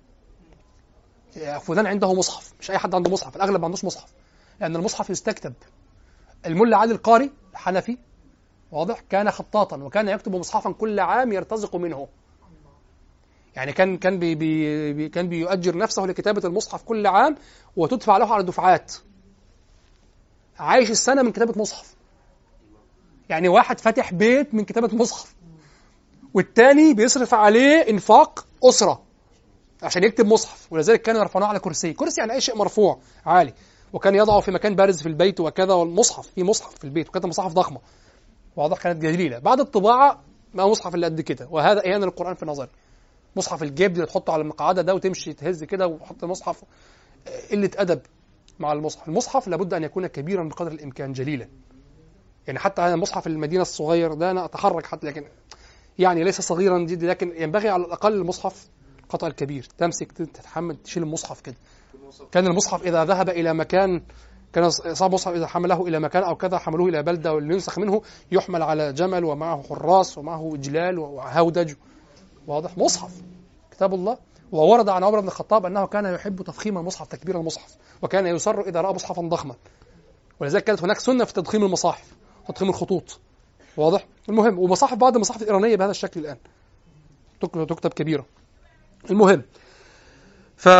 فلان عنده مصحف، مش أي حد عنده مصحف، الأغلب ما عندوش مصحف، لأن المصحف يستكتب. الملا علي القاري الحنفي واضح كان خطاطا وكان يكتب مصحفا كل عام يرتزق منه. يعني كان كان بي بي كان بيؤجر نفسه لكتابة المصحف كل عام وتدفع له على دفعات. عايش السنة من كتابة مصحف. يعني واحد فاتح بيت من كتابة مصحف، والتاني بيصرف عليه إنفاق أسرة عشان يكتب مصحف، ولذلك كانوا يرفعونه على كرسي. كرسي يعني أي شيء مرفوع عالي، وكان يضعه في مكان بارز في البيت وكذا. والمصحف في مصحف في البيت، وكانت مصاحف ضخمة واضح كانت جليلة. بعد الطباعة ما مصحف اللي قد كده، وهذا إهانة للقرآن في نظري. مصحف الجيب اللي تحطه على المقعدة ده وتمشي تهز كده وتحط مصحف، قلة أدب مع المصحف. المصحف لابد أن يكون كبيرا بقدر الإمكان، جليلا. يعني حتى أنا مصحف المدينة الصغير ده أنا أتحرك حتى، لكن يعني ليس صغيرا جدا، لكن ينبغي على الأقل المصحف القطع الكبير، تمسك تتحمل تشيل المصحف كده. كان المصحف إذا ذهب إلى مكان، كان صاحب المصحف إذا حمله إلى مكان أو كذا حملوه إلى بلدة ولينسخ منه، يحمل على جمل ومعه حراس ومعه إجلال وهودج. واضح؟ مصحف كتاب الله. وورد عن عمر بن الخطاب أنه كان يحب تضخيم المصحف، تكبير المصحف، وكان يسر إذا رأى مصحفا ضخما. ولذلك كانت هناك سنة في تضخيم المصاحف، تضخيم الخطوط. واضح؟ المهم، ومصاحف بعض المصاحف الإيرانية بهذا الشكل الآن تكتب كبيرة. المهم، ف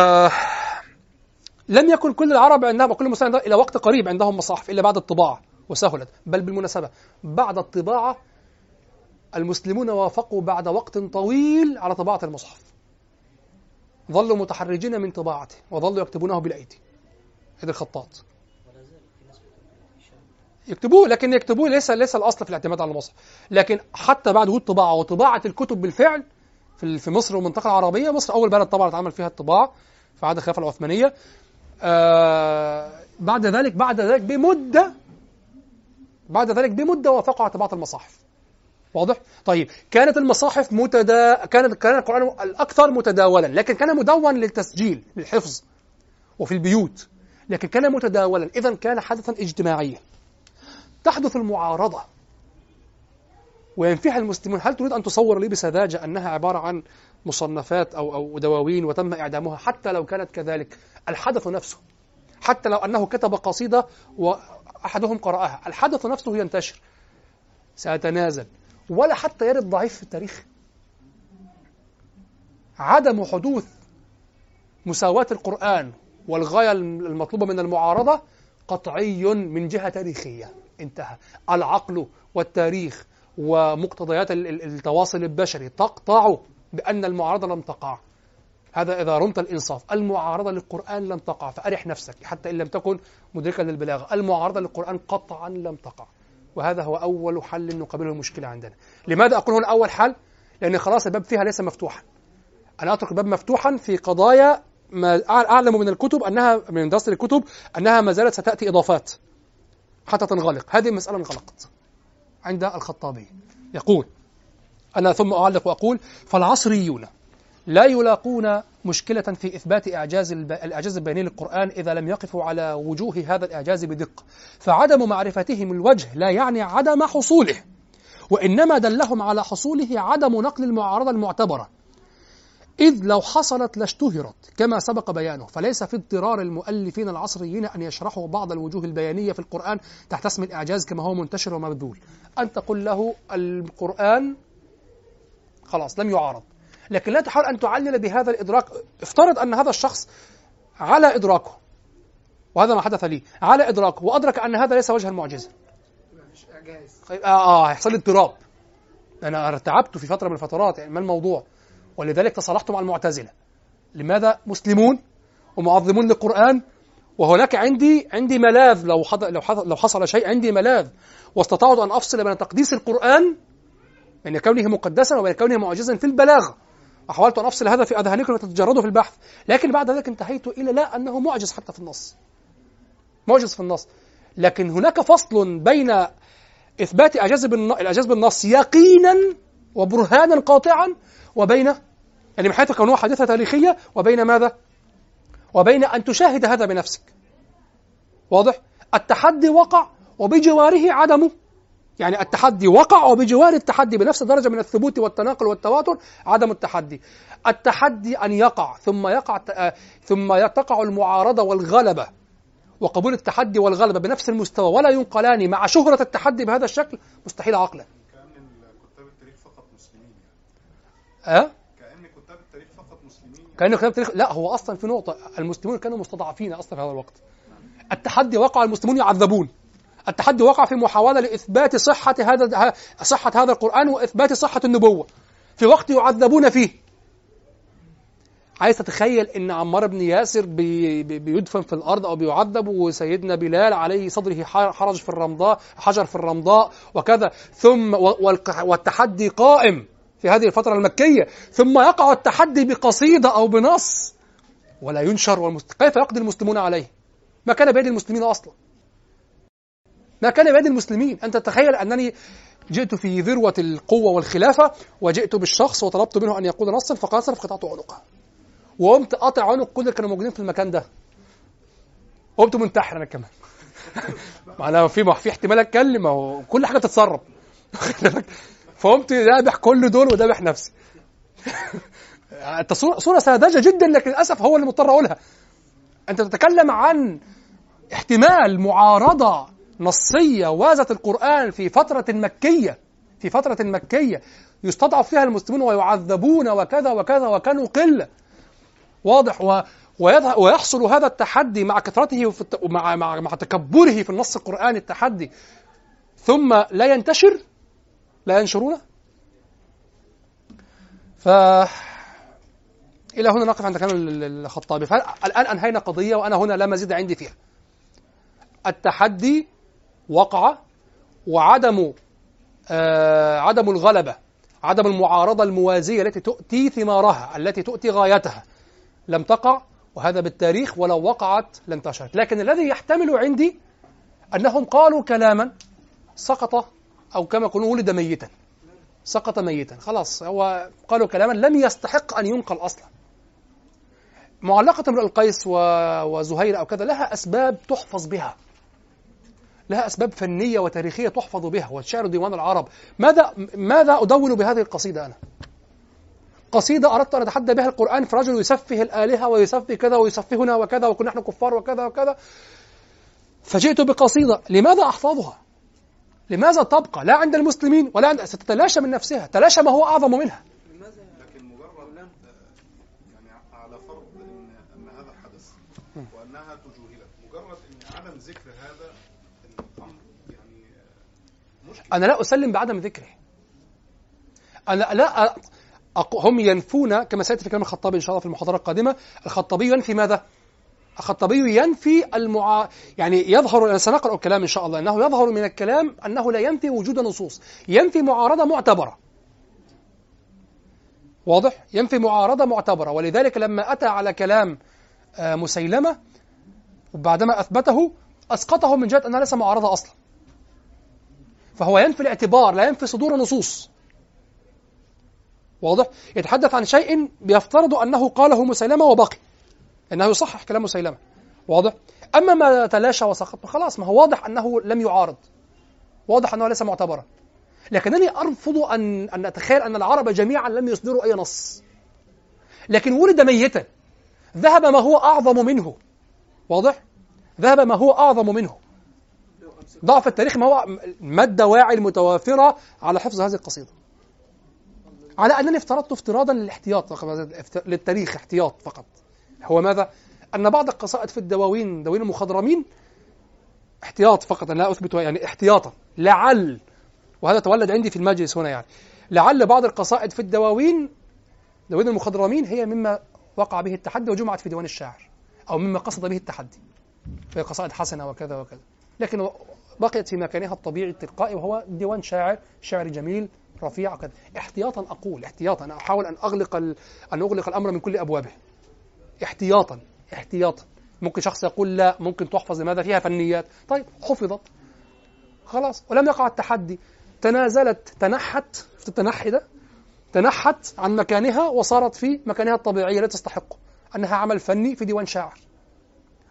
لم يكن كل العرب عندهم وكل المسلمين إلى وقت قريب عندهم مصاحف إلا بعد الطباعة وسهلت. بل بالمناسبة بعد الطباعة المسلمون وافقوا بعد وقت طويل على طباعة المصحف، ظلوا متحرجين من طباعته وظلوا يكتبونه بالأيدي، يد الخطاط يكتبوه، لكن يكتبوه ليس ليس الأصل في الاعتماد على المصحف. لكن حتى بعد وجود طباعة وطباعة الكتب بالفعل في في مصر والمنطقة العربية، مصر أول بلد طبعا اتعمل فيها الطباعة في عهد الخلافة العثمانية. آه بعد ذلك بعد ذلك بمدة بعد ذلك بمدة وافقوا على طباعة المصاحف. واضح؟ طيب، كانت المصاحف متدا كانت كان القرآن الأكثر متداولا، لكن كان مدون للتسجيل للحفظ وفي البيوت، لكن كان متداولا. إذن كان حدثا اجتماعيا. تحدث المعارضة وينفيها المسلمون. هل تريد أن تصور لي بسذاجة أنها عبارة عن مصنفات أو أو دواوين وتم إعدامها؟ حتى لو كانت كذلك، الحدث نفسه، حتى لو أنه كتب قصيدة وأحدهم قرأها، الحدث نفسه ينتشر، سيتنازل. ولا حتى يرد ضعيف في التاريخ. عدم حدوث مساواة القرآن والغاية المطلوبة من المعارضة قطعي من جهة تاريخية. انتهى. العقل والتاريخ ومقتضيات التواصل البشري تقطع بأن المعارضة لم تقع. هذا إذا رمت الإنصاف. المعارضة للقرآن لم تقع، فأرح نفسك حتى إن لم تكن مدركا للبلاغة. المعارضة للقرآن قطعا لم تقع، وهذا هو أول حل نقابله المشكلة عندنا. لماذا أقول هنا أول حل؟ لأن خلاص الباب فيها ليس مفتوحا. أنا أترك الباب مفتوحا في قضايا ما أعلم من الكتب أنها من دراسة الكتب أنها ما زالت ستأتي إضافات حتى تنغلق. هذه المسألة انغلقت عند الخطابي. يقول أنا ثم أعلق وأقول: فالعصريون لا يلاقون مشكلة في إثبات إعجاز الإعجاز البياني للقرآن إذا لم يقفوا على وجوه هذا الإعجاز بدقة، فعدم معرفتهم الوجه لا يعني عدم حصوله، وإنما دلهم على حصوله عدم نقل المعارضة المعتبرة، إذ لو حصلت لاشتهرت كما سبق بيانه. فليس في اضطرار المؤلفين العصريين أن يشرحوا بعض الوجوه البيانية في القرآن تحت اسم الإعجاز كما هو منتشر ومبذول. أن تقول له القرآن خلاص لم يعارض، لكن لا تحاول أن تعلل بهذا الإدراك. افترض أن هذا الشخص على إدراكه، وهذا ما حدث لي، على إدراكه وأدرك أن هذا ليس وجه المعجزة. آه آه هيحصل لي اضطراب. أنا ارتعبت في فترة من الفترات، يعني ما الموضوع؟ ولذلك تصالحت مع المعتزلة. لماذا؟ مسلمون ومعظمون للقرآن، وهناك عندي عندي ملاذ. لو لو لو حصل شيء عندي ملاذ، واستطعت أن أفصل بين تقديس القرآن بين كونه مقدسا وبين كونه معجزا في البلاغة، وحاولت أن أفصل هذا في أذهانكم وتتجردوا في البحث. لكن بعد ذلك انتهيت إلى لا أنه معجز حتى في النص، معجز في النص. لكن هناك فصل بين إثبات إعجاز الإعجاز بالنص يقينا وبرهانا قاطعا، وبين يعني من حيث كونه حادثة تاريخية، وبين ماذا؟ وبين أن تشاهد هذا بنفسك. واضح؟ التحدي وقع وبجواره عدمه، يعني التحدي وقع، وبجوار التحدي بنفس الدرجة من الثبوت والتناقل والتواتر عدم التحدي. التحدي أن يقع ثم يقع ثم تقع المعارضة والغلبة وقبول التحدي والغلبة بنفس المستوى ولا ينقلان مع شهرة التحدي بهذا الشكل مستحيل عقلا. كأن كتاب التاريخ فقط مسلمين يعني. أه؟ كأن كتاب التاريخ فقط مسلمين يعني. كأن كتاب التاريخ، لا، هو أصلا في نقطة، المسلمون كانوا مستضعفين أصلا في هذا الوقت. التحدي وقع، المسلمون يعذبون. التحدي وقع في محاولة لإثبات صحة هذا صحة هذا القرآن وإثبات صحة النبوة في وقت يعذبون فيه. عايز تتخيل إن عمار بن ياسر بي بي بيدفن في الأرض أو بيعذب، وسيدنا بلال عليه صدره حرج في الرمضاء حجر في الرمضاء وكذا، ثم والتحدي قائم في هذه الفترة المكية، ثم يقع التحدي بقصيدة أو بنص ولا ينشر، والمست... كيف يقضي المسلمون عليه؟ ما كان بيد المسلمين أصلا، ما كان بيد المسلمين. أنت تتخيل أنني جئت في ذروة القوة والخلافة وجئت بالشخص وطلبت منه أن يقول نصا فقاصر فقطعت عنقه، وقمت قاطع عنق كل اللي كانوا موجودين في المكان ده، قمت منتحر أنا كمان. معناها في في احتمال أتكلم وكل حاجة تتسرب. فقمت ذابح كل دول وذابح نفسي. صورة ساذجة جدا، لكن للأسف هو اللي مضطر أقولها. أنت تتكلم عن احتمال معارضة نصية وازت القرآن في فترة مكية في فترة مكية يستضعف فيها المسلمون ويعذبون وكذا وكذا وكانوا قلة، واضح، و ويحصل هذا التحدي مع كثرته ومع مع مع تكبره في النص القرآني التحدي، ثم لا ينتشر، لا ينشرونه. ف إلى هنا نقف عند كلام الخطابي. فالآن أنهينا قضية وأنا هنا لا مزيد عندي فيها. التحدي وقع، وعدم آه عدم الغلبة، عدم المعارضة الموازية التي تؤتي ثمارها، التي تؤتي غايتها، لم تقع، وهذا بالتاريخ، ولو وقعت لانتشرت. لكن الذي يحتمل عندي أنهم قالوا كلاما سقط، أو كما يقولون ولد ميتا، سقط ميتا، خلاص، هو قالوا كلاما لم يستحق أن ينقل أصلا. معلقة امرؤ القيس وزهير أو كذا لها أسباب تحفظ بها، لها أسباب فنية وتاريخية تحفظ بها، والشعر ديوان العرب. ماذا ماذا أدون بهذه القصيدة أنا؟ قصيدة أردت أن أتحدى بها القرآن، فرجل يسفه الآلهة ويسفه كذا ويسفهنا وكذا وكنا نحن كفار وكذا وكذا، فجئت بقصيدة لماذا أحفظها؟ لماذا تبقى لا عند المسلمين ولا عند، ستتلاشى من نفسها، تلاشى ما هو أعظم منها. لكن مجرد يعني على فرض ان ان هذا حدث وانها تجوهلت، مجرد ان عدم ذكر هذا الامر يعني مشكلة. أنا لا أسلم بعدم ذكره، أنا لا أق... هم ينفون كما سيأتي في كلام الخطابي إن شاء الله في المحاضرة القادمة. الخطابي ينفي ماذا؟ الخطابي ينفي المعا... يعني يظهر، أنا سنقرأ الكلام إن شاء الله، أنه يظهر من الكلام أنه لا ينفي وجود نصوص، ينفي معارضة معتبرة، واضح؟ ينفي معارضة معتبرة. ولذلك لما أتى على كلام مسيلمة وبعدما أثبته أسقطه من جهة أنها ليس معارضة أصلا، فهو ينفي الاعتبار، لا ينفي صدور نصوص، واضح؟ يتحدث عن شيء بيفترض أنه قاله مسيلمة وبقي، أنه يصحح كلام مسيلمة، واضح؟ أما ما تلاشى وسقط خلاص، ما هو واضح أنه لم يعارض، واضح أنه ليس معتبرا. لكنني أرفض أن أن أتخيل أن العرب جميعا لم يصدروا أي نص، لكن ولد ميتا، ذهب ما هو أعظم منه، واضح؟ ذهب ما هو أعظم منه. ضعف التاريخ ما هو ما الدواعي المتوافرة على حفظ هذه القصيدة، على أنني افترضت افتراضا للاحتياط للتاريخ، احتياط فقط. هو ماذا؟ أن بعض القصائد في الدواوين، دواوين المخضرمين، احتياط فقط، أنا لا أثبت يعني احتياطا، لعل، وهذا تولد عندي في المجلس هنا، يعني لعل بعض القصائد في الدواوين، دواوين المخضرمين، هي مما وقع به التحدي وجمعت في ديوان الشاعر، أو مما قصد به التحدي، في قصائد حسنة وكذا وكذا، لكن بقيت في مكانها الطبيعي التلقائي، وهو ديوان شاعر، شعر جميل رفيع وكذا. احتياطا أقول، احتياطا، أنا أحاول أن أغلق ال... أن أغلق الأمر من كل أبوابه، احتياطا احتياطا. ممكن شخص يقول لا، ممكن تحفظ، لماذا؟ فيها فنيات. طيب حفظت خلاص، ولم يقع التحدي، تنازلت، تنحت، شفت التنحي ده؟ تنحت عن مكانها وصارت في مكانها الطبيعي الذي تستحقه، أنها عمل فني في ديوان شاعر.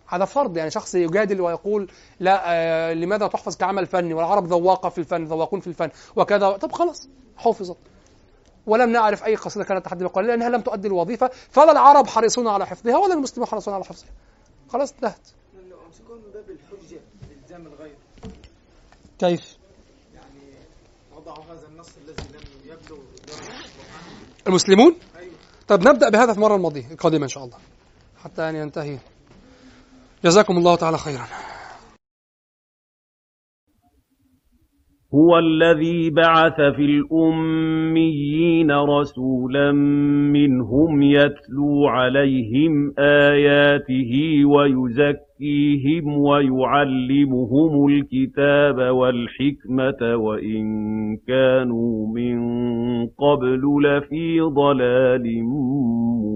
هذا فرض، يعني شخص يجادل ويقول لا آه لماذا تحفظ كعمل فني والعرب ذواقة في الفن، ذواقون في الفن وكذا. طب خلاص حفظت، ولم نعرف أي قصيدة كانت تحدي القرآن لأنها لم تؤدي الوظيفة، فلا العرب حريصون على حفظها ولا المسلمين حريصون على حفظها. خلاص انتهت. أمسكون من باب الحجة لإلزام الغير. كيف؟ يعني وضعوا هذا النص الذي لم يبلغ درجة القرآن. المسلمون؟ أيوة. طب نبدأ بهذا في المرة الماضية القادمة إن شاء الله حتى أن ينتهي. جزاكم الله تعالى خيرا. هو الذي بعث في الأميين رسولا منهم يتلو عليهم آياته ويزكيهم ويعلمهم الكتاب والحكمة وإن كانوا من قبل لفي ضلال